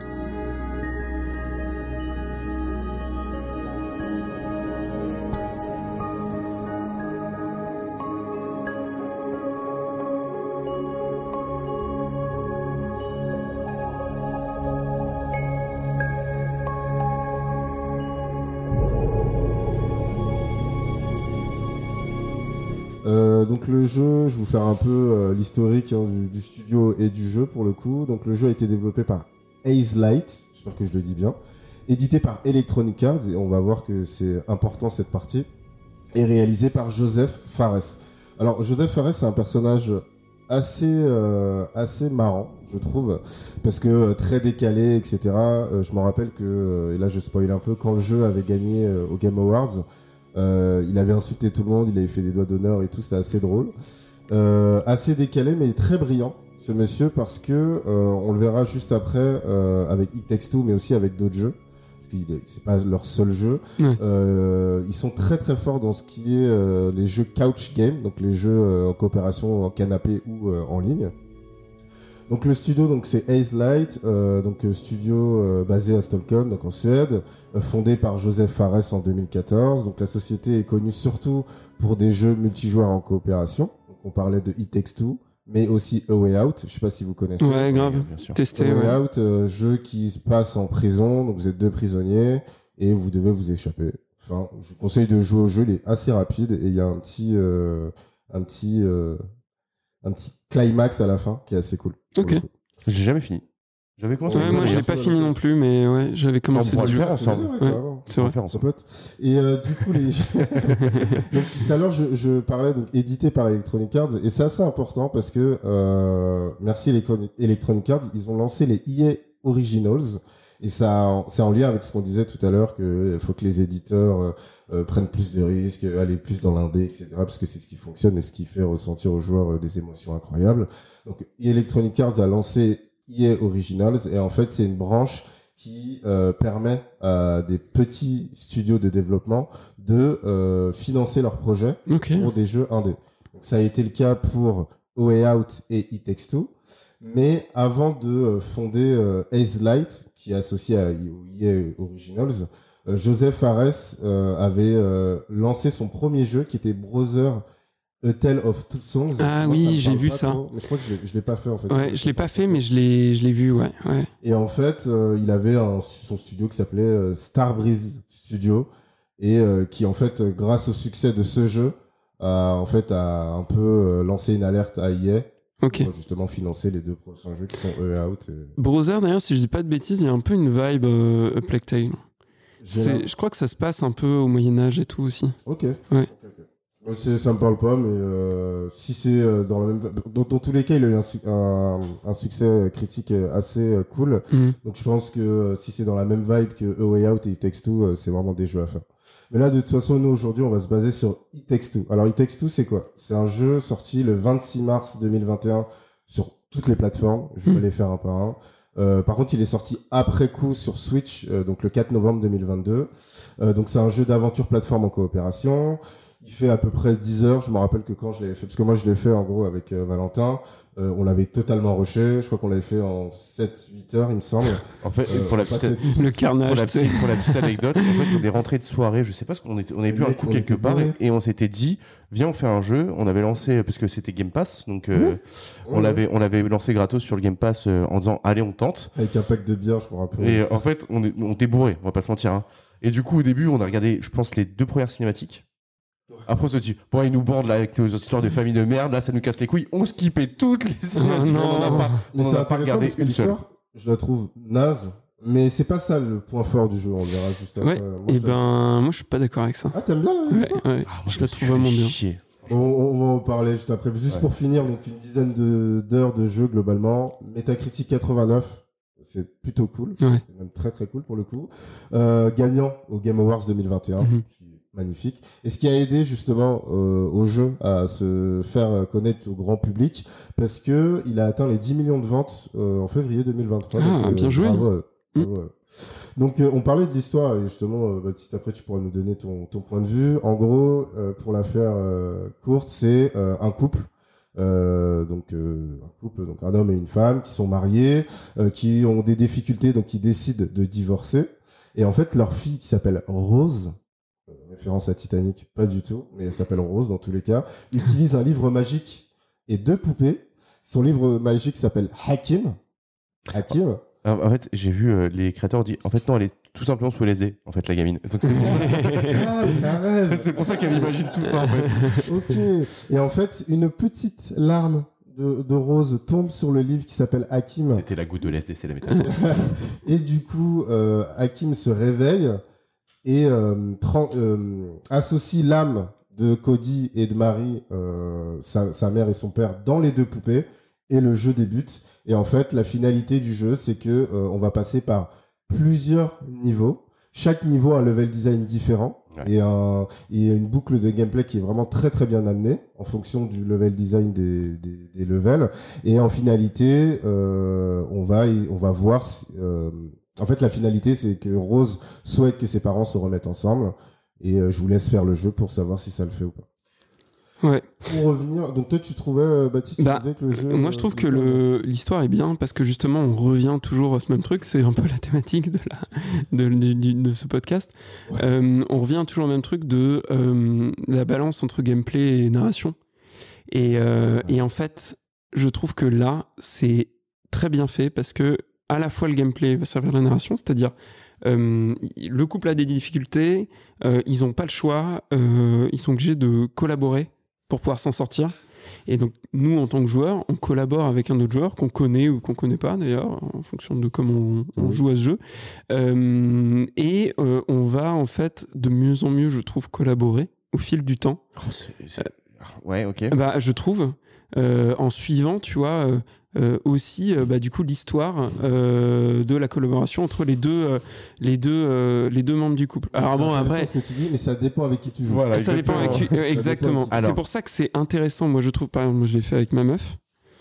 Euh, donc le jeu, je vais vous faire un peu euh, l'historique hein, du, du studio et du jeu pour le coup. Donc le jeu a été développé par Haze Light, j'espère que je le dis bien, édité par Electronic Arts, et on va voir que c'est important cette partie, et réalisé par Joseph Fares. Alors Joseph Fares, c'est un personnage assez euh, assez marrant, je trouve, parce que euh, très décalé, et cetera. Euh, je me rappelle que, euh, et là je spoil un peu, quand le jeu avait gagné euh, au Game Awards, Euh, il avait insulté tout le monde, il avait fait des doigts d'honneur et tout, c'était assez drôle. Euh, assez décalé, mais très brillant, ce monsieur, parce que euh, on le verra juste après euh, avec It Takes Two, mais aussi avec d'autres jeux, parce que c'est pas leur seul jeu. Ouais. Euh, ils sont très très forts dans ce qui est euh, les jeux couch game, donc les jeux euh, en coopération en canapé ou euh, en ligne. Donc le studio, donc c'est Haze Light, euh, donc euh, studio euh, basé à Stockholm, donc en Suède, euh, fondé par Joseph Fares en deux mille quatorze. Donc la société est connue surtout pour des jeux multijoueurs en coopération. Donc on parlait de It Takes Two, mais aussi A Way Out. Je sais pas si vous connaissez. Ouais, grave. Bien sûr. Testé, A Way ouais. Out, euh, jeu qui se passe en prison. Donc vous êtes deux prisonniers et vous devez vous échapper. Enfin, je vous conseille de jouer au jeu. Il est assez rapide et il y a un petit, euh, un petit, euh, un petit climax à la fin qui est assez cool. pour Ok. le coup. J'ai jamais fini. J'avais commencé. Ouais, avec moi toi, je l'ai d'ailleurs. pas fini non plus, mais ouais, j'avais commencé On pourra le le jeu. faire ensemble. Ouais, ouais, Ouais. carrément. C'est On va vrai. faire Sans ensemble. pote. Et euh, du coup, les... donc tout à l'heure, je, je parlais donc édité par Electronic Arts et c'est assez important parce que euh, merci Electron- Electronic Arts, ils ont lancé les E A Originals et ça, c'est en lien avec ce qu'on disait tout à l'heure que il faut que les éditeurs euh, euh, prennent plus de risques, aller plus dans l'indé, et cetera. Parce que c'est ce qui fonctionne et ce qui fait ressentir aux joueurs euh, des émotions incroyables. Donc Electronic Arts a lancé E A Originals et en fait c'est une branche qui euh, permet à des petits studios de développement de euh, financer leurs projets Ok. pour des jeux indés. Donc ça a été le cas pour A Way Out et It Takes Two, mais avant de euh, fonder euh, Ace Light, qui est associé à E A Originals, euh, Joseph Fares euh, avait euh, lancé son premier jeu qui était Brother A Tale of Two Songs. Ah Moi, oui, ça me j'ai parle vu pas ça. trop, mais je crois que je l'ai- je l'ai pas fait en fait. Ouais, je l'ai pas fait, mais je l'ai, je l'ai vu, ouais, ouais. Et en fait, euh, il avait un, son studio qui s'appelait euh, Starbreeze Studio et euh, qui en fait, euh, grâce au succès de ce jeu, a en fait a un peu euh, lancé une alerte à E A Ok. pour justement financer les deux prochains jeux qui sont A Out. Et... Brother, d'ailleurs, si je dis pas de bêtises, il y a un peu une vibe euh, A Plague Tale. J'ai C'est, l'air- je crois que ça se passe un peu au Moyen-Âge et tout aussi. Ok. Ouais. Ok, ok. Moi, c'est- ça me parle pas, mais euh, si c'est euh, dans la même, dans, dans tous les cas, il a eu un, su- un, un succès critique euh, assez euh, cool. Mhm. Donc je pense que euh, si c'est dans la même vibe que A Way Out et It Takes Two, euh, c'est vraiment des jeux à faire. Mais là, de toute façon, nous aujourd'hui, on va se baser sur It Takes Two. Alors It Takes Two, c'est quoi? C'est un jeu sorti le vingt-six mars deux mille vingt et un sur toutes les plateformes. Je vais Mhm. les faire un par un. Euh, par contre, il est sorti après coup sur Switch, euh, donc le quatre novembre deux mille vingt-deux. Euh, donc c'est un jeu d'aventure plateforme en coopération. Il fait à peu près dix heures. Je me rappelle que quand je l'avais fait, parce que moi je l'ai fait en gros avec euh, Valentin, euh, on l'avait totalement rushé. Je crois qu'on l'avait fait en sept huit heures, il me semble. En fait, Euh, pour la on petite, passait tout- Le pour carnage, la tu sais. petite, pour la petite anecdote, en fait, on est rentré de soirée, je sais pas ce qu'on était, on avait Le bu un mec, coup on quelque était part bourré. et, et on s'était dit, viens, on fait un jeu. On avait lancé, parce que c'était Game Pass, donc euh, Mmh. on Ouais, l'avait, on l'avait lancé gratos sur le Game Pass euh, en disant, allez, on tente. avec un pack de bière, je me rappelle. Et euh, en fait, on, est- on était bourré, on va pas se mentir. Hein. Et du coup, au début, on a regardé, je pense, les deux premières cinématiques. Après, on se dit, bon, ils nous bandent là avec nos histoires de famille de merde, là, ça nous casse les couilles. On skippait toutes les cinématiques. non. On en a pas, Mais on en c'est a pas intéressant regardé parce que une seule. l'histoire, je la trouve naze, mais c'est pas ça le point fort du jeu. On verra juste après. Ouais, Moi, et je la- ben, moi je suis pas d'accord avec ça. Ah, t'aimes bien Ouais, l'histoire? ouais. Ah, moi, je me la suis trouve fait vraiment bien. chier. on, on va en parler juste après. Juste Ouais. pour finir, donc une dizaine de- d'heures de jeu globalement. Metacritic quatre-vingt-neuf. C'est plutôt cool. Ouais. C'est même très très cool pour le coup. Euh, gagnant au Game Awards deux mille vingt et un. Mhm. qui est magnifique. Et ce qui a aidé justement euh, au jeu à se faire connaître au grand public, parce que il a atteint les dix millions de ventes euh, en février deux mille vingt-trois. Ah, donc, bien joué. Bravo, à eux. Mm. Bravo à eux. Donc euh, on parlait de l'histoire et justement, euh, Baptiste, après tu pourras nous donner ton, ton point de vue. En gros, euh, pour la faire euh, courte, c'est euh, un couple. Euh, donc euh, un couple, donc un homme et une femme qui sont mariés, euh, qui ont des difficultés, donc qui décident de divorcer. Et en fait, leur fille qui s'appelle Rose, euh, référence à Titanic, pas du tout, mais elle s'appelle Rose dans tous les cas, utilise un livre magique et deux poupées. Son livre magique s'appelle Hakim. Hakim. En en fait, j'ai vu euh, les créateurs dire, en fait, non, elle est tout simplement sous L S D, en fait, la gamine. Donc c'est pour ça, Ah, mais c'est un rêve. c'est pour ça qu'elle imagine tout ça, en fait. Ok. Et en fait, une petite larme de, de Rose tombe sur le livre qui s'appelle Hakim. C'était la goutte de L S D, c'est la métaphore. Et du coup, euh, Hakim se réveille et euh, tran- euh, associe l'âme de Cody et de Marie, euh, sa, sa mère et son père, dans les deux poupées. Et le jeu débute. Et en fait, la finalité du jeu, c'est que euh, on va passer par plusieurs niveaux. Chaque niveau a un level design différent. Ouais. Et, un, et une boucle de gameplay qui est vraiment très très bien amenée en fonction du level design des, des, des levels. Et en finalité, euh, on va y- on va voir. si- euh, en fait, la finalité, c'est que Rose souhaite que ses parents se remettent ensemble. Et euh, je vous laisse faire le jeu pour savoir si ça le fait ou pas. Ouais. Pour revenir, donc toi, tu trouvais, euh, Baptiste, tu Bah, disais que le jeu. Moi, je trouve que le, l'histoire est bien parce que justement, on revient toujours à ce même truc. C'est un peu la thématique de, la, de, du- du- de ce podcast. Ouais. Euh, on revient toujours au même truc de euh, la balance entre gameplay et narration. Et, euh, Ouais. et en fait, je trouve que là, c'est très bien fait parce que à la fois le gameplay va servir la narration, c'est-à-dire euh, le couple a des difficultés, euh, ils n'ont pas le choix, euh, ils sont obligés de collaborer pour pouvoir s'en sortir. Et donc, nous, en tant que joueurs, on collabore avec un autre joueur qu'on connaît ou qu'on connaît pas, d'ailleurs, en fonction de comment on, on Mmh. joue à ce jeu. Euh, et euh, on va, en fait, de mieux en mieux, je trouve, collaborer au fil du temps. Oh, c'est- c'est- Ouais, ok. Bah, je trouve, euh, en suivant, tu vois, euh, euh, aussi, euh, bah, du coup, l'histoire euh, de la collaboration entre les deux, euh, les deux, euh, les deux membres du couple. Alors C'est bon, intéressant après, ce que tu dis, mais ça dépend avec qui tu joues. Voilà, ça dépend avec exactement. qui- euh, exactement. dépend avec qui- C'est Alors. pour ça que c'est intéressant. Moi, je trouve, par exemple, moi, je l'ai fait avec ma meuf.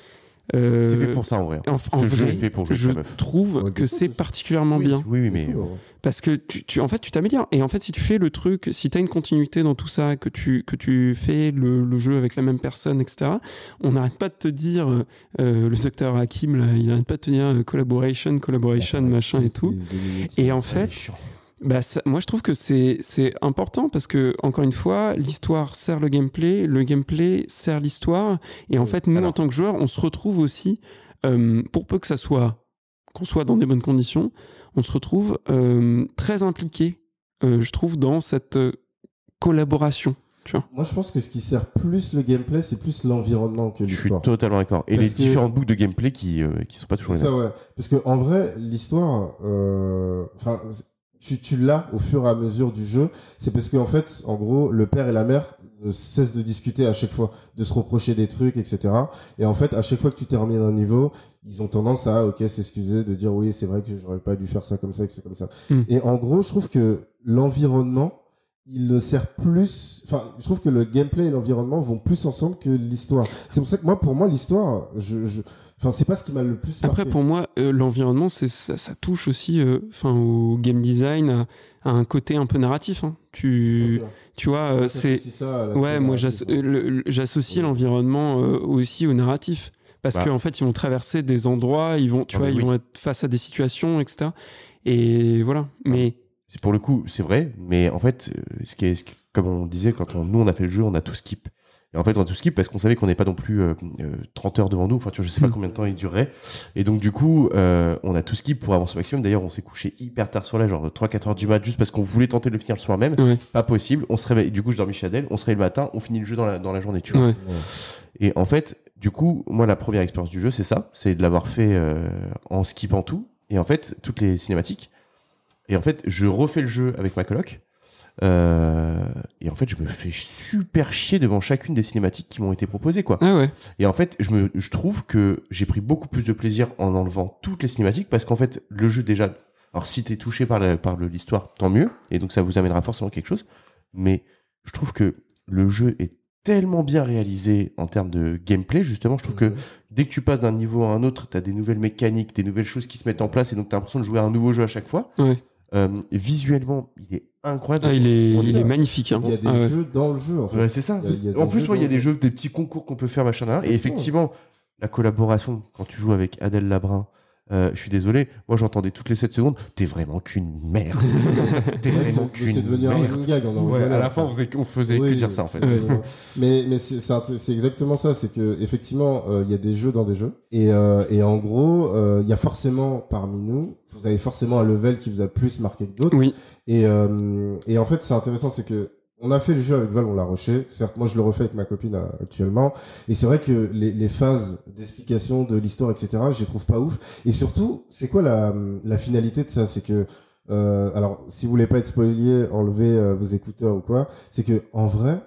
Euh, C'est fait pour ça en vrai. En, en Ce jeu vrai, est fait pour jouer avec je ta meuf. trouve Ouais, que des c'est fois, particulièrement Oui, bien. oui, oui, mais. Cool, ouais. Parce que tu, tu, en fait, tu t'améliores. Et en fait, si tu fais le truc, si tu as une continuité dans tout ça, que tu, que tu fais le, le jeu avec la même personne, et cetera, on n'arrête pas de te dire, euh, le docteur Hakim, là, il n'arrête pas de te dire euh, collaboration, collaboration, machin et tout. Et en fait, bah, ça- moi, je trouve que c'est, c'est important parce que, encore une fois, l'histoire sert le gameplay, le gameplay sert l'histoire. Et en Oui. fait, nous, Alors. en tant que joueurs, on se retrouve aussi, euh, pour peu que ça soit, qu'on soit dans des bonnes conditions, on se retrouve euh, très impliqué, euh, je trouve, dans cette euh, collaboration. Tu vois. Moi, je pense que ce qui sert plus le gameplay, c'est plus l'environnement que Je suis l'histoire. totalement d'accord. Et Parce les que- différentes boucles de gameplay qui, euh, qui sont pas toujours C'est les ça, mêmes. ouais. Parce que en vrai, l'histoire, euh, enfin, tu, tu l'as au fur et à mesure du jeu. C'est parce qu'en fait, en gros, le père et la mère ne cessent de discuter à chaque fois, de se reprocher des trucs, et cetera. Et en fait, à chaque fois que tu termines un niveau, ils ont tendance à, ok, s'excuser, de dire oui, c'est vrai que j'aurais pas dû faire ça comme ça, que c'est comme ça. Mm. Et en gros, je trouve que l'environnement, il ne sert plus. Enfin, je trouve que le gameplay et l'environnement vont plus ensemble que l'histoire. C'est pour ça que moi, pour moi, l'histoire, je, je... enfin, c'est pas ce qui m'a le plus marqué. Après, pour moi, euh, l'environnement, c'est, ça, ça touche aussi euh, enfin, au game design, à, à un côté un peu narratif. Hein. Tu, Ok. tu vois, euh, Ouais, c'est. t'associes ça à l'aspect Ouais, moi, narratif, j'asso- hein. le- le- j'associe Ouais. l'environnement euh, aussi au narratif. Parce Bah. qu'en fait, ils vont traverser des endroits, ils vont, tu Ah, vois, mais ils oui. vont être face à des situations, et cetera. Et voilà. Mais. C'est pour le coup, c'est vrai, mais en fait, euh, ce qui est, ce qui- comme on disait, quand on, nous on a fait le jeu, on a tout skip. Et en fait, on a tout skip parce qu'on savait qu'on n'est pas non plus euh, euh, trente heures devant nous. Enfin, tu vois, je sais pas Mm. combien de temps il durerait. Et donc, du coup, euh, on a tout skip pour avancer au maximum. D'ailleurs, on s'est couché hyper tard sur la, genre trois quatre heures du mat, juste parce qu'on voulait tenter de le finir le soir même. Ouais. Pas possible. On se réveille. Du coup, je dormis chez Adèle. On se réveille le matin. On finit le jeu dans la, dans la journée, tu vois. Ouais. Ouais. Et en fait, du coup, moi, la première expérience du jeu, c'est ça. C'est de l'avoir fait euh, en skippant tout. Et en fait, toutes les cinématiques. Et en fait, je refais le jeu avec ma coloc. Euh, et en fait, je me fais super chier devant chacune des cinématiques qui m'ont été proposées, quoi. Ah ouais. Et en fait, je, me, je trouve que j'ai pris beaucoup plus de plaisir en enlevant toutes les cinématiques parce qu'en fait, le jeu déjà... Alors, si t'es touché par, la, par le- l'histoire, tant mieux. Et donc, ça vous amènera forcément quelque chose. Mais je trouve que le jeu est tellement bien réalisé en termes de gameplay, justement. Je trouve que dès que tu passes d'un niveau à un autre, t'as des nouvelles mécaniques, des nouvelles choses qui se mettent en place. Et donc, t'as l'impression de jouer à un nouveau jeu à chaque fois. Ouais. Euh, visuellement, il est incroyable. Ah, il est, On il sait. est magnifique. Hein. Il y a des Ah ouais. jeux dans le jeu, en fait. Ouais, c'est ça. Il y a- il y a En des plus, jeux ouais, il y a dans des le jeux, des petits concours qu'on peut faire, machin, là. Et Exactement. effectivement, la collaboration, quand tu joues avec Adèle Labrin, euh, je suis désolé, moi j'entendais toutes les sept secondes, t'es vraiment qu'une merde. T'es C'est vrai que vraiment c'est- qu'une c'est devenu un merde. running gag. On en Ouais, rigolait, à la en fin, fait. on faisait, on faisait Oui, que dire ça, en fait. c'est- mais mais c'est c'est int- c'est exactement ça, c'est que effectivement euh, il y a des jeux dans des jeux et euh, et en gros euh, il y a forcément parmi nous, vous avez forcément un level qui vous a plus marqué que d'autres. Oui. Et euh, et en fait c'est intéressant, c'est que on a fait le jeu avec Val, on l'a rushé. Certes, moi je le refais avec ma copine euh, actuellement. Et c'est vrai que les, les phases d'explication de l'histoire, et cetera, je les trouve pas ouf. Et surtout, c'est quoi la, la finalité de ça? C'est que, euh, alors, si vous voulez pas être spoilé, enlevez euh, vos écouteurs ou quoi. C'est que, en vrai,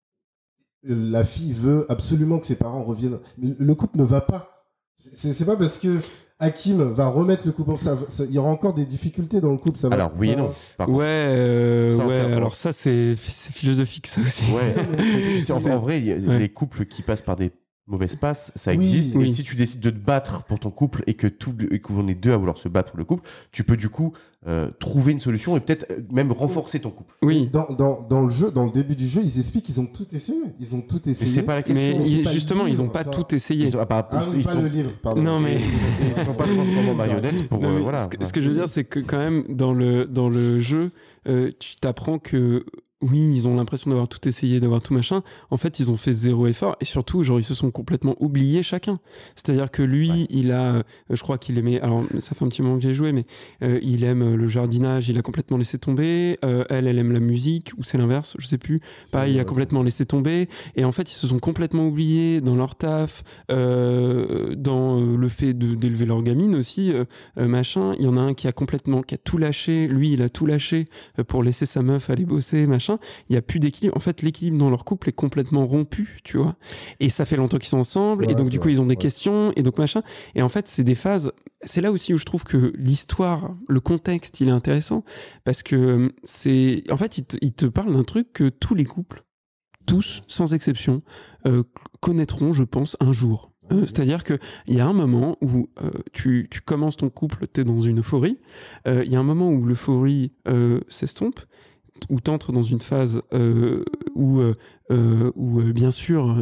la fille veut absolument que ses parents reviennent. Mais le couple ne va pas. C'est c'est pas parce que Hakim va remettre le couple. Ça, ça- il y aura encore des difficultés dans le couple. Ça va Alors, oui et pas- non. Par contre. Ouais, euh, Ça, en ouais. termes- Alors ça, c'est, c'est philosophique, ça aussi. Ouais. C'est- en, C'est- en vrai, il y a Ouais. les couples qui passent par des mauvaises passes, ça Oui, existe. oui. Et si tu décides de te battre pour ton couple et que tout, et qu'on est deux à vouloir se battre pour le couple, tu peux du coup euh, trouver une solution et peut-être euh, même renforcer ton couple. Oui. Dans, dans, dans le jeu, dans le début du jeu, ils expliquent qu'ils ont tout essayé. Ils ont tout Mais essayé. c'est pas la question. Mais c'est ils- pas le justement, ils livre, ont pas enfin. tout essayé. Ils ont, ah, bah, Ah oui, ils pas sont- le livre, pardon. Non, mais- ils sont pas transformés en marionnettes pour Non, euh, mais voilà. ce, que, ce que je veux dire, c'est que quand même, dans le, dans le jeu, euh, tu t'apprends que oui, ils ont l'impression d'avoir tout essayé, d'avoir tout machin. En fait, ils ont fait zéro effort et surtout, genre, ils se sont complètement oubliés chacun. C'est-à-dire que lui, ouais. il a, euh, je crois qu'il aimait, alors ça fait un petit moment que j'ai joué, mais euh, il aime le jardinage, il a complètement laissé tomber. Euh, elle, elle aime la musique, ou c'est l'inverse, je sais plus. Pareil, il a complètement laissé tomber. Et en fait, ils se sont complètement oubliés dans leur taf, euh, dans euh, le fait de, d'élever leur gamine aussi, euh, euh, machin. Il y en a un qui a complètement, qui a tout lâché. Lui, il a tout lâché euh, pour laisser sa meuf aller bosser, machin. Il n'y a plus d'équilibre. En fait, l'équilibre dans leur couple est complètement rompu, tu vois. Et ça fait longtemps qu'ils sont ensemble. Ouais, et donc, du coup, vrai. ils ont des ouais. questions. Et donc, machin. Et en fait, c'est des phases. C'est là aussi où je trouve que l'histoire, le contexte, il est intéressant. Parce que c'est. En fait, il te, il te parle d'un truc que tous les couples, tous, sans exception, euh, connaîtront, je pense, un jour. Euh, c'est-à-dire qu'il y a un moment où euh, tu, tu commences ton couple, tu es dans une euphorie. Il euh, y a un moment où l'euphorie euh, s'estompe, où tu entres dans une phase euh, où, euh, où euh, bien sûr,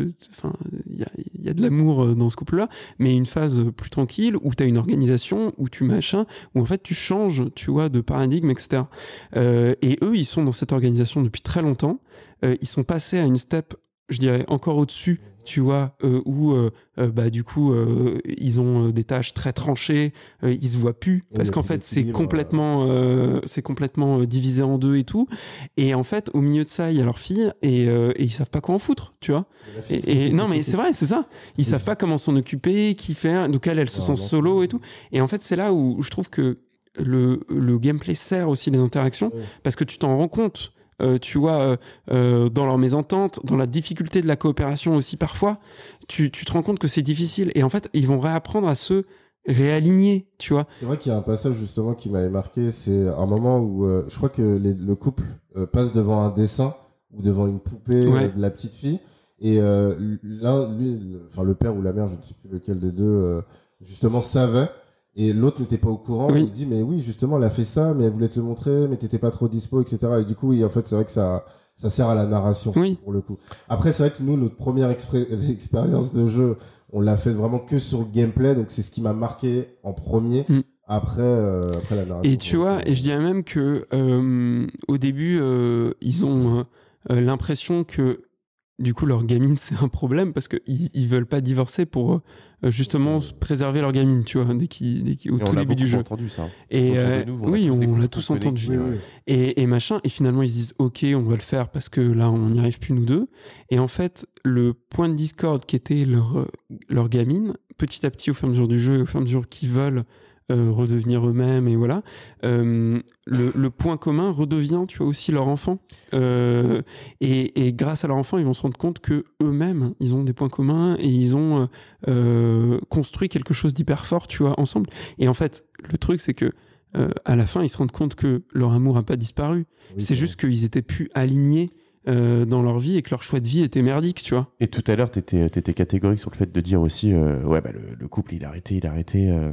il y a, y a de l'amour dans ce couple-là, mais une phase plus tranquille, où tu as une organisation, où tu machin, où en fait tu changes, tu vois, de paradigme, et cetera. Euh, et eux, ils sont dans cette organisation depuis très longtemps. Euh, ils sont passés à une step, je dirais, encore au-dessus, tu vois, euh, où euh, euh, bah, du coup euh, ils ont des tâches très tranchées, euh, ils se voient plus parce qu'en fait c'est complètement euh, c'est complètement euh, divisé en deux et tout, et en fait au milieu de ça il y a leur fille et, euh, et ils savent pas quoi en foutre, tu vois, et, et non mais c'est vrai, c'est ça, ils savent pas comment s'en occuper, qui faire, donc elle elle se sent solo et tout, et en fait c'est là où je trouve que le, le gameplay sert aussi les interactions, parce que tu t'en rends compte. Euh, tu vois, euh, euh, dans leur mésentente, dans la difficulté de la coopération aussi parfois, tu, tu te rends compte que c'est difficile. Et en fait, ils vont réapprendre à se réaligner, tu vois. C'est vrai qu'il y a un passage justement qui m'avait marqué, c'est un moment où euh, je crois que les, le couple euh, passe devant un dessin ou devant une poupée ouais. euh, de la petite fille. Et euh, l'un, lui, le, enfin le père ou la mère, je ne sais plus lequel des deux, euh, justement savait. Et l'autre n'était pas au courant. Oui. Il dit mais oui justement elle a fait ça, mais elle voulait te le montrer, mais t'étais pas trop dispo, et cetera. Et du coup oui en fait c'est vrai que ça ça sert à la narration oui. pour le coup. Après c'est vrai que nous notre première expré- expérience de jeu on l'a fait vraiment que sur le gameplay, donc c'est ce qui m'a marqué en premier. Mm. Après euh, après la narration. Et tu vois, et je dirais même que euh, au début euh, ils ont euh, l'impression que du coup leur gamine c'est un problème parce que ils, ils veulent pas divorcer pour euh, justement euh... préserver leur gamine, tu vois, dès qu'ils, dès qu'ils, au et tout début du jeu. Entendu ça. Et euh, nous, on oui, on, on l'a tous entendu. Oui, oui. Et, et machin. Et finalement ils se disent ok, on va le faire parce que là on n'y arrive plus nous deux. Et en fait le point de discorde qui était leur leur gamine, petit à petit au fur et à mesure du jeu, au fur et à mesure qu'ils veulent Euh, redevenir eux-mêmes et voilà euh, le, le point commun redevient tu vois aussi leur enfant euh, et, et grâce à leur enfant ils vont se rendre compte que eux-mêmes ils ont des points communs et ils ont euh, construit quelque chose d'hyper fort tu vois ensemble, et en fait le truc c'est que euh, à la fin ils se rendent compte que leur amour a pas disparu, oui, c'est juste qu'ils étaient plus alignés Euh, dans leur vie et que leur choix de vie était merdique, tu vois. Et tout à l'heure, t'étais, t'étais catégorique sur le fait de dire aussi, euh, ouais, bah, le, le couple, il a arrêté, il a arrêté, euh,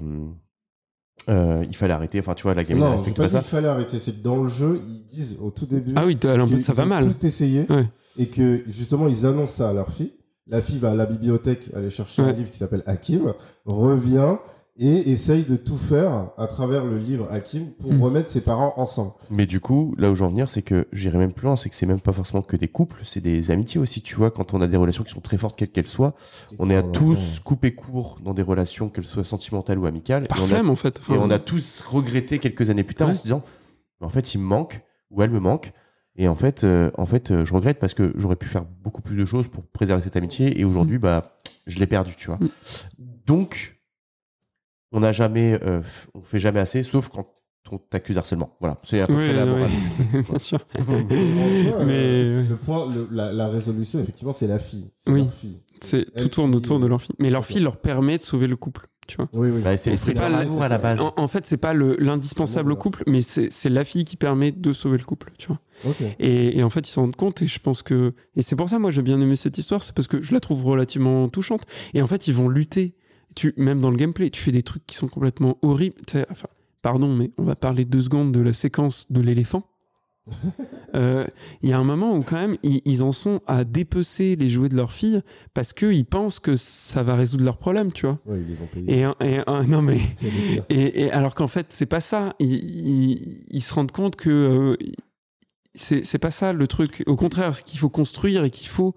euh, il fallait arrêter, enfin, tu vois, la gamine non, respecte pas, pas ça. Non, il fallait arrêter, c'est que dans le jeu, ils disent au tout début. Ah oui, ça va mal. Ils ont tout essayé. Ouais. Et que, justement, ils annoncent ça à leur fille. La fille va à la bibliothèque aller chercher ouais. un livre qui s'appelle Hakim, revient et essaye de tout faire à travers le livre Hakim pour mmh. remettre ses parents ensemble. Mais du coup, là où j'en veux venir, c'est que j'irai même plus loin, c'est que c'est même pas forcément que des couples, c'est des amitiés aussi, tu vois, quand on a des relations qui sont très fortes, quelles qu'elles soient, c'est on est à tous ouais. coupés court dans des relations, qu'elles soient sentimentales ou amicales. Par et flemme, on a, en fait. Enfin, et on a tous regretté quelques années plus tard ouais. en se disant, en fait, il me manque, ou elle me manque, et en fait, euh, en fait, euh, je regrette parce que j'aurais pu faire beaucoup plus de choses pour préserver cette amitié, et aujourd'hui, mmh. bah, je l'ai perdu, tu vois. Mmh. Donc, on n'a jamais, euh, on fait jamais assez, sauf quand on t'accuse d'harcèlement. Voilà, c'est à peu oui, près la morale. Oui. Bien sûr. Mais le point, le, la, la résolution, effectivement, c'est la fille. C'est oui. leur fille. C'est, c'est tout tourne autour euh... de leur fille. Mais leur fille leur permet de sauver le couple. Tu vois. Oui, oui. Bah, c'est, c'est, c'est pas l'amour à la base. En, en fait, c'est pas le, l'indispensable au couple, mais c'est, c'est la fille qui permet de sauver le couple, tu vois. Okay. Et, et en fait, ils s'en rendent compte, et je pense que, et c'est pour ça, moi, j'ai bien aimé cette histoire, c'est parce que je la trouve relativement touchante. Et en fait, ils vont lutter. Tu, même dans le gameplay, tu fais des trucs qui sont complètement horribles. Enfin, pardon, mais on va parler deux secondes de la séquence de l'éléphant. Il euh, y a un moment où quand même ils, ils en sont à dépecer les jouets de leur fille parce qu'ils pensent que ça va résoudre leurs problèmes, tu vois. Ouais, ils les ont payés. Et, et, et non mais et, et alors qu'en fait c'est pas ça. Ils, ils, ils se rendent compte que euh, c'est, c'est pas ça le truc. Au contraire, c'est qu'il faut construire et qu'il faut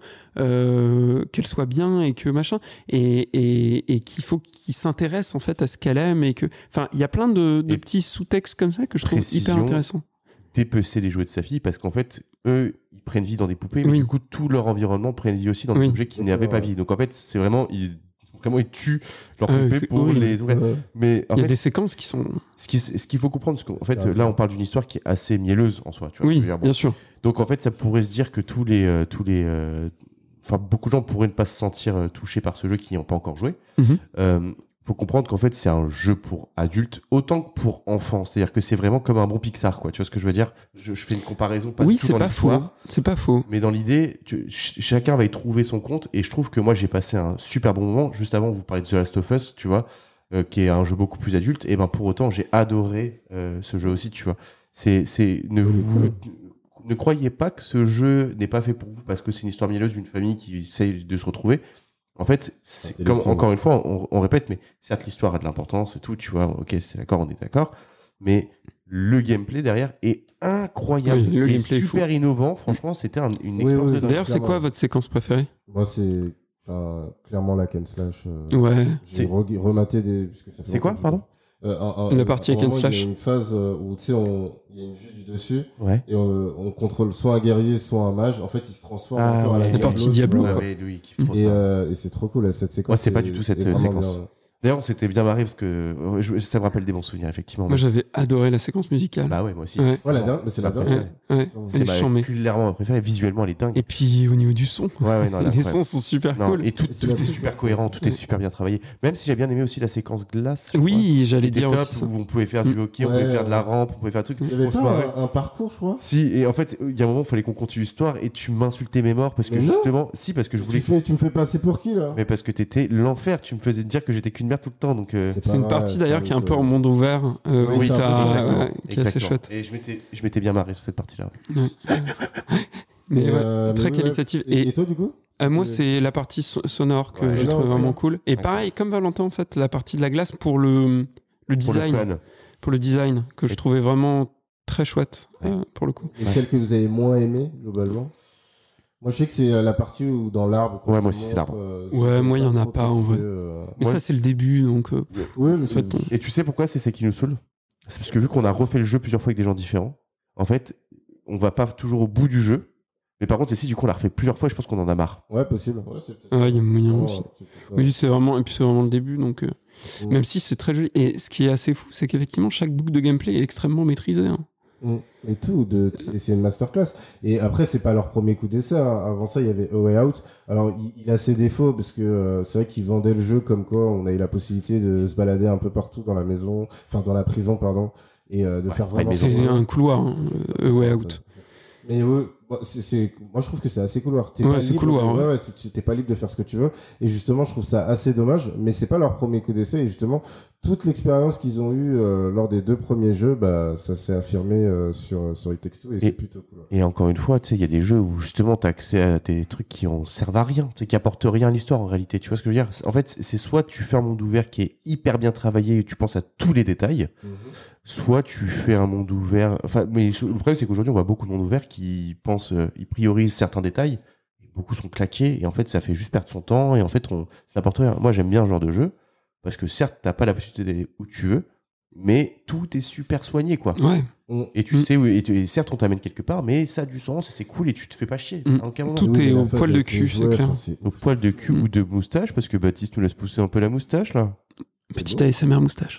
euh, qu'elle soit bien et que machin. Et, et, et qu'il faut qu'il s'intéresse en fait à ce qu'elle aime. Et que... Enfin, il y a plein de, de petits sous-textes comme ça que je trouve Précision. hyper intéressants. Dépecer les jouets de sa fille parce qu'en fait, eux, ils prennent vie dans des poupées, mais Oui. du coup, tout leur environnement prennent vie aussi dans des Oui. objets qui n'avaient pas vie. Donc en fait, c'est vraiment, ils, vraiment, ils tuent leurs Ah, poupées c'est pour horrible. les ouvrir. Ouais. Mais en Il y a fait, des séquences qui sont... ce, qui, ce qu'il faut comprendre, c'est qu'en C'est fait, intéressant. là, on parle d'une histoire qui est assez mielleuse en soi. Tu vois ce Oui, que je veux dire. Bon. bien sûr. Donc en fait, ça pourrait se dire que tous les, euh, tous les, euh, enfin, beaucoup de gens pourraient ne pas se sentir euh, touchés par ce jeu qui n'ont pas encore joué. Mhm. Euh, faut comprendre qu'en fait c'est un jeu pour adultes autant que pour enfants, c'est-à-dire que c'est vraiment comme un bon Pixar, quoi. Tu vois ce que je veux dire? je, je fais une comparaison pas Oui, du tout c'est dans pas faux. l'histoire, C'est pas faux. mais dans l'idée tu- ch- chacun va y trouver son compte, et je trouve que moi j'ai passé un super bon moment. Juste avant, vous parlez de The Last of Us, tu vois, euh, qui est un jeu beaucoup plus adulte, et ben pour autant j'ai adoré euh, ce jeu aussi, tu vois. C'est, c'est ne vous ne croyez pas que ce jeu n'est pas fait pour vous parce que c'est une histoire mielleuse d'une famille qui essaye de se retrouver. En fait, c'est Un comme, téléphone. encore une fois, on, on répète, mais certes, l'histoire a de l'importance et tout, tu vois, ok, c'est d'accord, on est d'accord, mais le gameplay derrière est incroyable Oui, le et gameplay est super innovant. Franchement, c'était un- une Oui, expérience oui, de dingue. D'ailleurs, c'est clairement. quoi votre séquence préférée? Moi, c'est enfin, clairement la Ken Slash. euh, Ouais. J'ai C'est- re- rematé des. parce que ça fait C'est quoi, longtemps que je pardon joue. Euh, un- un- La partie à un hack and moment, slash. Il y a une phase euh, où tu sais, on- il y a une vue du dessus Ouais. et on, on contrôle soit un guerrier, soit un mage. En fait, il se transforme Ah, encore à ouais. la La partie tu Diablo, vois. Ouais, quoi. ouais, lui, il kiffe trop Et, ça. euh, et c'est trop cool, cette séquence. Moi, c'est pas est- du tout est cette, vraiment séquence. bien. D'ailleurs, on s'était bien marré parce que euh, je- ça me rappelle des bons souvenirs, effectivement. Moi, j'avais adoré la séquence musicale. Bah ouais, moi aussi. Ouais. Ouais, la dernière, mais c'est la Ouais, dernière. Ouais, ouais. C'est Elle C'est est ma- charmée. clairement ma préférée. Visuellement, elle est dingue. Et puis, au niveau du son, Ouais, ouais, non, elle est les incroyable. sons sont super Non, cool. et tout, Et c'est tout la est plus super forte. cohérent, tout est super bien travaillé. Même si j'ai bien aimé aussi la séquence glace. je Oui, j'allais C'était dire top, aussi ça. où on pouvait faire du hockey, on Ouais, pouvait faire de la ouais. rampe, on pouvait faire des trucs. Il y avait on se marrait. pas un, un parcours, je crois. Si, et en fait, il y a un moment, il fallait qu'on continue l'histoire et tu m'insultais mes morts parce que Mais non. justement, si, parce que je voulais. Tu, fais, tu me fais passer pour qui, là? Mais parce que t'étais l'enfer, tu me faisais dire que j'étais qu'une merde tout le temps, donc. euh, pas C'est une vrai, partie ça d'ailleurs doit qui est un être, peu en euh, monde ouvert, euh, Oui, où c'est un peu t'as- ça, exactement. ouais, qui est assez Exactement. chouette. Et je m'étais, je m'étais bien marré sur cette partie-là. Ouais. Mais Et, ouais, euh, très mais ouais, qualitative. Et, Et, et toi, du coup? euh, moi, C'était- c'est la partie so- sonore que Ouais. j'ai Sonore trouvé aussi, vraiment hein. cool. Et Ouais. pareil, comme Valentin, en fait, la partie de la glace pour le, le Pour le design, fun. pour le design, que je Et- trouvais vraiment très chouette, Ouais. euh, pour le coup. Et celle que vous avez moins aimée, globalement? Moi, je sais que c'est euh, la partie où dans l'arbre. qu'on Ouais, te moi aussi, c'est montre, l'arbre. euh, Ouais, j'ai moi, il y en a trop pas, en kiffé, vrai. euh, Mais Ouais. ça, c'est le début, donc... euh, Oui, mais En fait, c'est. Et tu sais pourquoi c'est ça qui nous saoule? C'est parce que vu qu'on a refait le jeu plusieurs fois avec des gens différents, en fait, on va pas toujours au bout du jeu. Mais par contre, c'est si du coup on l'a refait plusieurs fois, je pense qu'on en a marre. Ouais, possible. Ouais, c'est peut-être. Ouais, il y a moyen Vraiment, aussi. c'est peut-être ça. Oui, c'est vraiment... Et puis, c'est vraiment le début, donc... euh, Mm. Même si c'est très joli. Et ce qui est assez fou, c'est qu'effectivement, chaque boucle de gameplay est extrêmement maîtrisée. hein. Mm. Et tout, de, c'est c'est une masterclass. Et après, c'est pas leur premier coup d'essai. hein. Avant ça, il y avait A Way Out. Alors, il, il a ses défauts parce que euh, c'est vrai qu'ils vendaient le jeu comme quoi on a eu la possibilité de se balader un peu partout dans la maison, enfin dans la prison, pardon, et euh, de Ouais, faire pas vraiment. une maison. C'est un couloir, hein, euh, A Way Out. Mais ouais, bon, c'est, c'est- moi je trouve que c'est assez couloir. T'es Ouais, pas c'est libre couloir, de- ouais. ouais, ouais, c'est- tu- t'es pas libre de faire ce que tu veux. Et justement, je trouve ça assez dommage. Mais c'est pas leur premier coup d'essai. Et justement, toute l'expérience qu'ils ont eue euh, lors des deux premiers jeux, bah, ça s'est affirmé euh, sur sur It Takes Two et, c'est plutôt cool. Et encore une fois, tu sais, il y a des jeux où justement t'as accès à des trucs qui en servent à rien, tu sais, qui apportent rien à l'histoire en réalité. Tu vois ce que je veux dire? En fait, c'est soit tu fais un monde ouvert qui est hyper bien travaillé et tu penses à tous les détails, soit tu fais un monde ouvert. Enfin, mais le problème c'est qu'aujourd'hui on voit beaucoup de mondes ouverts qui pensent, euh, ils priorisent certains détails. Et beaucoup sont claqués et en fait ça fait juste perdre son temps et en fait on, ça n'apporte rien. Moi j'aime bien ce genre de jeu parce que certes t'as pas la possibilité d'aller où tu veux, mais tout est super soigné quoi. Ouais. Mm. Et tu Mm. sais où, et, tu- et certes on t'amène quelque part, mais ça a du sens et c'est cool et tu te fais pas chier. Mm. À aucun moment. Tout Oui, est mais la au phase poil de avec les cul, c'est jouets, clair. enfin, c'est Au ouf. poil de cul Mm. ou de moustache, parce que Baptiste nous laisse pousser un peu la moustache là. Petite bon. A S M R moustache.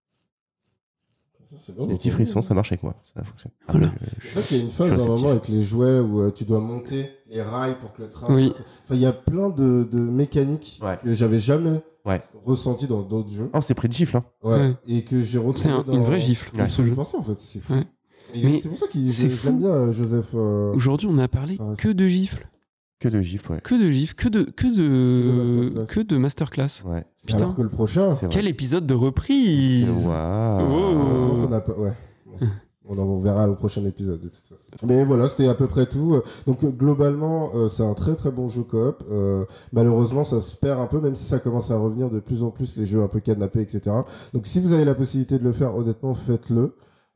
Ça, c'est bon, Les petits donc, frissons, ouais. ça marche avec moi. Ça fonctionne. Ah, Voilà. je- je- C'est vrai qu'il y a une Je phase suis à un réceptif. moment avec les jouets où euh, tu dois monter les rails pour que le train Oui. passe. Enfin, il y a plein de, de mécaniques Ouais. que j'avais jamais Ouais. ressenti dans d'autres jeux. Oh, c'est pris de gifle. Hein. Ouais. Ouais. Et que j'ai retrouvé C'est un- dans... une vraie gifle, Ouais. Ce ce que je jeu. pensais en fait, c'est fou. Ouais. Et Mais c'est pour ça qu'il c'est je- fou. j'aime bien euh, Joseph. euh, Aujourd'hui, on n'a parlé Ah, que de gifles. Que de gifle, ouais. Que de gifles, que de, que de de, masterclass. que de masterclass. Ouais. Putain. Alors que le prochain, C'est vrai. Quel épisode de reprise! C'est- Waouh. Oh. heureusement qu'on a pas. Ouais. Bon. On en verra au prochain épisode de toute façon. Mais voilà, c'était à peu près tout. Donc euh, globalement, euh, c'est un très très bon jeu coop. Euh, malheureusement, ça se perd un peu, même si ça commence à revenir de plus en plus les jeux un peu kidnappés, et cetera. Donc si vous avez la possibilité de le faire, honnêtement, faites-le.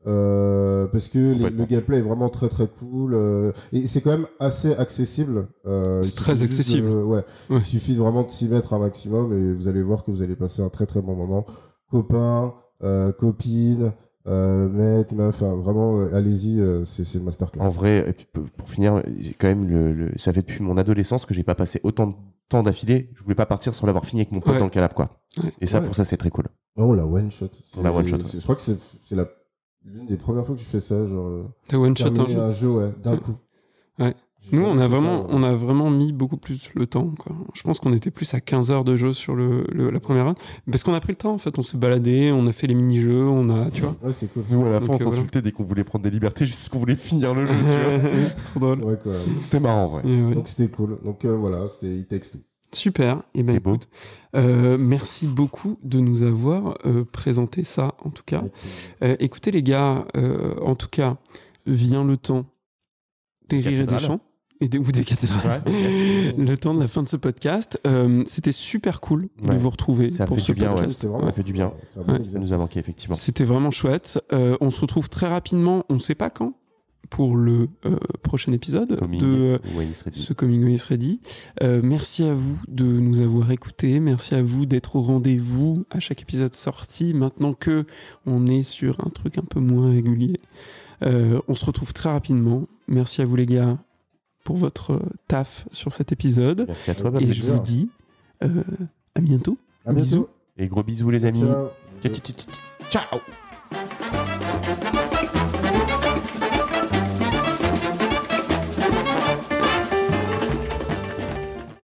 Euh, parce que les, le gameplay est vraiment très très cool euh, et c'est quand même assez accessible. Euh, c'est très accessible. De, ouais, ouais. Il suffit vraiment de s'y mettre un maximum et vous allez voir que vous allez passer un très très bon moment. Copains, euh, copines, euh, mec, meuf, hein, vraiment, euh, allez-y, euh, c'est, c'est le masterclass. En vrai, et puis pour finir, j'ai quand même le, le, ça fait depuis mon adolescence que j'ai pas passé autant de temps d'affilée. Je voulais pas partir sans l'avoir fini avec mon pote ouais. dans le canapé, quoi. Ouais. Et ça, ouais. pour ça, c'est très cool. Oh, la one shot. On la one shot. Ouais. Je crois que c'est, c'est la l'une des premières fois que je fais ça, genre. T'as one shot un jeu. un jeu, ouais, d'un ouais. coup. Ouais. Nous, on a vraiment, ça, ouais. on a vraiment mis beaucoup plus le temps, quoi. Je pense qu'on était plus à quinze heures de jeu sur le, le la première run. Parce qu'on a pris le temps, en fait. On s'est baladé, on a fait les mini-jeux, on a, tu vois. Ouais, c'est cool. Nous, à la Donc, fin, on euh, s'insultait voilà. dès qu'on voulait prendre des libertés, juste parce qu'on voulait finir le jeu, tu vois. Trop drôle. C'est vrai, quoi. C'était marrant, ouais. ouais. Donc, c'était cool. Donc, euh, voilà, c'était It Takes Two. Super. Et ben, écoute, euh, merci beaucoup de nous avoir euh, présenté ça, en tout cas. Euh, écoutez, les gars, euh, en tout cas, vient le temps des rires et des chants. Et des, ou des cathédrales. Ouais. Le temps de la fin de ce podcast. Euh, c'était super cool ouais. de vous retrouver ça pour fait ce du bien, podcast. Ouais. Vraiment, ça fait du bien. Bon ouais. Ça nous a manqué, effectivement. C'était vraiment chouette. Euh, on se retrouve très rapidement, on ne sait pas quand, pour le euh, prochain épisode coming de euh, ce Coming When It's Ready. Euh, merci à vous de nous avoir écoutés. Merci à vous d'être au rendez-vous à chaque épisode sorti. Maintenant que on est sur un truc un peu moins régulier, euh, on se retrouve très rapidement. Merci à vous les gars pour votre taf sur cet épisode. Merci à toi. Et je vous dis euh, à bientôt. À bientôt. Bisous. Et gros bisous les amis. Ciao. Ciao. Ciao.